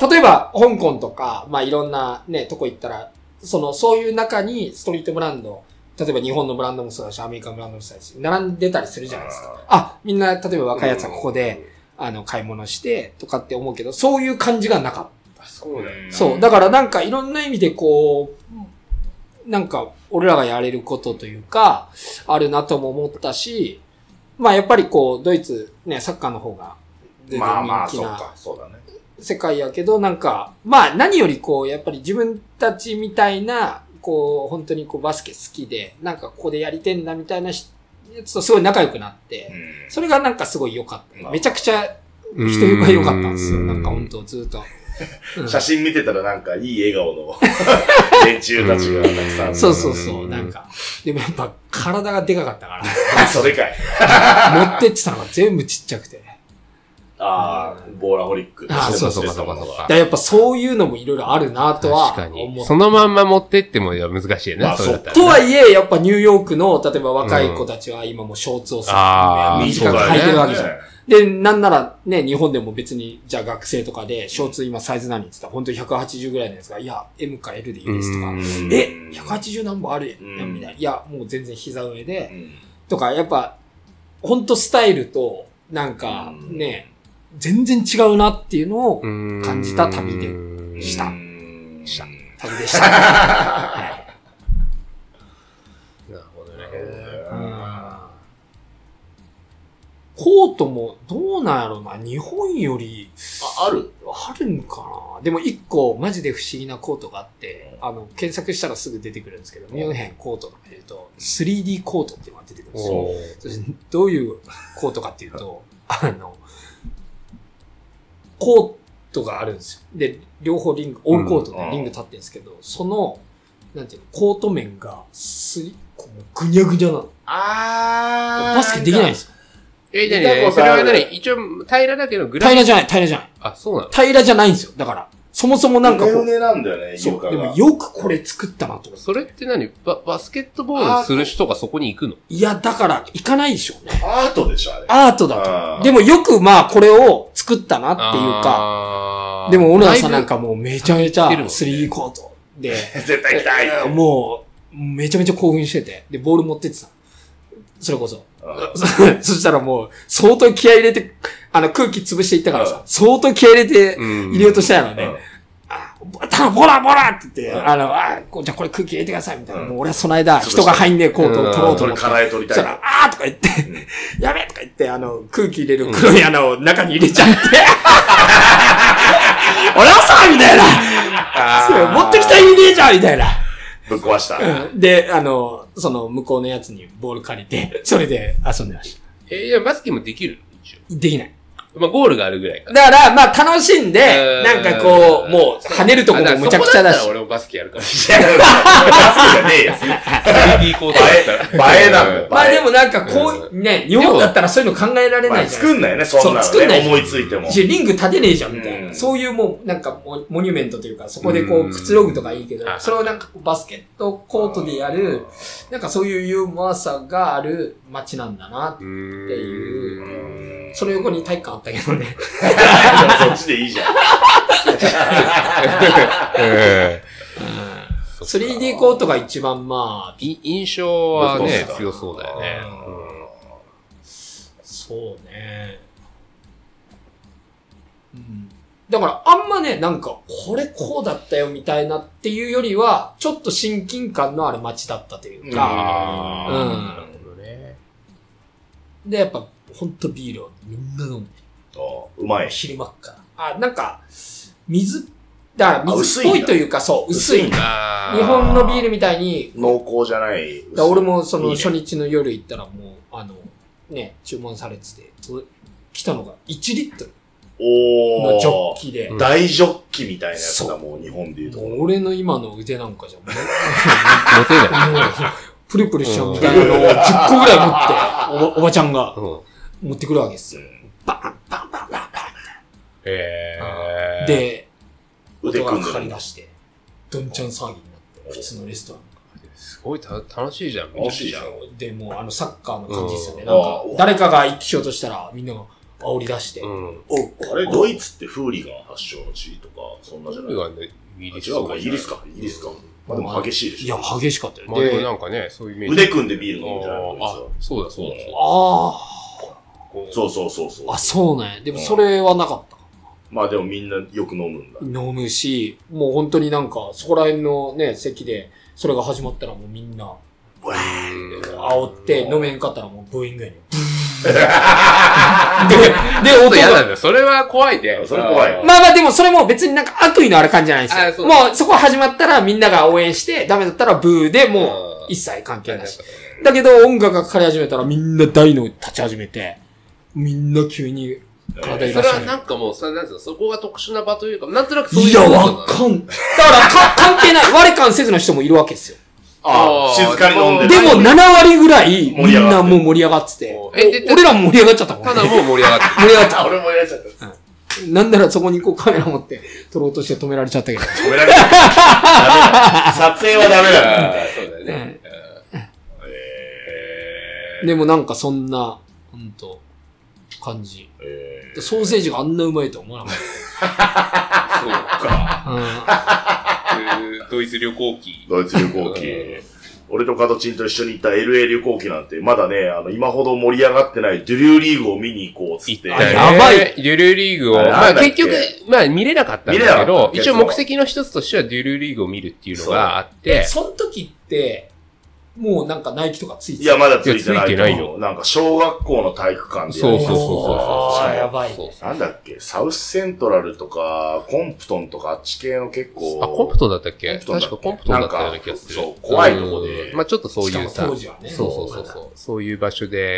例えば、香港とか、まあいろんなね、とこ行ったら、そういう中にストリートブランド、例えば日本のブランドもそうだし、アメリカのブランドもそうだし、並んでたりするじゃないですか。みんな、例えば若いやつはここで、買い物して、とかって思うけど、そういう感じがなかった。そう。だからなんかいろんな意味でこう、なんか、俺らがやれることというか、あるなとも思ったし、まあやっぱりこう、ドイツ、ね、サッカーの方が、 人気な世界やけど、なんか、まあ何よりこう、やっぱり自分たちみたいな、こう、本当にこうバスケ好きで、なんかここでやりてんだみたいなやつとすごい仲良くなって、それがなんかすごい良かった。めちゃくちゃ人が良かったんですよ。なんか本当ずっと。 写真見てたらなんかいい笑顔の連中たちがたくさん。 そう。なんか。でもやっぱ体がでかかったから。 それかい。 持ってってたのが全部ちっちゃくて。 ボーラホリック。 そう。やっぱそういうのもいろいろあるなとは思う。 そのまんま持ってっても難しいよね。 とはいえ、やっぱニューヨークの、例えば若い子たちは今もショーツを短く履いてるわけじゃん。で、なんならね、日本でも別に、じゃあ学生とかで、ショーツ今サイズ何って言ったら、本当に180ぐらいのやつが、いや、M か L でいいですとか、180何本あるやんみたいな。いや、もう全然膝上で、とか、やっぱ、本当スタイルと、なんか、ね、全然違うなっていうのを感じた旅でした。旅でした。はい。なるほどね。コートもどうなんやろうな。日本よりあるんかな。でも一個マジで不思議なコートがあって、検索したらすぐ出てくるんですけど、ミュンヘンコートとか言うと 3D コートっていうのが出てくるんですよ。どういうコートかっていうと、コートがあるんですよ。で、両方リング、オールコートでリング立ってるんですけど、そのなんていうの、コート面が、こうぐにゃぐにゃなの。バスケできないんですよ。 それは何一応、平らだけどグラ平らじゃない。 あ、そうなの？ 平らじゃないんですよ。だから、そもそもなんかこう。 うねなんだよね、 そう。でもよくこれ作ったなと思って。 それって何バスケットボールする人がそこに行くの？ いや、だから、行かないでしょうね。 アートでしょ、あれ。 アートだと。でもよくまあ、これを作ったなっていうか、でも、小野田さんなんかもうめちゃめちゃ、3コートで、 絶対行きたい。 もう、めちゃめちゃ興奮してて、で、ボール持ってってた。それこそ。そしたらもう、相当気合い入れて、空気潰していったからさ、相当気合い入れて、入れようとしたのね。ボラって言って、じゃあこれ空気入れてくださいみたいな。もう俺はその間、人が入んねえコートを取ろうと思って。 取りたい。 そしたら、とか言って、やべえとか言って、空気入れる黒い穴を中に入れちゃって、俺はさみたいな。持ってきたらいいねえじゃんみたいな。 ぶっ壊した。 で、その向こうのやつにボール借りて、それで遊んでました。 いや、バスケもできるの？ できない。 まあ、ゴールがあるぐらいか。 だから、まあ、楽しんで、なんかこう、もう、跳ねるとこもむちゃくちゃだし。 そこだったら俺もバスケやるから。 バスケじゃねえやつ。 3D コートだったら。 映えなんだよ。 まあでもなんかこう、ね、日本だったらそういうの考えられないじゃん。 作んないよね、そんなのね。思いついても。 リング立てねえじゃん、みたいな。そういうもう、なんかモニュメントというか、そこでこう、くつろぐとかいいけど、それをなんかバスケットコートでやる、なんかそういうユーモアさがある街なんだなっていう。その横に体育館あったけどね。 そっちでいいじゃん。 3D コートが一番まあ、 印象はね、強そうだよね。 そうね。だからあんまね、なんか、これこうだったよみたいなっていうよりは、ちょっと親近感のある街だったというか、で、やっぱ、ほんとビールをみんな飲んで。 うまい。 昼間っから。なんか、だから水っぽいというか、そう、薄い。日本のビールみたいに。 濃厚じゃない。 俺もその初日の夜行ったらもう、ね、注文されてて、来たのが1リットル。のジョッキで。 大ジョッキみたいなやつだもう日本で言うと。 俺の今の腕なんかじゃもう。 持てない。 プルプルしちゃうみたいなのを10個ぐらい持って、おばちゃんが持ってくるわけですよ。バンバンバンバンバン。で、 腕組んでかかり出して、どんちゃん騒ぎになって、普通のレストラン。 すごい楽しいじゃん。 楽しいじゃん。 で、もうサッカーの感じですよね。なんか、誰かが一気しようとしたら、みんなが煽り出して。 あれ、ドイツってフーリガン発祥の地とか、そんなじゃない？ フーリガンでイギリスか。イギリスか。まあでも激しいでしょ。 いや、激しかったよ。 で、なんかね、そういうイメージ。 腕組んでビール飲むみたいな。 あ、そうだ。 そう。 そうね。でもそれはなかった。 まあでもみんなよく飲むんだ。 飲むし、もう本当になんか、そこら辺のね、席で、それが始まったらもうみんな、わーって煽って、飲めんかったらもうブーイングやねん。で、 音嫌なんだよ。それは怖いで。 それ怖い。 まあでもそれも別になんか悪意のある感じじゃないですよ。もうそこ始まったらみんなが応援して、ダメだったらブーでもう一切関係なし。だけど音楽がかかり始めたらみんな大の立ち始めて、みんな急に体揺らして。 それはなんかもう、なんですか、そこが特殊な場というか、なんとなくそういう。 いや、わかん。だから関係ない。割り勘せずの人もいるわけですよ。 静かに飲んでる。 でも7割ぐらいみんなもう盛り上がってて。俺らも盛り上がっちゃったもんね。 ただもう盛り上がって。 盛り上がった。 俺も盛り上がっちゃった。 なんならそこにこうカメラ持って撮ろうとして止められちゃったけど。 止められちゃった。撮影はダメだ。 そうだよね。 でもなんかそんな、ほんと、感じ。ソーセージがあんなうまいとは思わなかった。 そうか。ドイツ旅行記。 俺とカトチンと一緒に行った LA 旅行記なんて、まだね、今ほど盛り上がってないデュリューリーグを見に行こうっつって。 やばい。 デュリューリーグを、まあ結局、まあ見れなかったんだけど、一応目的の一つとしてはデュリューリーグを見るっていうのがあって。 その時って、もうなんかナイキとかついていや、まだついてないよ。 なんか小学校の体育館でそう。 やばい。 なんだっけ、サウスセントラルとか、コンプトンとかあっち系の結構。 コンプトンだったっけ？確かコンプトンだったような気がする。 そう、怖いとこで。 まあちょっとそういうさ。 当時はね。 そう。そういう場所で行っ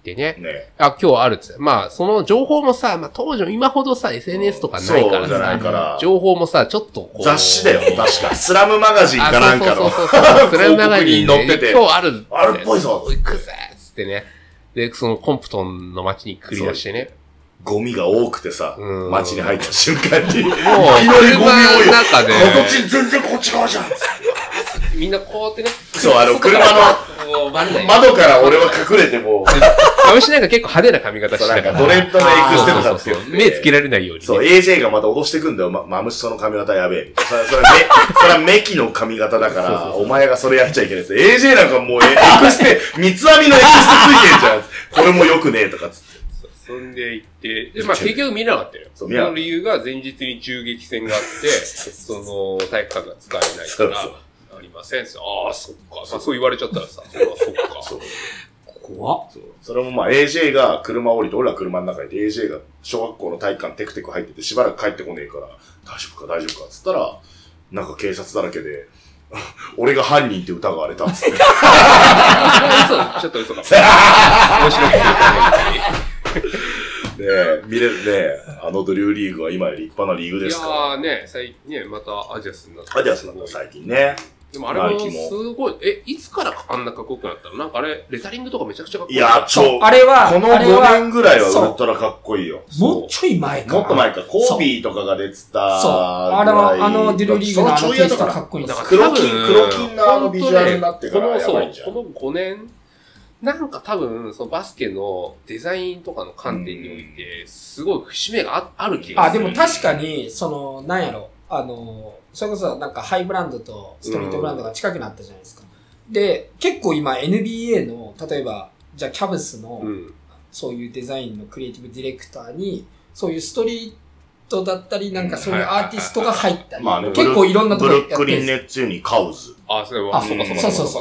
てね。 ね。 あ、今日あるっつって。まあ、その情報もさ、まあ当時の今ほどさ、SNS とかないからそうじゃないからさ、情報もさ、ちょっとこう。 雑誌だよ、確か。スラムマガジンかなんかの。 そう。スラムマガジン広告に載ってて。 今日ある。 あるっぽいぞ。 行くぜっつってね。で、そのコンプトンの街に繰り出してね。 ゴミが多くてさ、 うん街に入った瞬間に、もう、いきなりゴミ多いよ。 車の中で形全然こっち側じゃん。 みんなこうやってね。 そう、車のバレない。 窓から俺は隠れても、 私なんか結構派手な髪型してたから。 ドレッドのエクステンダーつけてて目つけられないようにね。 そう、AJ がまた脅してくんだよ。マムシソの髪型やべえ。それはメキの髪型だから、お前がそれやっちゃいけないです。AJ なんかもうエクステ、三つ編みのエクステついてんじゃん。これもよくねえとかつって。 そんで行って、で、まあ結局見なかったよ。その理由が前日に銃撃戦があって、その体育館が使えないから、ありません。ああ、そっか。そう言われちゃったらさ、そっか。 怖っ。 それもまあ AJ が車降りて、俺ら車の中にいて AJ が小学校の体育館テクテク入っててしばらく帰ってこねえから、大丈夫かっつったら、なんか警察だらけで、俺が犯人って疑われたっつって。 嘘、ちょっと嘘かも。面白くするために。 ねえ、見れるね。ドリューリーグは今より立派なリーグですから。 いやーね、最近ね、またアジアスになった。 アジアスなんだ最近ね。 でもあれもすごい、いつからあんなかっこよくなったの？なんかあれ、レタリングとかめちゃくちゃかっこいい。 いや、 あれは、 この5年ぐらいはウルトラかっこいいよ。 もうちょい前かな。 もっと前か。コービーとかが出てた。 そう。デュルリーグのテイストかっこいい。 黒金のビジュアルになってからやばいんじゃん。 この5年、なんか多分、そのバスケのデザインとかの観点において、すごい節目がある気がする。 でも確かに、なんやろ、それこそなんかハイブランドとストリートブランドが近くなったじゃないですか。で、結構今 NBA の、例えば、じゃあキャブスの、そういうデザインのクリエイティブディレクターに、そういうストリートだったり、なんかそういうアーティストが入ったり、結構いろんなところブルックリンネッツユにカウズ。 そう。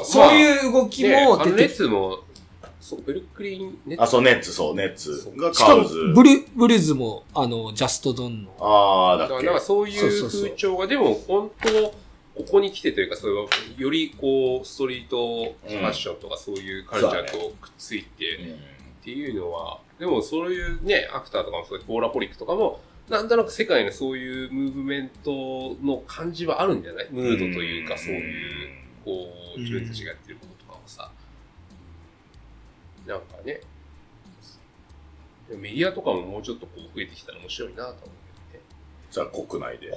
そういう動きも出てネッツも、そう、ブルックリンネッツ。 ネッツがカウズ。ブルズも、ジャストドンの。 だからそういう風潮が、でも本当、ここに来てというか、それは、よりこう、ストリートファッションとかそういうカルチャーとくっついて、っていうのは、でもそういうね、アクターとかもそういうボーラポリックとかも、なんとなく世界のそういうムーブメントの感じはあるんじゃない？ムードというか、そういう、こう、自分たちがやってることとかもさ、なんかね、メディアとかももうちょっとこう増えてきたら面白いなと思うけどね。 じゃあ国内で。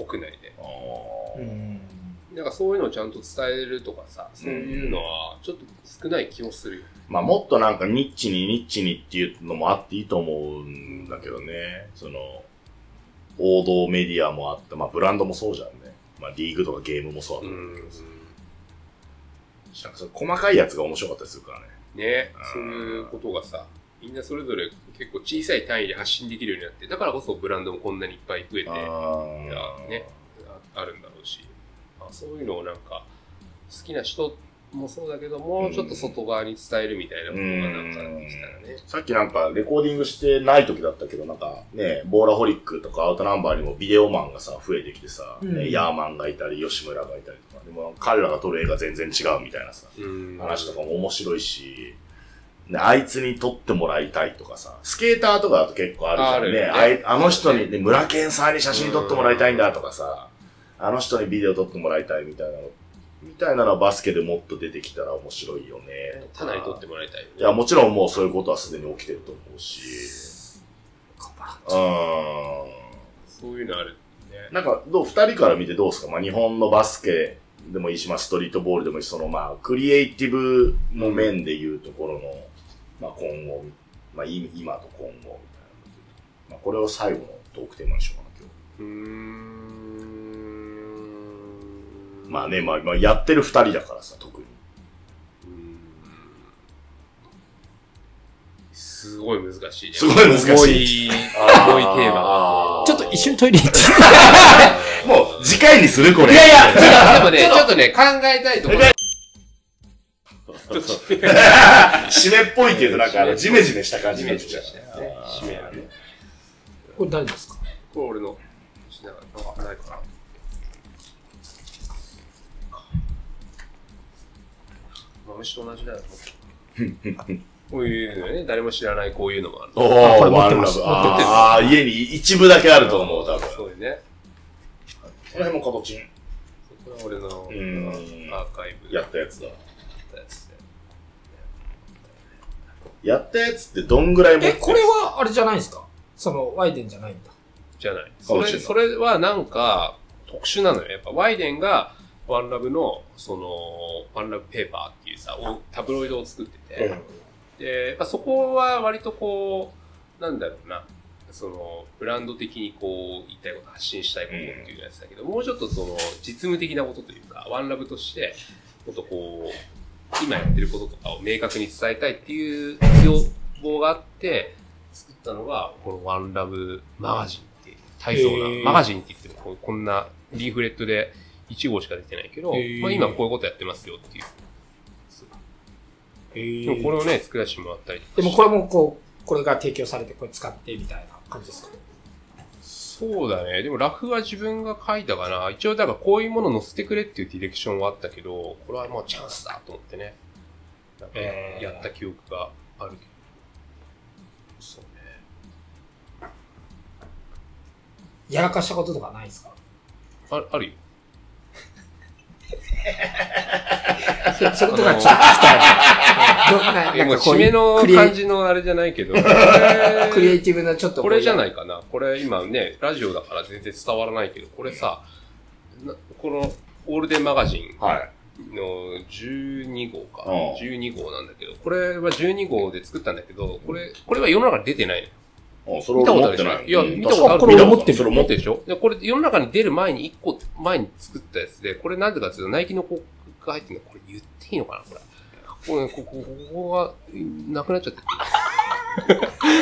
なんかそういうのをちゃんと伝えるとかさ、そういうのはちょっと少ない気もするよ。 もっとなんかニッチにっていうのもあっていいと思うんだけどね。王道メディアもあって、ブランドもそうじゃんね。リーグとかゲームもそうだと思うけどさ。なんか細かいやつが面白かったりするからね。 ね、そういうことがさ、みんなそれぞれ結構小さい単位で発信できるようになって、だからこそブランドもこんなにいっぱい増えて、ね、あるんだろうし、そういうのをなんか、好きな人もそうだけども、ちょっと外側に伝えるみたいなことがなんかできたらね。 さっきなんかレコーディングしてない時だったけど、なんかね、ボーラホリックとかアウトナンバーにもビデオマンがさ、増えてきてさ、ヤーマンがいたり、吉村がいたりとか、でも彼らが撮る映画全然違うみたいなさ、話とかも面白いし、あいつに撮ってもらいたいとかさ、スケーターとかだと結構あるじゃんね。あの人に、村健さんに写真撮ってもらいたいんだとかさ、あの人にビデオ撮ってもらいたいみたいなのはバスケでもっと出てきたら面白いよね。 ただに撮ってもらいたいよね。 いや、もちろんもうそういうことはすでに起きてると思うし。 そういうのあるね。 なんか、二人から見てどうですか？日本のバスケでもいいし、ストリートボールでもいいし、クリエイティブの面でいうところの、今後、今と今後みたいな。これを最後のトークテーマにしようかな、今日。やってる二人だからさ、特に。 すごい難しいね。 すごい難しい。 重いテーマ。 ちょっと一緒にトイレ行って。 もう、次回にするこれ。 いやいや、 でもね、ちょっとね、考えたいと思う。 締めっぽいっていうとなんかジメジメした感じになっちゃう。 締めやね。 これ誰ですか？ これ俺の、なんかないかな。虫と同じだよ。 こういうのね、誰も知らないこういうのもある。 おー、ワンラブ。ああ、家に一部だけあると思う、多分。 そうよね。 この辺も形。 これは俺のアーカイブ。 やったやつだ。やったやつってどんぐらいもこれはあれじゃないんですか？その、ワイデンじゃないんだ。 じゃない。それはなんか、特殊なのよ。やっぱ、ワイデンが、ワンラブの、ワンラブペーパーっていうさ、タブロイドを作ってて、で、やっぱそこは割とこう、なんだろうな、ブランド的にこう、言いたいこと、発信したいことっていうやつだけど、もうちょっと実務的なことというか、ワンラブとして、もっとこう、今やってることとかを明確に伝えたいっていう要望があって、作ったのが、このワンラブマガジンっていう、大層な、マガジンって言ってもこんなリーフレットで1号しか出てないけど、まあ今こういうことやってますよっていう。でもこれをね、作らせてもらったりとか。 でもこれもこれが提供されてこれ使ってみたいな感じですか？ そうだね。でもラフは自分が書いたかな。一応だからこういうもの載せてくれっていうディレクションはあったけど、これはもうチャンスだと思ってね。なんかやった記憶があるけど。そうね。 やらかしたこととかないですか？ あるよ。 それとかちょっと聞きたい。 もう締めの感じのあれじゃないけど。 クリエイティブなちょっと。 これじゃないかな。これ今ね、ラジオだから全然伝わらないけど、これさ、このオールデンマガジンの12号か。12号なんだけど、これは12号で作ったんだけど、これは世の中に出てないのよ。 それ俺持ってない。 いや、見たことある。 これ持ってる。 それ持ってるでしょ？で、これ世の中に出る前に1個前に作ったやつで、これなんでかっていうと、ナイキの広告が入ってるの、これ言っていいのかなこれ。ここが、なくなっちゃってる。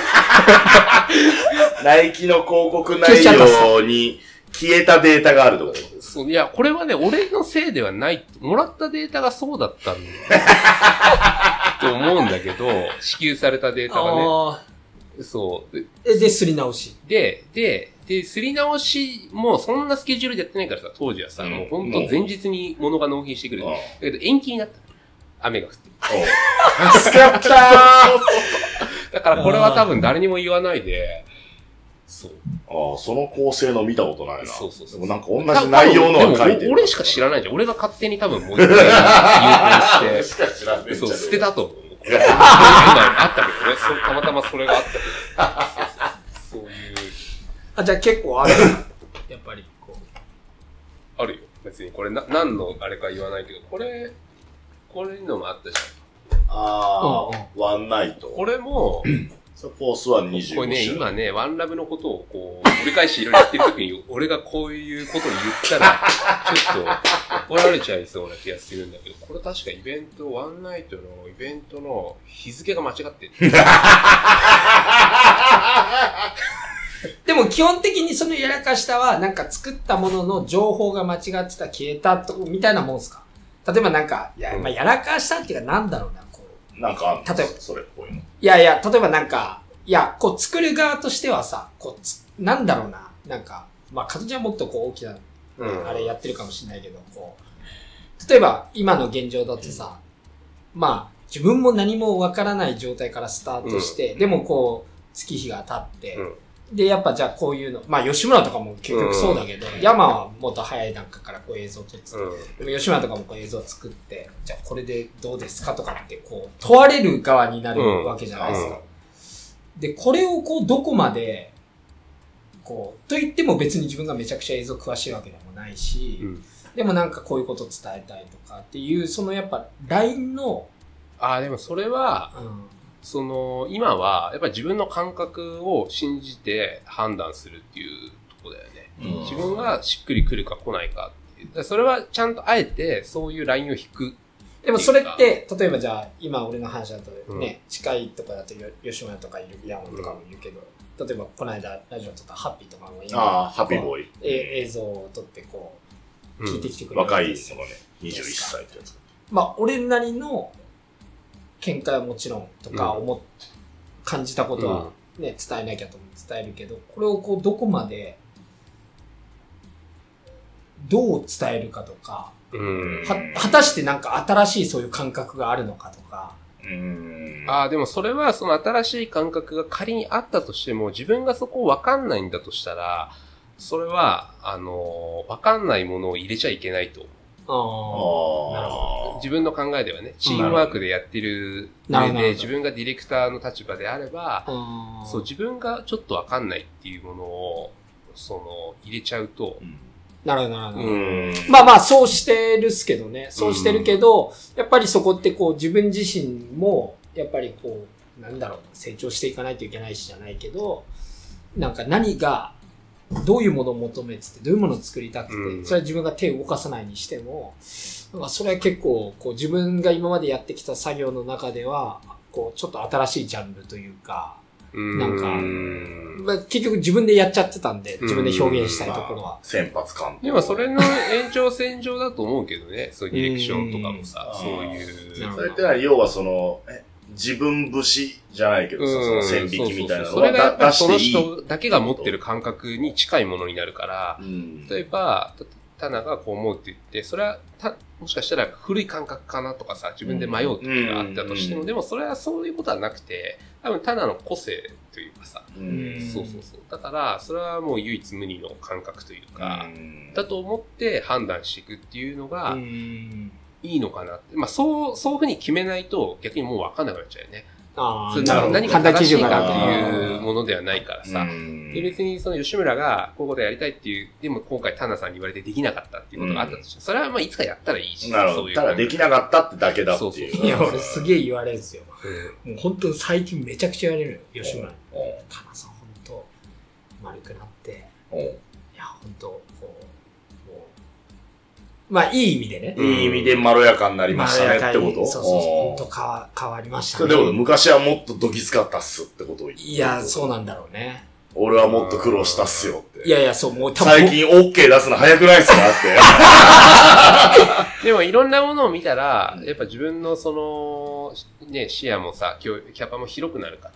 ナイキの広告内容に消えたデータがあるってこと？ そう、いや、これはね、俺のせいではない。もらったデータがそうだったんだと思うんだけど、支給されたデータがね。そう。 で、すり直し。 で、すり直しもそんなスケジュールでやってないからさ、当時はさ、もうほんと前日に物が納品してくる。だけど延期になった。雨が降って。 助かったーだからこれは多分誰にも言わないで、そう。 その構成の見たことないな。 そう。 でもなんか同じ内容のは書いてる。 俺しか知らないじゃん。俺が勝手に多分もう一回言うして。 しか知らんね。 そう、捨てたと思う。今あったけどね、たまたまそれがあったけど。そういう。 じゃあ結構ある。やっぱりこう。 あるよ。別にこれ何のあれか言わないけど、これのもあったじゃん。 ワンナイト。 これも、 フォースは25。 これね、今ね、ワンラブのことをこう、折り返しいろいろ言ってるときに、俺がこういうことを言ったら、ちょっと怒られちゃいそうな気がするんだけど、これ確かイベント、ワンナイトのイベントの日付が間違ってる。 でも基本的にそのやらかしたは、なんか作ったものの情報が間違ってた、消えたと、みたいなもんですか？例えばなんか、やらかしたっていうかなんだろうな、こう。 なんか例えば、 それっぽいの。 例えばなんか、こう作る側としてはさ、なんだろうな、なんか、形はもっとこう大きな、あれやってるかもしれないけど、こう、例えば今の現状だとさ、自分も何もわからない状態からスタートして、でもこう、月日が経って、で、やっぱじゃあこういうの、吉村とかも結局そうだけど、山はもっと早い段階からこう映像を撮って、でも吉村とかもこう映像を作って、じゃあこれでどうですかとかってこう、問われる側になるわけじゃないですか。で、これをこう、どこまで、こう、と言っても別に自分がめちゃくちゃ映像詳しいわけでもないし、でもなんかこういうことを伝えたいとかっていう、そのやっぱ LINE の、 でもそれは、今は、やっぱり自分の感覚を信じて判断するっていうところだよね。自分がしっくりくるか来ないかっていう。それはちゃんとあえて、そういうラインを引く。 でもそれって、例えばじゃあ、今俺の話だとね、近いとかだと吉村とかいる、山とかもいるけど、例えばこの間ラジオとかハッピーとかも今、 ハッピーボーイ。 映像を撮ってこう、聞いてきてくれる。 若い人がね、21歳ってやつ。 俺なりの見解はもちろんとか感じたことはね、伝えなきゃと思って伝えるけど、これをこうどこまでどう伝えるかとか、果たしてなんか新しいそういう感覚があるのかとか、 でもそれはその新しい感覚が仮にあったとしても、自分がそこをわかんないんだとしたら、それは、わかんないものを入れちゃいけないと。なるほど。自分の考えではね、チームワークでやってる上で、自分がディレクターの立場であれば、そう、自分がちょっとわかんないっていうものを、入れちゃうと、 なるほど、なるほど。まあまあ、そうしてるっすけどね。そうしてるけど、やっぱりそこってこう、自分自身も、やっぱりこう、なんだろう、成長していかないといけないしじゃないけど、なんか何が、どういうものを求めてて、どういうものを作りたくて、それは自分が手を動かさないにしても、なんかそれは結構、こう自分が今までやってきた作業の中では、こうちょっと新しいジャンルというか、なんか、まあ、結局自分でやっちゃってたんで、自分で表現したいところは。 先発感。 でもそれの延長線上だと思うけどね、そういうディレクションとかもさ、そういう。 それってのは要は自分節じゃないけどさ、その線引きみたいなのそれがやっぱりその人だけが持ってる感覚に近いものになるから、例えば、タナがこう思うって言って、それはもしかしたら古い感覚かなとかさ、自分で迷う時があったとしても、でもそれはそういうことはなくて、多分タナの個性というかさ、そうそうそう。だから、それはもう唯一無二の感覚というか、だと思って判断していくっていうのが、いいのかなって。まあ、そういうふうに決めないと逆にもう分かんなくなっちゃうよね。何が正しいかっていうものではないからさ。で別にその吉村がこういうことやりたいっていう、でも今回タナさんに言われてできなかったっていうことがあったとして、それはまあいつかやったらいいし。 なるほど。ただできなかったってだけだっていう。 いや、俺すげえ言われるんですよ。もう本当最近めちゃくちゃ言われるよ、吉村に。タナさん本当丸くなって。いや、本当こう。まあ、いい意味でね。 いい意味でまろやかになりましたねってこと？ そうそう、ほんと変わりましたね。 でも昔はもっとドキつかったっすってことを言って。 いや、そうなんだろうね。 俺はもっと苦労したっすよって。 いやいや、そう、もう多分。最近 OK 出すの早くないっすかって。でもいろんなものを見たら、やっぱ自分のね、視野もさ、キャパも広くなるから、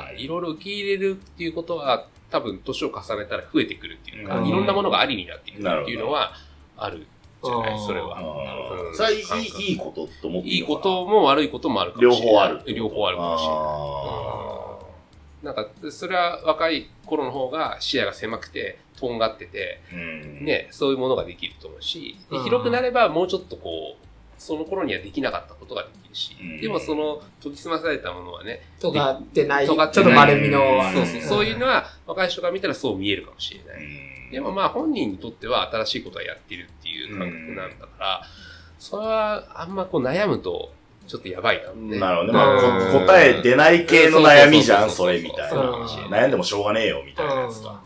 いろいろ受け入れるっていうことは、多分年を重ねたら増えてくるっていうか、いろんなものがありになっていくっていうのはある。じゃないそれは。 それはいいことと思っていいことも悪いこともあるかもしれない。両方あるかもしれない。なんか、それは若い頃の方が視野が狭くて、とんがってて、ね、そういうものができると思うし、広くなればもうちょっとこう、その頃にはできなかったことができるし、でもその研ぎ澄まされたものはね、 尖ってない、ちょっと丸みの、 そういうのは若い人が見たらそう見えるかもしれない。でもまあ本人にとっては新しいことはやってるっていう感覚なんだから、それはあんまこう悩むとちょっとやばいかもね。 なるほどね。まあ答え出ない系の悩みじゃん、それみたいな。悩んでもしょうがねえよみたいなやつか。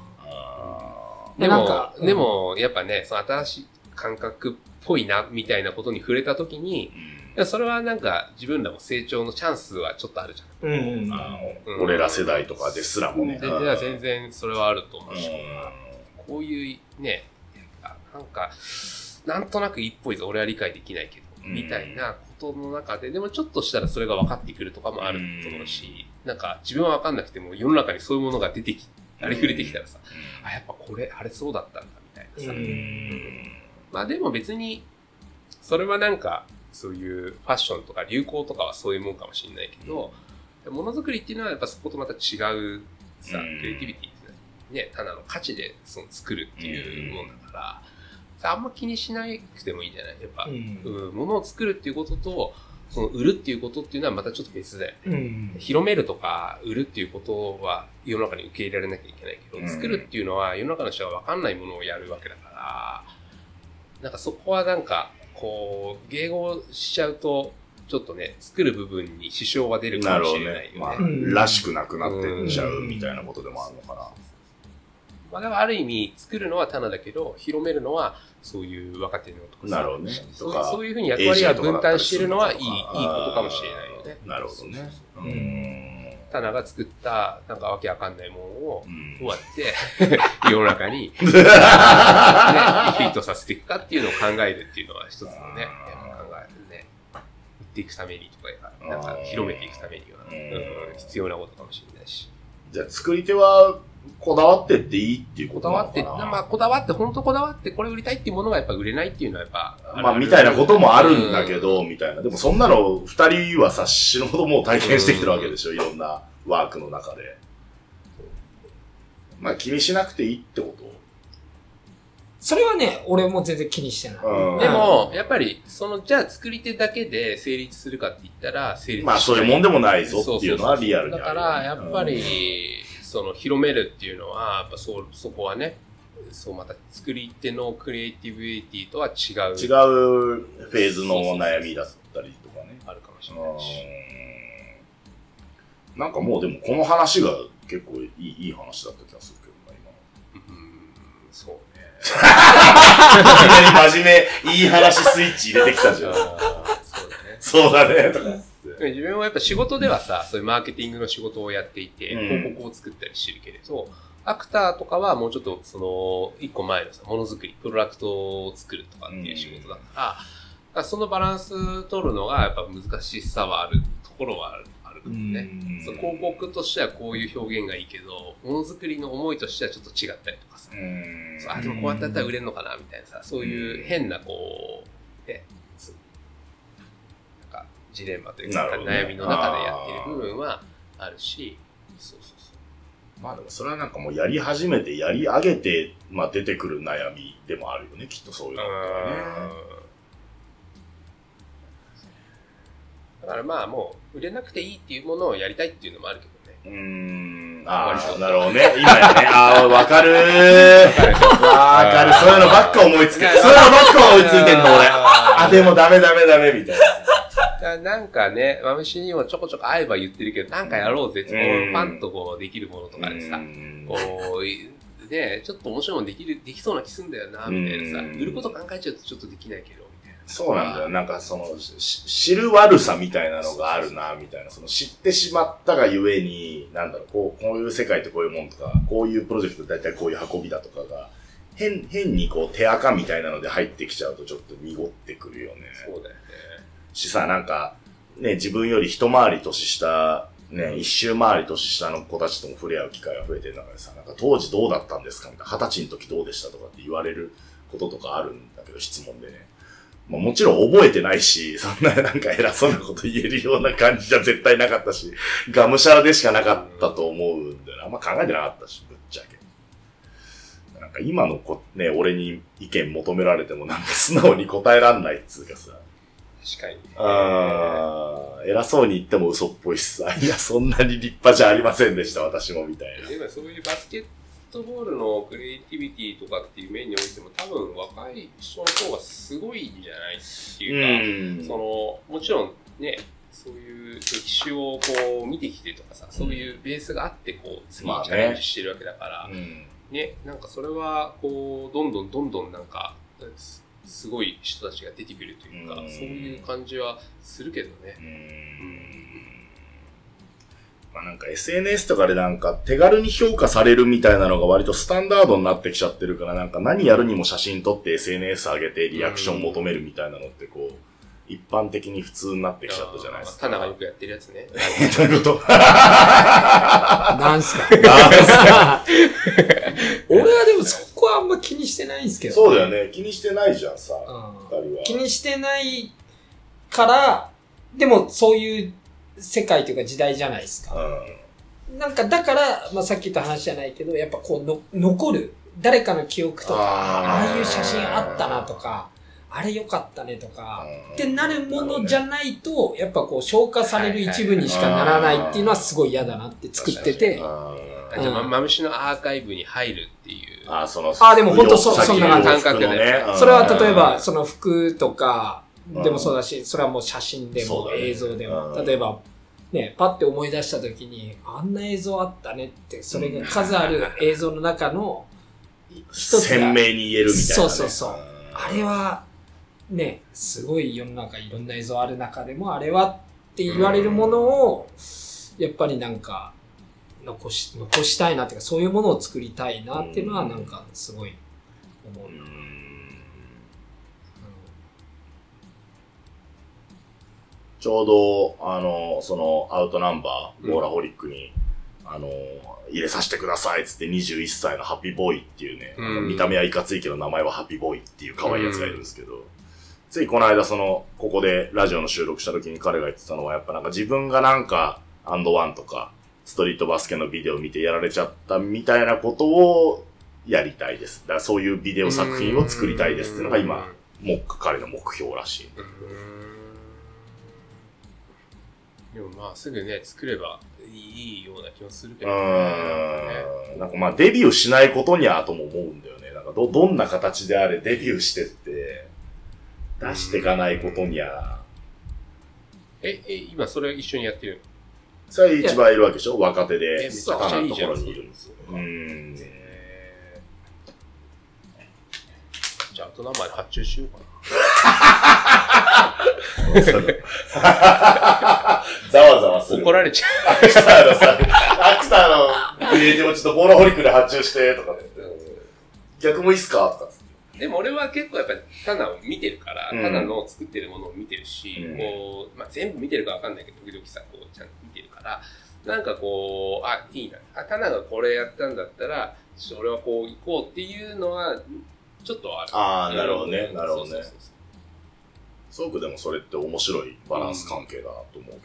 でもやっぱね、その新しい感覚っぽいなみたいなことに触れたときに、それはなんか自分らも成長のチャンスはちょっとあるじゃん。 俺ら世代とかですらもね。 全然それはあると思うし。こういうね、なんか、なんとなくいいっぽいぞ、俺は理解できないけど、みたいなことの中で、でもちょっとしたらそれが分かってくるとかもあると思うし、なんか自分は分かんなくても世の中にそういうものが出てき、あれ触れてきたらさ、あ、やっぱこれ、あれそうだったんだ、みたいなさ。まあでも別に、それはなんか、そういうファッションとか流行とかはそういうもんかもしれないけど、ものづくりっていうのはやっぱそことまた違うさ、クリエイティビティね、ただの価値で作るっていうもんだから、あんま気にしなくてもいいんじゃない？やっぱ、物を作るっていうことと、売るっていうことっていうのはまたちょっと別だよね。広めるとか、売るっていうことは世の中に受け入れられなきゃいけないけど、作るっていうのは世の中の人が分かんないものをやるわけだから、なんかそこはなんか、こう、迎合しちゃうと、ちょっとね、作る部分に支障が出るかもしれないよね。 らしくなくなってっちゃうみたいなことでもあるのかな。 まあ、だからある意味作るのはタナだけど、広めるのはそういう若手のとかさ、 なるほどね。 そういうふうに役割が分担してるのはいいことかもしれないよね。 なるほどね。 タナが作ったなんかわけわかんないものをどうやって世の中に、リピートさせていくかっていうのを考えるっていうのは一つのね、考えるね。売っていくためにとか、なんか広めていくためには、必要なことかもしれないし。 じゃあ作り手は、 こだわってっていいっていうこことだなのかな。 わって、まあこだわって、本当こだわってこれ売りたいっていうものがやっぱ売れないっていうのはやっぱ。 まあ、みたいなこともあるんだけど、みたいな。でもそんなの二人はさ、死ぬほどもう体験してきてるわけでしょ、いろんなワークの中で。まあ気にしなくていいってこと？ それはね、俺も全然気にしてない。 でも、やっぱり、じゃあ作り手だけで成立するかって言ったら、成立しない。 まあそういうもんでもないぞっていうのはリアルにある。 だから、やっぱり、広めるっていうのは、やっぱそこはね、また作り手のクリエイティビティとは違う。 違うフェーズの悩みだったりとかね。 あるかもしれないし。 なんかもうでもこの話が結構いい話だった気がするけどな、今。 そうね。 真面目、いい話スイッチ入れてきたじゃん。そうだね、とか。 自分はやっぱ仕事ではさ、そういうマーケティングの仕事をやっていて、広告を作ったりしてるけれど、アクターとかはもうちょっと一個前のさ、ものづくり、プロダクトを作るとかっていう仕事だから、そのバランス取るのがやっぱ難しさはあるところはあるね。広告としてはこういう表現がいいけど、ものづくりの思いとしてはちょっと違ったりとかさ。でもこうやってやったら売れるのかなみたいなさ、そういう変なジレンマというか、悩みの中でやってる部分はあるし、 まあでもそれはなんかもうやり始めてやり上げて、まあ出てくる悩みでもあるよね、きっとそういうのってね。 だからまあもう売れなくていいっていうものをやりたいっていうのもあるけどね。 なるほどね。今やね。わかるー。わかる。そういうのばっか思いつく。そういうのばっか思いついてんの、俺。でもダメみたいな。 なんかね、マムシにもちょこちょこ会えば言ってるけど、なんかやろうぜって、ファンとできるものとかでさ、ね、ちょっと面白いものできそうな気すんだよな、みたいなさ、売ること考えちゃうとちょっとできないけど、みたいな。 そうなんだよ。なんか知る悪さみたいなのがあるな、みたいな。知ってしまったがゆえに、なんだろう、こういう世界ってこういうもんとか、こういうプロジェクトだいたいこういう運びだとかが、変に手垢みたいなので入ってきちゃうとちょっと濁ってくるよね。 そうだよね。 しさ、なんか、ね、自分より一回り年下、ね、一周回り年下の子たちとも触れ合う機会が増えてる中でさ、なんか当時どうだったんですかみたいな、20歳の時どうでしたとかって言われることとかあるんだけど、質問でね。まあもちろん覚えてないし、そんななんか偉そうなこと言えるような感じじゃ絶対なかったし、がむしゃらでしかなかったと思うんだよね。あんま考えてなかったし、ぶっちゃけ。なんか今のね、俺に意見求められてもなんか素直に答えらんないっつうかさ。 確かに。 偉そうに言っても嘘っぽいしさ。いや、そんなに立派じゃありませんでした、私も、みたいな。 今そういうバスケットボールのクリエイティビティとかっていう面においても多分若い人の方がすごいんじゃないっていうか、もちろんね、そういう歴史をこう見てきてとかさ、そういうベースがあってこう、次にチャレンジしてるわけだから、ね、なんかそれはこう、どんどんなんか、すごい人たちが出てくるというか、そういう感じはするけどね。 まあなんか SNS とかでなんか手軽に評価されるみたいなのが割とスタンダードになってきちゃってるから、なんか何やるにも写真撮って SNS 上げてリアクション求めるみたいなのってこう、一般的に普通になってきちゃったじゃないですか。 タナがよくやってるやつね。 どういうことなんすか俺はでもそこはあんま気にしてないんですけど、 そうだよね。気にしてないじゃんさ、二人は。 気にしてないから、でもそういう世界というか時代じゃないですか。なんかだから、まあ、さっき言った話じゃないけど、やっぱこう残る。誰かの記憶とか、ああいう写真あったなとか、あれ良かったねとか、ってなるものじゃないと、やっぱこう消化される一部にしかならないっていうのはすごい嫌だなって作ってて。 じゃあ、マムシのアーカイブに入るっていう。 でも本当そんな感覚で。 それは例えば、その服とかでもそうだし、それはもう写真でも映像でも。例えば、ね、パッて思い出した時に、あんな映像あったねって、それが数ある映像の中の一つ鮮明に言えるみたいな、ね。 そう。あれは、ね、すごい世の中いろんな映像ある中でも、あれはって言われるものを、やっぱりなんか、残したいなっていうか、そういうものを作りたいなっていうのはなんかすごい思うな。 ちょうど、そのアウトナンバー、ボーラホリックに、 入れさせてくださいっつって21歳のハッピーボーイっていうね、見た目はいかついけど名前はハッピーボーイっていう可愛いやつがいるんですけど、ついこの間ここでラジオの収録した時に彼が言ってたのは、やっぱなんか自分がなんか、&ワンとか、ストリートバスケのビデオ見てやられちゃったみたいなことをやりたいです。だからそういうビデオ作品を作りたいですっていうのが今、彼の目標らしい。 でもまあすぐね、作ればいいような気もするけどなんかまあデビューしないことにゃとも思うんだよね。なんかどんな形であれデビューしてって、出していかないことにゃ。 今それ一緒にやってるの？ それ一番いるわけでしょ？若手で。 めちゃくちゃいいじゃん。 ところにいるんですよ。 じゃあ、あと何枚発注しようかな。 ざわざわする。 怒られちゃう。 アクターのクリエイティブをちょっとボーナホリックで発注してとかって。逆もいいっすかとか。 でも俺は結構やっぱりタナを見てるから、タナの作ってるものを見てるし、こう、まあ、全部見てるかわかんないけど、時々さ、こう、ちゃんと見てるから、なんかこう、いいな。タナがこれやったんだったら、俺はこう行こうっていうのは、ちょっとある。 なるほどね。なるほどね。すごくでもそれって面白いバランス関係だなと思うけどね。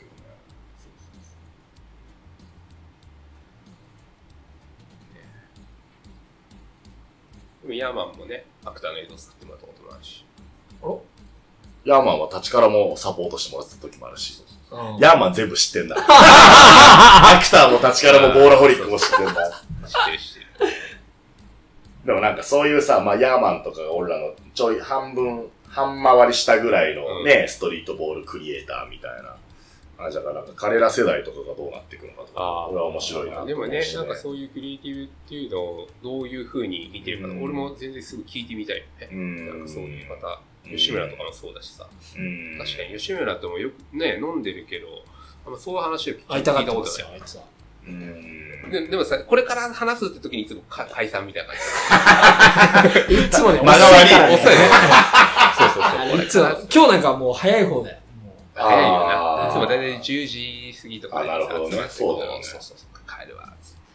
でもヤーマンもね、アクターの映像作ってもらったこともあるし。 ヤーマンは立ちからもサポートしてもらってた時もあるし。ヤーマン全部知ってんだ。アクターも立ちからもボーラホリックも知ってんだ。 知ってる。 でもなんかそういうさ、まあヤーマンとかが俺らのちょい半回りしたぐらいのね、ストリートボールクリエイターみたいな。だからなんか彼ら世代とかがどうなっていくのかとか、俺は面白いなと思うし、 でもね、なんかそういうクリエイティブっていうのをどういう風に見てるか、俺も全然すぐ聞いてみたいよね。なんかそういうまた、吉村とかもそうだしさ。確かに吉村ともよくね、飲んでるけど、そういう話を聞いたことない。 あいつは。 でもさ、これから話すって時にいつも解散みたいな感じ。いつもね、 間が悪い。 遅いね。そう。 今日なんかもう早い方で。 早いよな。いつもだいたい10時過ぎとかでなるほどね。そうだよね。 そう。帰るわ。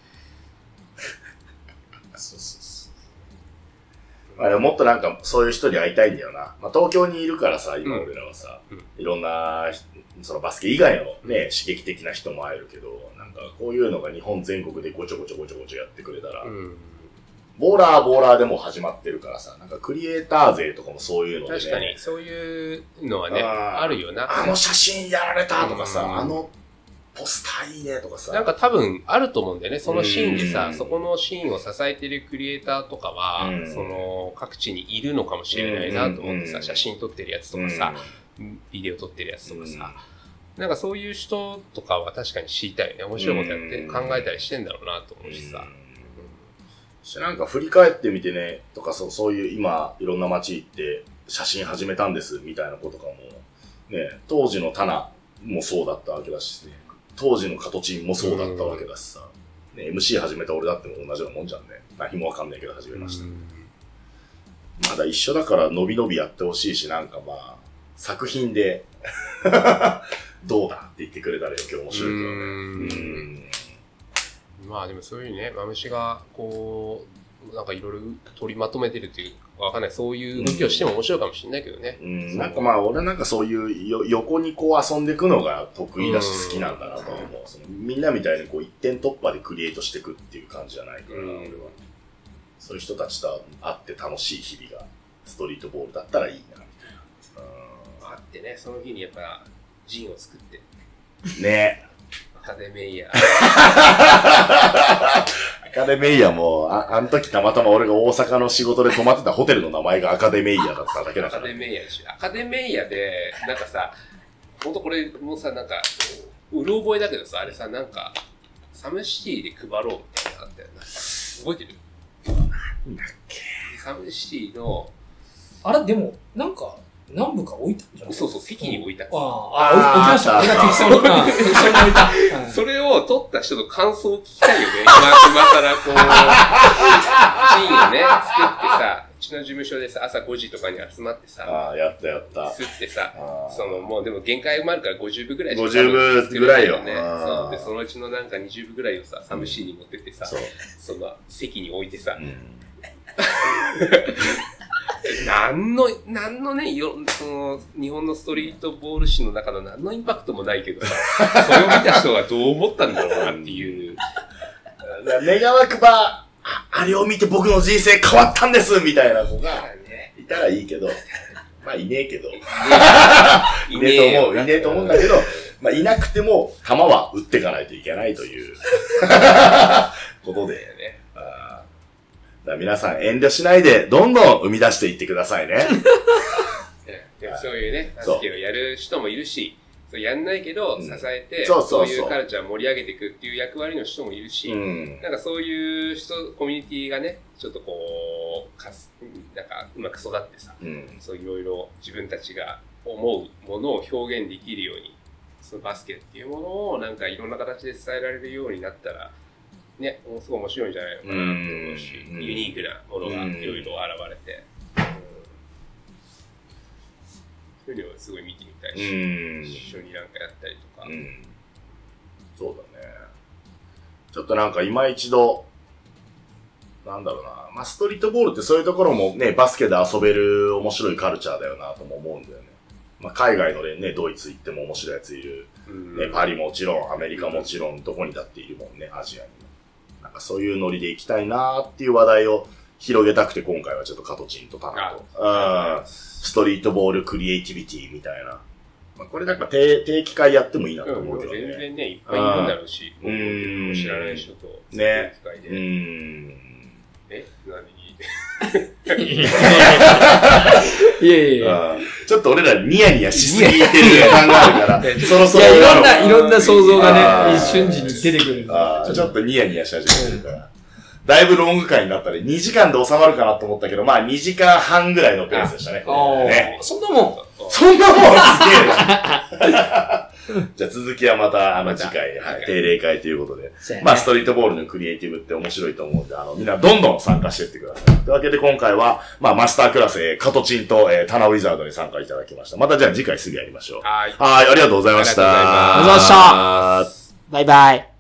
もっとなんかそういう人に会いたいんだよな。まあ、東京にいるからさ、今俺らはさ、いろんな、そのバスケ以外のね、刺激的な人も会えるけど、なんかこういうのが日本全国でごちょごちょやってくれたら、ボーラーでも始まってるからさ、なんかクリエイター勢とかもそういうのでね。 確かに、そういうのはね、あるよな。 あの写真やられたとかさ、あのポスターいいねとかさ。 なんか多分あると思うんだよね。そのシーンでさ、そこのシーンを支えてるクリエイターとかは、その各地にいるのかもしれないなと思ってさ、写真撮ってるやつとかさ、ビデオ撮ってるやつとかさ、なんかそういう人とかは確かに知りたいよね。面白いことやって考えたりしてんだろうなと思うしさ。 なんか振り返ってみてね、とかそういう今いろんな街行って写真始めたんですみたいなことかも、ね、当時のタナもそうだったわけだしね、当時のカトチンもそうだったわけだしさ、ね、MC 始めた俺だっても同じようなもんじゃんね。何もわかんないけど始めました。まだ一緒だから伸び伸びやってほしいし、なんかまあ、作品でどうだって言ってくれたら余計面白いけどね。 まあでもそういうね、マムシがこう、なんかいろいろ取りまとめてるというか、わかんない。そういう動きをしても面白いかもしれないけどね。 なんかまあ俺なんかそういう横にこう遊んでいくのが得意だし好きなんだなと思う。みんなみたいにこう一点突破でクリエイトしていくっていう感じじゃないから、俺は。そういう人たちと会って楽しい日々がストリートボールだったらいいな、みたいな。 会ってね、その日にやっぱジンを作って。 ねアカデメイヤー。 アカデメイヤーも、あの時たまたま俺が大阪の仕事で泊まってたホテルの名前がアカデメイヤーだっただけだから。 アカデメイヤーでしょ。アカデメイヤーで、なんかさ、ほんとこれもうさ、なんか、うろ覚えだけどさ、あれさ、なんか、サムシティで配ろうみたいなのあったよな。覚えてる？ なんだっけ。 サムシティの、 あれでも、なんか、何部か置いたんじゃない？ そう、席に置いた。 置きました。俺が適当に置いた。 それを撮った人の感想を聞きたいよね。今更こう、シーンをね、作ってさ、 ちの事務所でさ、朝5時とかに集まってさ、 ああ、やったやった。 吸ってさ、もうでも限界もあるから50部ぐらいしか 50部ぐらいよね。そう。で、そのうちのなんか20部ぐらいをさ、サムシーに持ってってさ、その席に置いてさ、なんのね、その、日本のストリートボール史の中の何のインパクトもないけどさ、それを見た人がどう思ったんだろうなっていう。 願わくば、あれを見て僕の人生変わったんですみたいな子がいたらいいけど、まあいねえけど。いねえと思うんだけど、まあいなくても球は打っていかないといけないということでね。だから皆さん遠慮しないでどんどん生み出していってくださいね。 でもそういうね、バスケをやる人もいるし、そうやんないけど支えて、 そういうカルチャーを盛り上げていくっていう役割の人もいるし、なんかそういう人、コミュニティがね、ちょっとこう、なんかうまく育ってさ、そういろいろ自分たちが思うものを表現できるように、そのバスケっていうものをなんかいろんな形で伝えられるようになったら、ね、ものすごい面白いんじゃないのかなと思うし、ユニークなものがいろいろ現れて、そういうのをすごい見てみたいし、一緒になんかやったりとか。 そうだね。ちょっとなんか今一度、なんだろうな。まあ、ストリートボールってそういうところもね、バスケで遊べる面白いカルチャーだよなとも思うんだよね。まあ、海外のね、ドイツ行っても面白いやついる。ね、パリもちろん、アメリカもちろん、どこにだっているもんね、アジアにも。なんかそういうノリで行きたいなーっていう話題を広げたくて今回はちょっとカトチンとタナと。ストリートボールクリエイティビティみたいな。まあ、これなんか定期会やってもいいなと思うけどね。 全然ね、いっぱいいるんだろうし、知らない人と定期会で。何いや。 ちょっと俺らニヤニヤしすぎてる感があるから、そろそろ。 いろんな想像がね、瞬時に出てくる。 ちょっとニヤニヤし始めてるから。だいぶロング会になったり、2時間で収まるかなと思ったけど、まあ2時間半ぐらいのペースでしたね。 そんなもんすげえなじゃあ続きはまた、次回、定例会ということで。まあ、ストリートボールのクリエイティブって面白いと思うんで、みんなどんどん参加していってください。というわけで今回は、まあ、マスタークラス、カトチンと、タナウィザードに参加いただきました。またじゃあ次回すぐやりましょう。はい、ありがとうございました。 ありがとうございました。バイバイ。